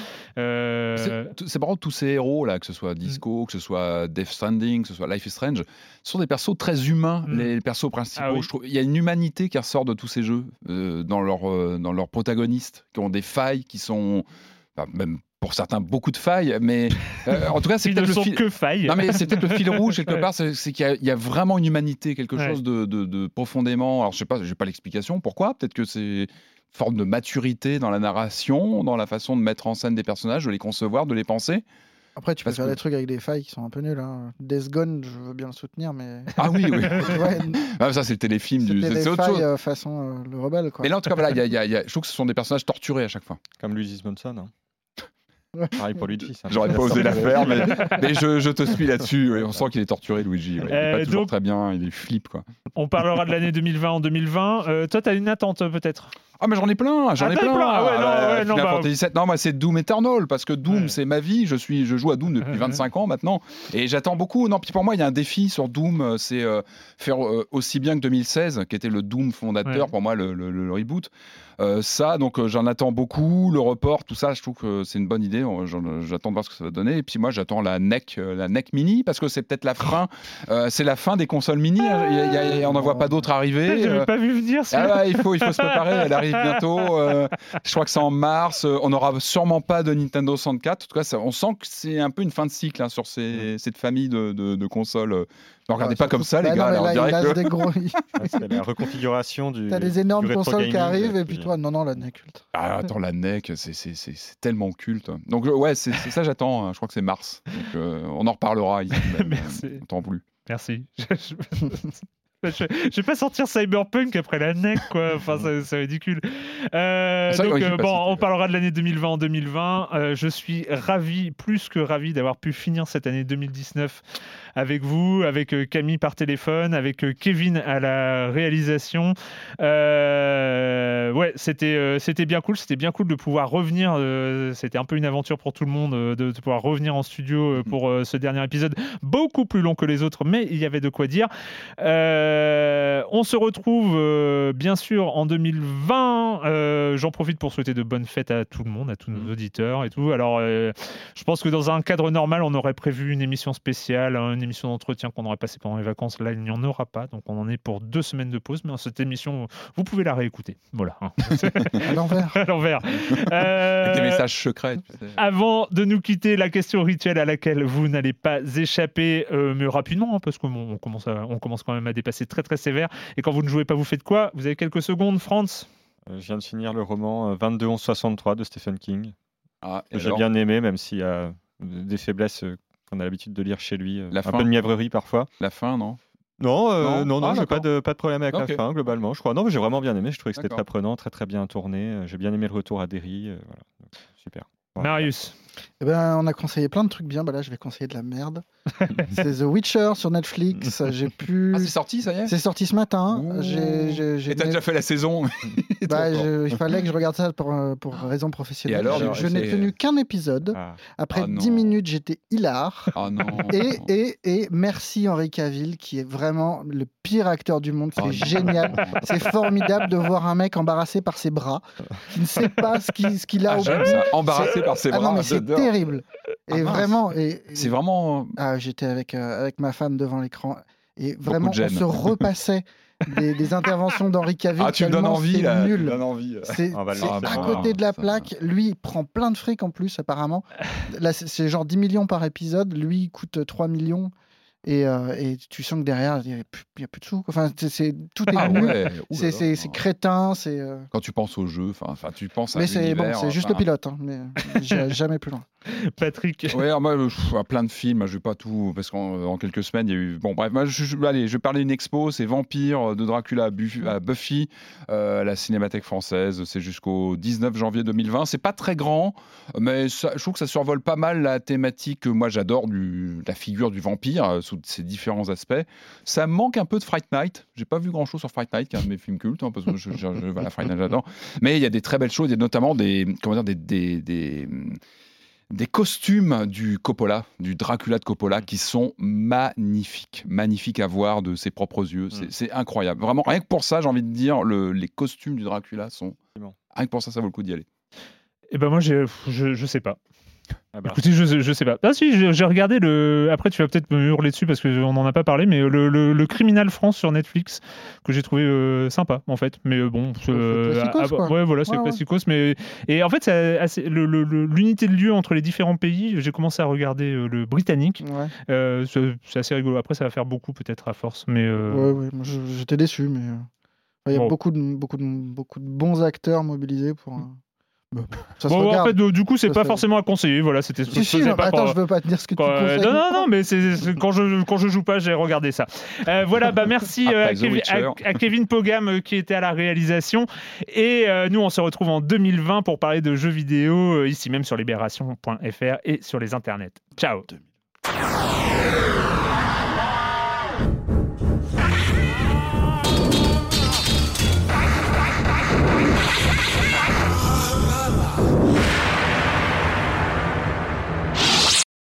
C'est marrant, tous ces héros là, que ce soit Disco, que ce soit Death Stranding, que ce soit Life is Strange, ce sont des persos très humains. Les persos principaux, je trouve, il y a une humanité qui ressort de tous ces jeux dans leurs protagonistes, qui ont des failles, qui sont même pour certains beaucoup de failles, mais en tout cas c'est peut-être que failles. Non, mais c'est peut-être le fil rouge quelque part, c'est qu'il y a vraiment une humanité, quelque chose de profondément. Alors je sais pas, j'ai pas l'explication. Pourquoi ? Peut-être que c'est une forme de maturité dans la narration, dans la façon de mettre en scène des personnages, de les concevoir, de les penser. Après, tu peux faire des trucs avec des failles qui sont un peu nuls. Hein. Death Gone, je veux bien le soutenir, mais. Ah oui. Ça, c'est le téléfilm du. C'est autre chose. Façon le rebelle, quoi. Mais là, en tout cas, voilà, je trouve que ce sont des personnages torturés à chaque fois. Comme Luigi's Mansion. Hein. Pareil pour Luigi. J'aurais pas osé la faire, mais je te suis là-dessus. On sent qu'il est torturé, Luigi. Il est pas toujours très bien, il est flip, quoi. On parlera de l'année 2020 en 2020. Toi, t'as une attente, peut-être ? Ah, mais j'en ai plein. Final Fantasy VII. Non, moi, c'est Doom Eternal, parce que Doom, c'est ma vie. Je joue à Doom depuis 25 ans maintenant. Et j'attends beaucoup. Non, puis pour moi, il y a un défi sur Doom, c'est faire aussi bien que 2016, qui était le Doom fondateur, pour moi, le reboot. Donc j'en attends beaucoup. Le report, tout ça, je trouve que c'est une bonne idée. J'attends de voir ce que ça va donner. Et puis moi, j'attends la NEC Mini, parce que c'est peut-être la fin. C'est la fin des consoles mini. On n'en voit pas d'autres arriver. J'avais pas vu venir ça. Il faut se préparer. Elle arrive bientôt. Je crois que c'est en mars. On n'aura sûrement pas de Nintendo 64. En tout cas, on sent que c'est un peu une fin de cycle sur cette famille de consoles. Ne regardez pas comme ça, les gars. C'est la reconfiguration du. T'as des énormes consoles qui arrivent, et puis toi, non, la NEC culte. Attends, la NEC, c'est tellement culte. Donc, c'est ça, j'attends. Je crois que c'est mars. Donc, on en reparlera ici. Merci. On t'en plus. Merci. Je vais pas sortir Cyberpunk après la NEC, quoi. Enfin, c'est ridicule. On parlera de l'année 2020 en 2020. Je suis plus que ravi d'avoir pu finir cette année 2019 avec vous, avec Camille par téléphone, avec Kevin à la réalisation. C'était bien cool. C'était bien cool de pouvoir revenir. C'était un peu une aventure pour tout le monde de pouvoir revenir en studio pour ce dernier épisode, beaucoup plus long que les autres, mais il y avait de quoi dire. On se retrouve bien sûr en 2020. J'en profite pour souhaiter de bonnes fêtes à tout le monde, à tous nos auditeurs et tout. Alors, je pense que dans un cadre normal, on aurait prévu une émission spéciale, une émission d'entretien qu'on aurait passé pendant les vacances. Là, il n'y en aura pas, donc on en est pour 2 semaines de pause. Mais cette émission, vous pouvez la réécouter. Voilà. À l'envers. À l'envers. Avec des messages secrets. Tu sais. Avant de nous quitter, la question rituelle à laquelle vous n'allez pas échapper, mais rapidement, parce qu'on commence quand même à dépasser très très sévère. Et quand vous ne jouez pas, vous faites quoi ? Vous avez quelques secondes, Franz ? Je viens de finir le roman 22-11-63 de Stephen King. J'ai alors bien aimé, même s'il y a des faiblesses qu'on a l'habitude de lire chez lui. La un fin. peu de mièvrerie parfois. La fin, non ? Non, j'ai pas d'accord. de problème avec la fin, globalement, je crois. Non, mais j'ai vraiment bien aimé. Je trouvais que c'était D'accord. très prenant, très très bien tourné. J'ai bien aimé le retour à Derry. Voilà. Super. Voilà. Marius ? Eh ben, on a conseillé plein de trucs bien. Bah là, je vais conseiller de la merde. C'est The Witcher sur Netflix. J'ai pu. Ah, c'est sorti, ça y est ? C'est sorti ce matin. Ouh. J'ai Et t'as déjà fait la saison ? il fallait que je regarde ça pour raison professionnelle. Et alors, je n'ai tenu qu'un épisode. Après 10 minutes, j'étais hilar. Ah non. Et merci Henry Cavill, qui est vraiment le pire acteur du monde. C'est génial. C'est formidable de voir un mec embarrassé par ses bras, qui ne sait pas ce qu'il a au J'aime bout. ça. Embarrassé par ses bras. Ah non, mais c'est j'adore. terrible. Et mince. vraiment. C'est vraiment. J'étais avec ma femme devant l'écran. Et vraiment, de gêne. on se repassait des interventions d'Henry Cavill. Ah, tu me donnes tellement envie, c'est là. nul. Tu me donnes envie. C'est On va le c'est lancer. à Ah, côté de la ça, plaque. Lui, il prend plein de fric en plus, apparemment. Là, c'est genre 10 millions par épisode. Lui, il coûte 3 millions. Et tu sens que derrière, il n'y a plus de sous. Enfin, tout est nul. Ouais. Ouh là là. C'est crétin. Quand tu penses au jeu, enfin, tu penses à Mais c'est l'univers. bon, c'est juste le pilote. Hein, mais j'irai jamais plus loin. Patrick ? Ouais, alors moi, plein de films, je vais pas tout, parce qu'en quelques semaines, il y a eu. Bon, bref, moi, allez, je vais parler d'une expo, c'est Vampire de Dracula à Buffy, à la Cinémathèque française. C'est jusqu'au 19 janvier 2020. C'est pas très grand, mais je trouve que ça survole pas mal la thématique que moi j'adore, la figure du vampire, sous ses différents aspects. Ça manque un peu de Fright Night. J'ai pas vu grand chose sur Fright Night, qui est un de mes films cultes, parce que voilà, Fright Night, j'adore. Mais il y a des très belles choses, il y a notamment des costumes du Dracula de Coppola, qui sont magnifiques à voir de ses propres yeux. C'est incroyable. Vraiment, rien que pour ça, j'ai envie de dire, les costumes du Dracula sont... Rien que pour ça vaut le coup d'y aller. Eh ben moi, je sais pas. Ah bah. Écoutez, je sais pas. Ah si, j'ai regardé Après, tu vas peut-être me hurler dessus parce qu'on n'en a pas parlé, mais le Criminal France sur Netflix, que j'ai trouvé sympa, en fait. Mais bon... classicos, quoi. Ouais, voilà, c'est classicos. Mais... Et en fait, l'unité de lieu entre les différents pays, j'ai commencé à regarder le britannique. Ouais. C'est assez rigolo. Après, ça va faire beaucoup, peut-être, à force. Mais Ouais, moi, j'étais déçu, mais il y a beaucoup de bons acteurs mobilisés pour... Ça se bon, en regarde. fait, du coup, c'est Ça pas se- forcément à conseiller. Voilà, c'était ce que je Si, faisais non, pas. attends, je veux pas te dire ce que tu conseilles. Non, mais c'est quand je joue pas, j'ai regardé ça. Voilà, merci Après The Witcher. à Kevin Pogam qui était à la réalisation. Et nous, on se retrouve en 2020 pour parler de jeux vidéo, ici même sur libération.fr et sur les internets. Ciao.